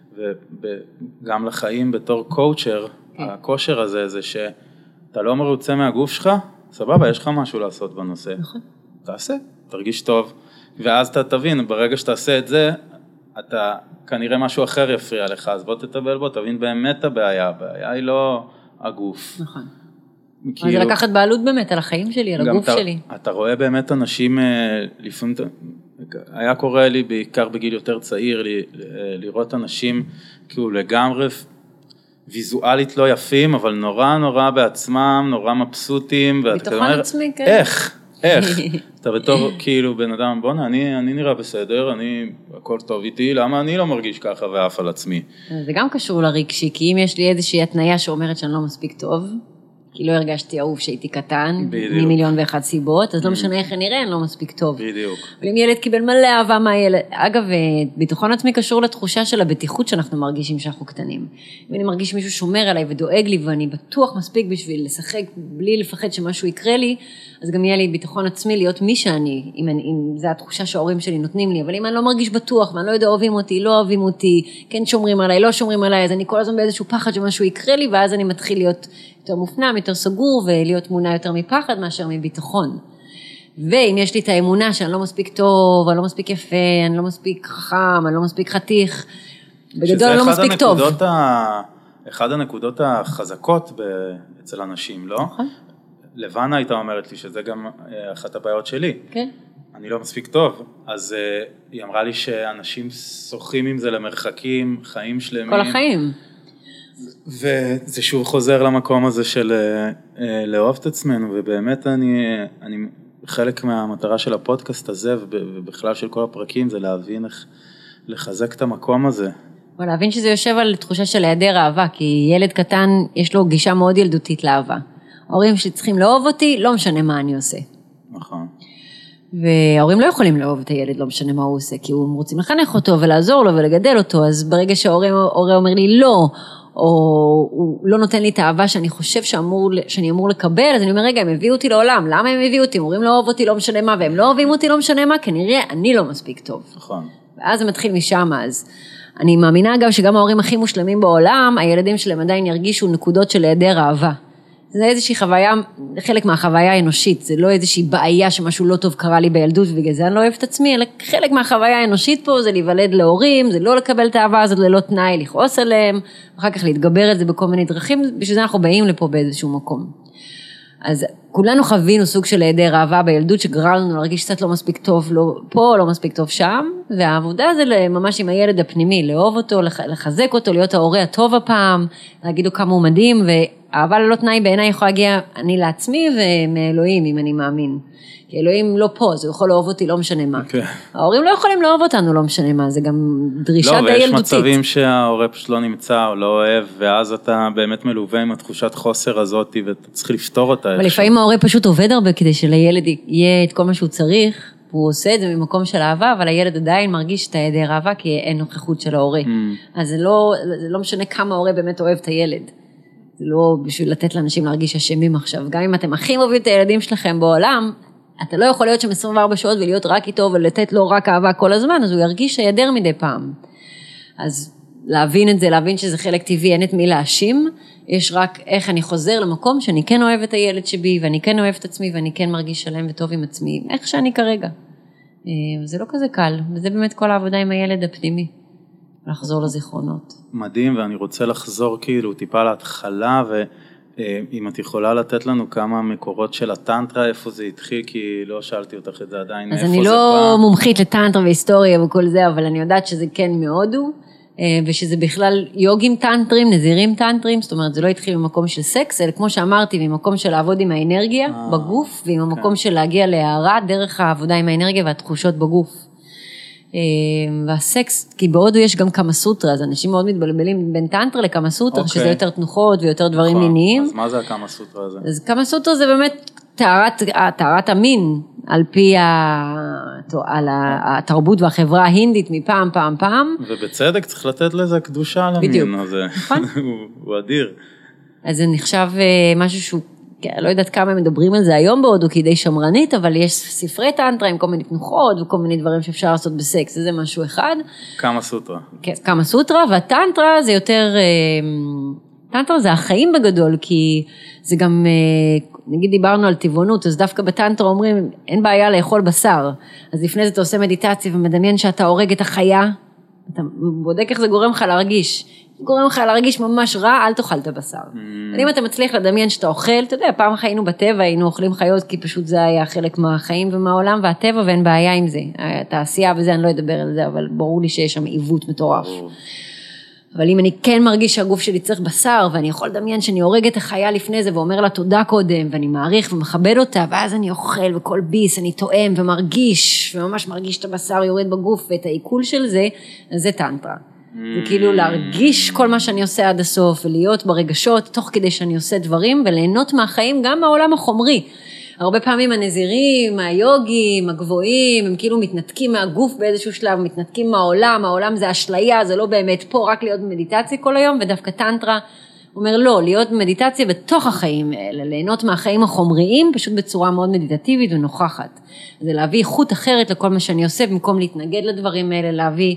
וגם לחיים בתור קואוצ'ר, הכושר הזה זה שאתה לא מרוצה מהגוף שלך, סבבה, יש לך משהו לעשות בנושא. נכון. תעשה, תרגיש טוב. ואז אתה תבין, ברגע שתעשה את זה, אתה כנראה משהו אחר יפריע לך, אז בוא תטבל בו, תבין באמת הבעיה היא לא הגוף. נכון. אז זה לקחת בעלות באמת על החיים שלי, על הגוף שלי. אתה רואה באמת אנשים, לפעמים, היה קורה לי בעיקר בגיל יותר צעיר, לראות אנשים כאילו לגמרי ויזואלית לא יפים, אבל נורא נורא בעצמם, נורא מבסוטים, ביטחון עצמי, כן. איך? אתה בתור כאילו בן אדם, בונה, אני נראה בסדר, הכל טוב איתי, למה אני לא מרגיש ככה ואף על עצמי? זה גם קשור לרגשי, כי אם יש לי איזושהי התניה שאומרת שאני לא מספיק טוב, כי לא הרגשתי אהוב שהייתי קטן, ממיליון ואחת סיבות, אז לא משנה איך אני נראה, אני לא מספיק טוב. בדיוק. אבל אם ילד קיבל מלא אהבה מהילד, אגב, ביטחון עצמי קשור לתחושה של הבטיחות שאנחנו מרגישים שאנחנו קטנים. אם אני מרגיש מישהו שומר עליי ודואג לי, ואני בטוח מספיק בשביל לשחק בלי לפחד שמשהו יקרה לי, אז גם יהיה לי ביטחון עצמי להיות מי שאני, אם זה התחושה שההורים שלי נותנים לי, אבל אם אני לא מרגיש בטוח, ואני לא יודע אוהבים אותי, לא אוהבים אותי, כן שומרים עליי, לא שומרים עליי, אז אני כל הזמן באיזשהו פחד שמשהו יקרה לי, ואז אני מתחיל להיות יותר מופנם, יותר סגור, ולהיות מונע יותר מפחד מאשר מביטחון. ואם יש לי את האמונה שאני לא מספיק טוב, אני לא מספיק יפה, אני לא מספיק חכם, אני לא מספיק חתיך, בגדול אני לא מספיק טוב. אחד הנקודות החזקות אצל אנשים, לא? נכון. לבנה הייתה אומרת לי שזה גם אחת הבעיות שלי. כן. אני לא מספיק טוב, אז היא אמרה לי שאנשים שוחים עם זה למרחקים, חיים שלמים. כל החיים. וזה שוב חוזר למקום הזה של לאהוב את עצמנו, ובאמת אני חלק מהמטרה של הפודקאסט הזה, ובכלל של כל הפרקים, זה להבין איך לחזק את המקום הזה. ולהבין שזה יושב על תחושה של היעדר אהבה, כי ילד קטן יש לו גישה מאוד ילדותית לאהבה. ההורים שלי צריכים לאהוב אותי, לא משנה מה אני עושה. נכון. וההורים לא יכולים לאהוב את הילד, לא משנה מה הוא עושה, כי הם רוצים לחנך אותו ולעזור לו ולגדל אותו, אז ברגע שההורה אומר לי לא, או הוא לא נותן לי את האהבה שאני חושב שאני אמור לקבל, אז אני אומר, רגע, הם הביאו אותי לעולם, למה הם הביאו אותי? הורים לא אוהב אותי, לא משנה מה, והם לא אוהבים אותי, לא משנה מה, כנראה אני לא מספיק טוב. נכון. ואז זה מתחיל משם, אז אני מאמינה אגב שגם ההורים הכי מושלמים בעולם, הילדים שלהם עדיין ירגישו נקודות של היעדר אהבה. זה איזושהי חוויה, חלק מהחוויה האנושית, זה לא איזושהי בעיה שמשהו לא טוב קרה לי בילדות, ובגלל זה אני לא אוהבת את עצמי, אלא חלק מהחוויה האנושית פה זה להיוולד להורים, זה לא לקבל את האהבה הזאת ללא תנאי, לכעוס עליהם, ואחר כך להתגבר את זה בכל מיני דרכים, בשביל זה אנחנו באים לפה באיזשהו מקום. אז כולנו חווינו סוג של היעדר אהבה בילדות, שגרר לנו להרגיש קצת לא מספיק טוב לא, פה, לא מספיק טוב שם, והעבודה זה ממש עם הילד הפנימי, לאהוב אותו, לחזק אותו, להיות ההורה הטוב הפעם, להגיד לו כמה הוא מדהים, ואהבה ללא תנאי בעיניי יכולה להגיע אני לעצמי ומאלוהים, אם אני מאמין. כי אלוהים לא פה, אז הוא יכול לאהוב אותי, לא משנה מה. Okay. ההורים לא יכולים לאהוב אותנו, לא משנה מה, זה גם דרישה די ילדותית. לא, ויש מצבים שההורה פשוט לא נמצא או לא אוהב, ואז אתה באמת מלווה עם התחושת חוסר הזאת, ואתה צריך לפתור אותה. אבל לפעמים ההורה פשוט עובד הרבה, כדי שלילד יהיה את כל מה שהוא צריך, הוא עושה את זה ממקום של אהבה, אבל הילד עדיין מרגיש את היעדר אהבה, כי אין נוכחות של ההורה. אז זה לא משנה כמה ההורה באמת אוהב את הילד. זה לא בשביל לתת לאנשים להרגיש אשמים עכשיו. גם אם אתם הכי אוהבים את הילדים שלכם בעולם, אתה לא יכול להיות שם 24 שעות ולהיות רק איתו ולתת לו רק אהבה כל הזמן, אז הוא ירגיש היעדר מדי פעם. אז להבין את זה, להבין שזה חלק טבעי, אין את מי להאשים, יש רק איך אני חוזר למקום שאני כן אוהב את הילד שבי, ואני כן אוהב את עצמי, ואני כן מרגיש שלם וטוב עם עצמי, איך שאני כרגע. זה לא כזה קל, וזה באמת כל העבודה עם הילד הפנימי, לחזור לזיכרונות. מדהים, ואני רוצה לחזור כאילו טיפה להתחלה, ואם את יכולה לתת לנו כמה מקורות של הטנטרה, איפה זה התחיל, כי לא שאלתי אותך את זה עדיין, אז אני לא מומחית לטנטרה והיסטוריה וכל זה, אבל אני יודעת שזה כן מהודו, ושזה בכלל יוגים טנטרים, נזירים טנטרים, זאת אומרת, זה לא התחיל ממקום של סקס, אלא כמו שאמרתי, ממקום של לעבוד עם האנרגיה בגוף, ועם המקום של להגיע להערה דרך העבודה עם האנרגיה והתחושות בגוף. והסקס, כי בהודו יש גם כמה סוטרה, אז אנשים מאוד מתבלבלים בין טנטרה לכמה סוטרה, שזה יותר תנוחות ויותר דברים מיניים. אז מה זה הכמה סוטרה הזה? אז כמה סוטרה זה באמת טהרת המין, על פי התרבות והחברה ההינדית מפעם, פעם. ובצדק צריך לתת לזה קדושה למין הזה. הוא אדיר. אז זה נחשב משהו שהוא, לא יודעת כמה הם מדברים על זה היום בהודו, כי די שמרנית, אבל יש ספרי טנטרה עם כל מיני תנוחות, וכל מיני דברים שאפשר לעשות בסקס, זה משהו אחד. כמה סוטרה. כן, כמה סוטרה, והטנטרה זה יותר, טנטרה זה החיים בגדול, כי זה גם, נגיד דיברנו על טבעונות, אז דווקא בטנטרה אומרים, אין בעיה לאכול בשר, אז לפני זה אתה עושה מדיטציה, ומדמיין שאתה הורג את החיה, אתה בודק איך זה גורם לך להרגיש, גורם לך להרגיש ממש רע, אל תאכל את הבשר. אם אתה מצליח לדמיין שאתה אוכל, אתה יודע, פעם חיינו בטבע, היינו אוכלים חיות, כי פשוט זה היה חלק מהחיים ומהעולם, והטבע, ואין בעיה עם זה. התעשייה וזה, אני לא אדבר על זה, אבל ברור לי שיש שם עיוות מטורף. אבל אם אני כן מרגיש שהגוף שלי צריך בשר, ואני יכול לדמיין שאני הורג את החיה לפני זה, ואומר לה תודה קודם, ואני מעריך ומכבד אותה, ואז אני אוכל, וכל ביס, אני טועם ומרגיש, וממש מרגיש את הבשר יורד בגוף, ואת העיכול של זה, אז זה טנטרה. זה כאילו להרגיש כל מה שאני עושה עד הסוף, ולהיות ברגשות, תוך כדי שאני עושה דברים, וליהנות מהחיים גם מהעולם החומרי. הרבה פעמים הנזירים, היוגים, הגבוהים, הם כאילו מתנתקים מהגוף באיזשהו שלב, מתנתקים מהעולם, העולם זה אשליה, זה לא באמת פה, רק להיות במדיטציה כל היום, ודווקא טנטרה אומר לא, להיות במדיטציה בתוך החיים האלה, ליהנות מהחיים החומריים, פשוט בצורה מאוד מדיטטיבית ונוכחת. זה להביא איכות אחרת לכל מה שאני עושה, במקום להתנגד לדברים האלה, להביא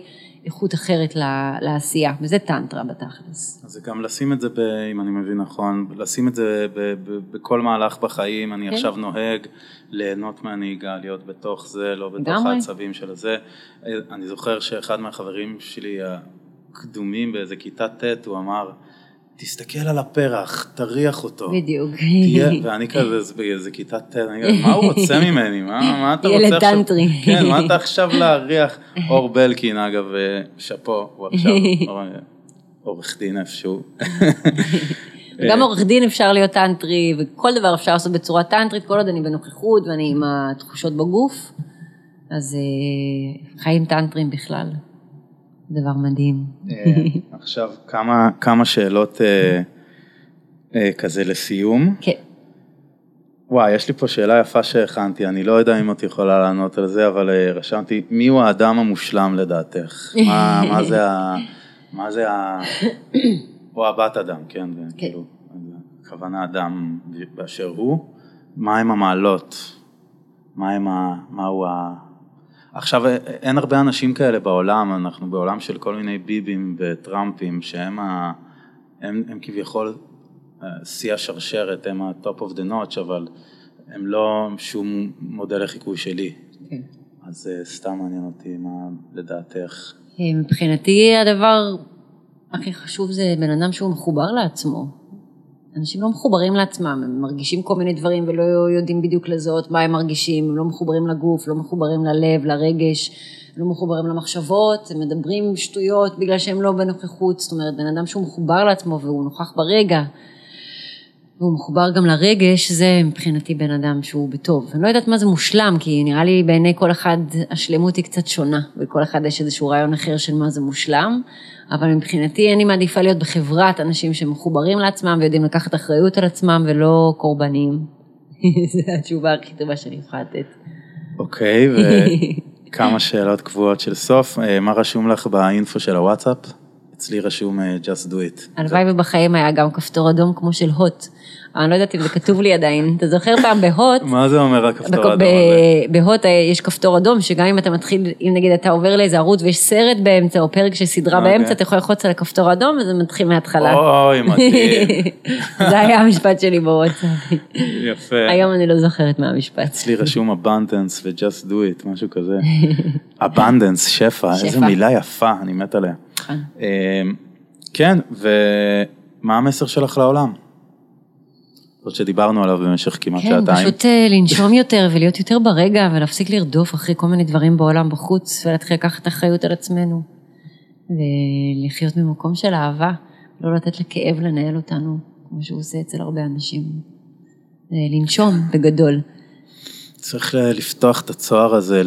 איכות אחרת לעשייה, וזה טנטרה בתכלס. אז זה גם לשים את זה, אם אני מבין נכון, לשים את זה בכל מהלך בחיים, אני עכשיו נוהג, ליהנות מהנהיגה, להיות בתוך זה, לא בתוך העצבים של זה. אני זוכר שאחד מהחברים שלי הקדומים באיזה כיתה ט' הוא אמר, תסתכל על הפרח, תריח אותו. בדיוק. ואני כזה באיזה כיתה ט', מה הוא רוצה ממני? מה אתה רוצה ילד עכשיו? טנטרי. כן, מה אתה עכשיו להריח? אור בלקין, אגב, שפו, הוא עכשיו עורך דין איפשהו. גם עורך דין אפשר להיות טנטרי, וכל דבר אפשר לעשות בצורה טנטרית, כל עוד אני בנוכחות ואני עם התחושות בגוף, אז חיים טנטרים בכלל. דבר מדהים. עכשיו, כמה שאלות כזה לסיום. כן. וואי, יש לי פה שאלה יפה שהכנתי, אני לא יודע אם את יכולה לענות על זה, אבל רשמתי, מי הוא האדם המושלם לדעתך? מה זה או הבת אדם, כן? כאילו, הכוונה אדם באשר הוא, מה הם המעלות? עכשיו, אין הרבה אנשים כאלה בעולם, אנחנו בעולם של כל מיני ביבים וטראמפים, שהם הם כביכול שיא השרשרת, הם ה-top of the notch, אבל הם לא שום מודל לחיקוי שלי. אז סתם מעניין אותי מה לדעתך. מבחינתי הדבר הכי חשוב זה בן אדם שהוא מחובר לעצמו. אנשים לא מחוברים לעצמם, הם מרגישים כל מיני דברים ולא יודעים בדיוק לזהות מה הם מרגישים, הם לא מחוברים לגוף, לא מחוברים ללב, לרגש, לא מחוברים למחשבות, הם מדברים שטויות בגלל שהם לא בנוכחות, זאת אומרת, בן אדם שהוא מחובר לעצמו והוא נוכח ברגע, והוא מחובר גם לרגש, זה מבחינתי בן אדם שהוא בטוב. אני לא יודעת מה זה מושלם, כי נראה לי בעיני כל אחד השלמות היא קצת שונה, וכל אחד יש איזשהו רעיון אחר של מה זה מושלם, אבל מבחינתי אני מעדיפה להיות בחברת אנשים שמחוברים לעצמם, ויודעים לקחת אחריות על עצמם, ולא קורבנים. זו התשובה הכי טובה שאני יכולה לתת. אוקיי, וכמה שאלות קבועות של סוף. מה רשום לך באינפו של הוואטסאפ? אצלי רשום just do it. הלוואי ובחיים היה גם כפתור אדום כמו של הוט. אני לא יודעת אם זה כתוב לי עדיין. אתה זוכר פעם בהוט? מה זה אומר הכפתור האדום הזה? בהוט יש כפתור אדום, שגם אם אתה מתחיל, אם נגיד אתה עובר לאיזה ערוץ ויש סרט באמצע, או פרק של סדרה באמצע, אתה יכול לחוץ על הכפתור האדום, וזה מתחיל מההתחלה. אוי, מדהים. זה היה המשפט שלי בוואטסאפ. יפה. היום אני לא זוכרת מה המשפט. אצלי רשום abundance ו-just do it, משהו כזה. abundance, שפע, איזו מילה יפה, אני מת עליה. כן, ומה המסר שלך לעולם? זאת שדיברנו עליו במשך כמעט שעתיים. כן, פשוט לנשום יותר ולהיות יותר ברגע, ולהפסיק לרדוף אחרי כל מיני דברים בעולם בחוץ, ולהתחיל לקחת אחריות על עצמנו, ולחיות ממקום של אהבה, לא לתת לכאב לנהל אותנו, כמו שהוא עושה אצל הרבה אנשים. לנשום בגדול. צריך לפתוח את הצוהר הזה,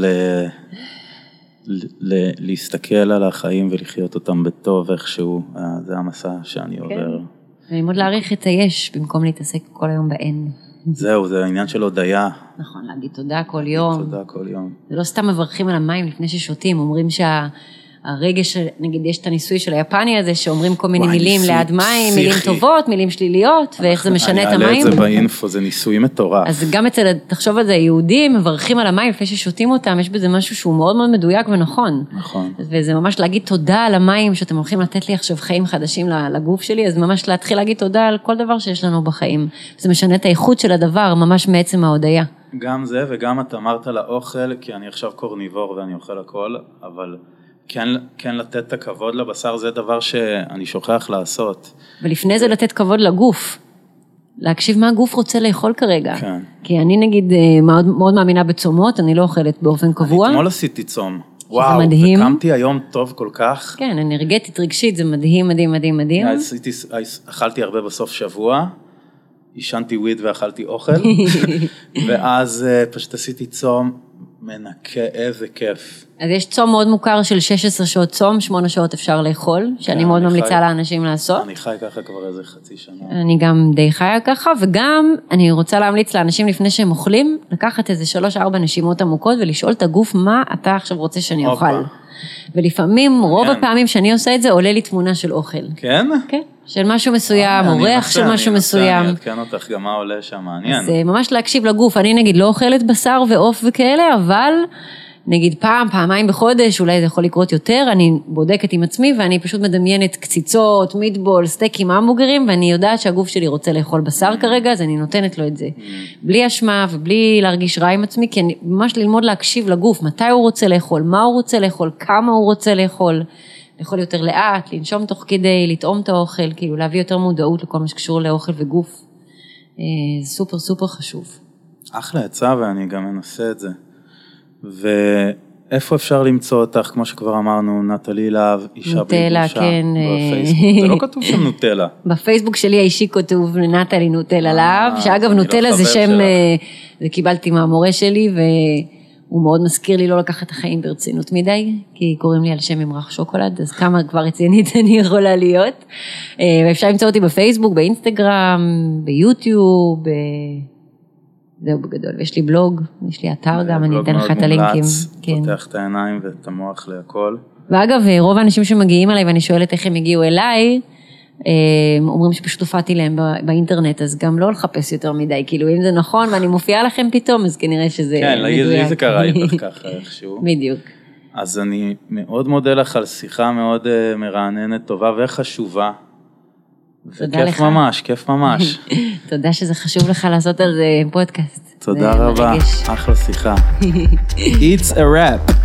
להסתכל על החיים ולחיות אותם בטוב איכשהו, זה המסע שאני עובר. וללמוד להעריך את היש, במקום להתעסק כל היום באין. זהו, זה העניין של הודיה. נכון, להגיד תודה כל יום. תודה כל יום. זה לא סתם מברכים על המים לפני ששותים, אומרים שהרגש, נגיד יש את הניסוי של היפני הזה, שאומרים כל מיני מילים ליד מים, מילים טובות, מילים שליליות, ואיך זה משנה את המים. אני אעלה את זה באינפו, זה ניסוי מטורף. אז גם אצל, תחשוב על זה, יהודים מברכים על המים לפני ששותים אותם, יש בזה משהו שהוא מאוד מאוד מדויק ונכון. נכון. וזה ממש להגיד תודה על המים, שאתם הולכים לתת לי עכשיו חיים חדשים לגוף שלי, אז ממש להתחיל להגיד תודה על כל דבר שיש לנו בחיים. זה משנה את האיכות של הדבר, ממש מעצם ההודיה. גם זה, וגם את אמרת לאוכל, כי אני עכשיו קורניבור ואני אוכל הכל, אבל כן לתת את הכבוד לבשר, זה דבר שאני שוכח לעשות. ולפני זה לתת כבוד לגוף. להקשיב מה הגוף רוצה לאכול כרגע. כן. כי אני נגיד מאוד, מאוד מאמינה בצומות, אני לא אוכלת באופן קבוע. אני אתמול עשיתי צום. וואו, וקמתי היום טוב כל כך. כן, אנרגטית, רגשית, זה מדהים, מדהים, מדהים, מדהים. אכלתי הרבה בסוף שבוע, ישנתי וויד ואכלתי אוכל, ואז פשוט עשיתי צום מנקה, איזה כיף. אז יש צום מאוד מוכר של 16 שעות צום, 8 שעות אפשר לאכול, שאני מאוד ממליצה לאנשים לעשות. אני חי ככה כבר איזה חצי שנה. אני גם די חיה ככה, וגם אני רוצה להמליץ לאנשים לפני שהם אוכלים, לקחת איזה 3-4 נשימות עמוקות, ולשאול את הגוף מה אתה עכשיו רוצה שאני אוכל. ולפעמים, רוב הפעמים שאני עושה את זה, עולה לי תמונה של אוכל. כן? כן. של משהו מסוים, או ריח של משהו מסוים. אני אתקן אותך גם מה עולה שם, מעניין. אז ממש להקשיב לגוף, אני נגיד לא אוכלת בשר ועוף וכאלה, אבל נגיד פעמיים בחודש, אולי זה יכול לקרות יותר, אני בודקת עם עצמי, ואני פשוט מדמיינת קציצות, מיטבול, סטייקים, המבורגרים, ואני יודעת שהגוף שלי רוצה לאכול בשר כרגע, אז אני נותנת לו את זה. בלי אשמה ובלי להרגיש רע עם עצמי, כי אני ממש ללמוד להקשיב לגוף, מתי הוא רוצה לאכול, מה הוא רוצה לאכול, כמה הוא רוצה לאכול, לאכול יותר לאט, לנשום תוך כדי, לטעום את האוכל, כאילו להביא יותר מודעות לכל מה שקשור לאוכל וגוף. זה סופר סופר חשוב. אחלה עצה, ואני גם מנסה את זה. ואיפה אפשר למצוא אותך, כמו שכבר אמרנו, נטלי להב, אישה בלי בושה, כן. בפייסבוק. זה לא כתוב שם נוטלה. בפייסבוק שלי האישי כתוב נטלי נוטלה להב, שאגב נוטלה זה שם, זה קיבלתי מהמורה שלי, והוא מאוד מזכיר לי לא לקחת את החיים ברצינות מדי, כי קוראים לי על שם ממרח שוקולד, אז כמה כבר רצינית אני יכולה להיות. ואפשר למצוא אותי בפייסבוק, באינסטגרם, ביוטיוב, זהו בגדול, ויש לי בלוג, יש לי אתר גם, אני אתן לך את הלינקים. פותח את העיניים ואת המוח להכל. ואגב, רוב האנשים שמגיעים אליי, ואני שואלת איך הם הגיעו אליי, אומרים שפשוט הופעתי להם באינטרנט, אז גם לא לחפש יותר מדי, כאילו אם זה נכון, ואני מופיעה לכם פתאום, אז כנראה שזה מדויק. כן, להגיד לי זה קרה איתך ככה איכשהו. בדיוק. אז אני מאוד מודה לך על שיחה מאוד מרעננת, טובה וחשובה. וכיף ממש, כיף ממש. תודה שזה חשוב לך לעשות על זה פודקאסט. תודה רבה, אחלה שיחה. It's a wrap.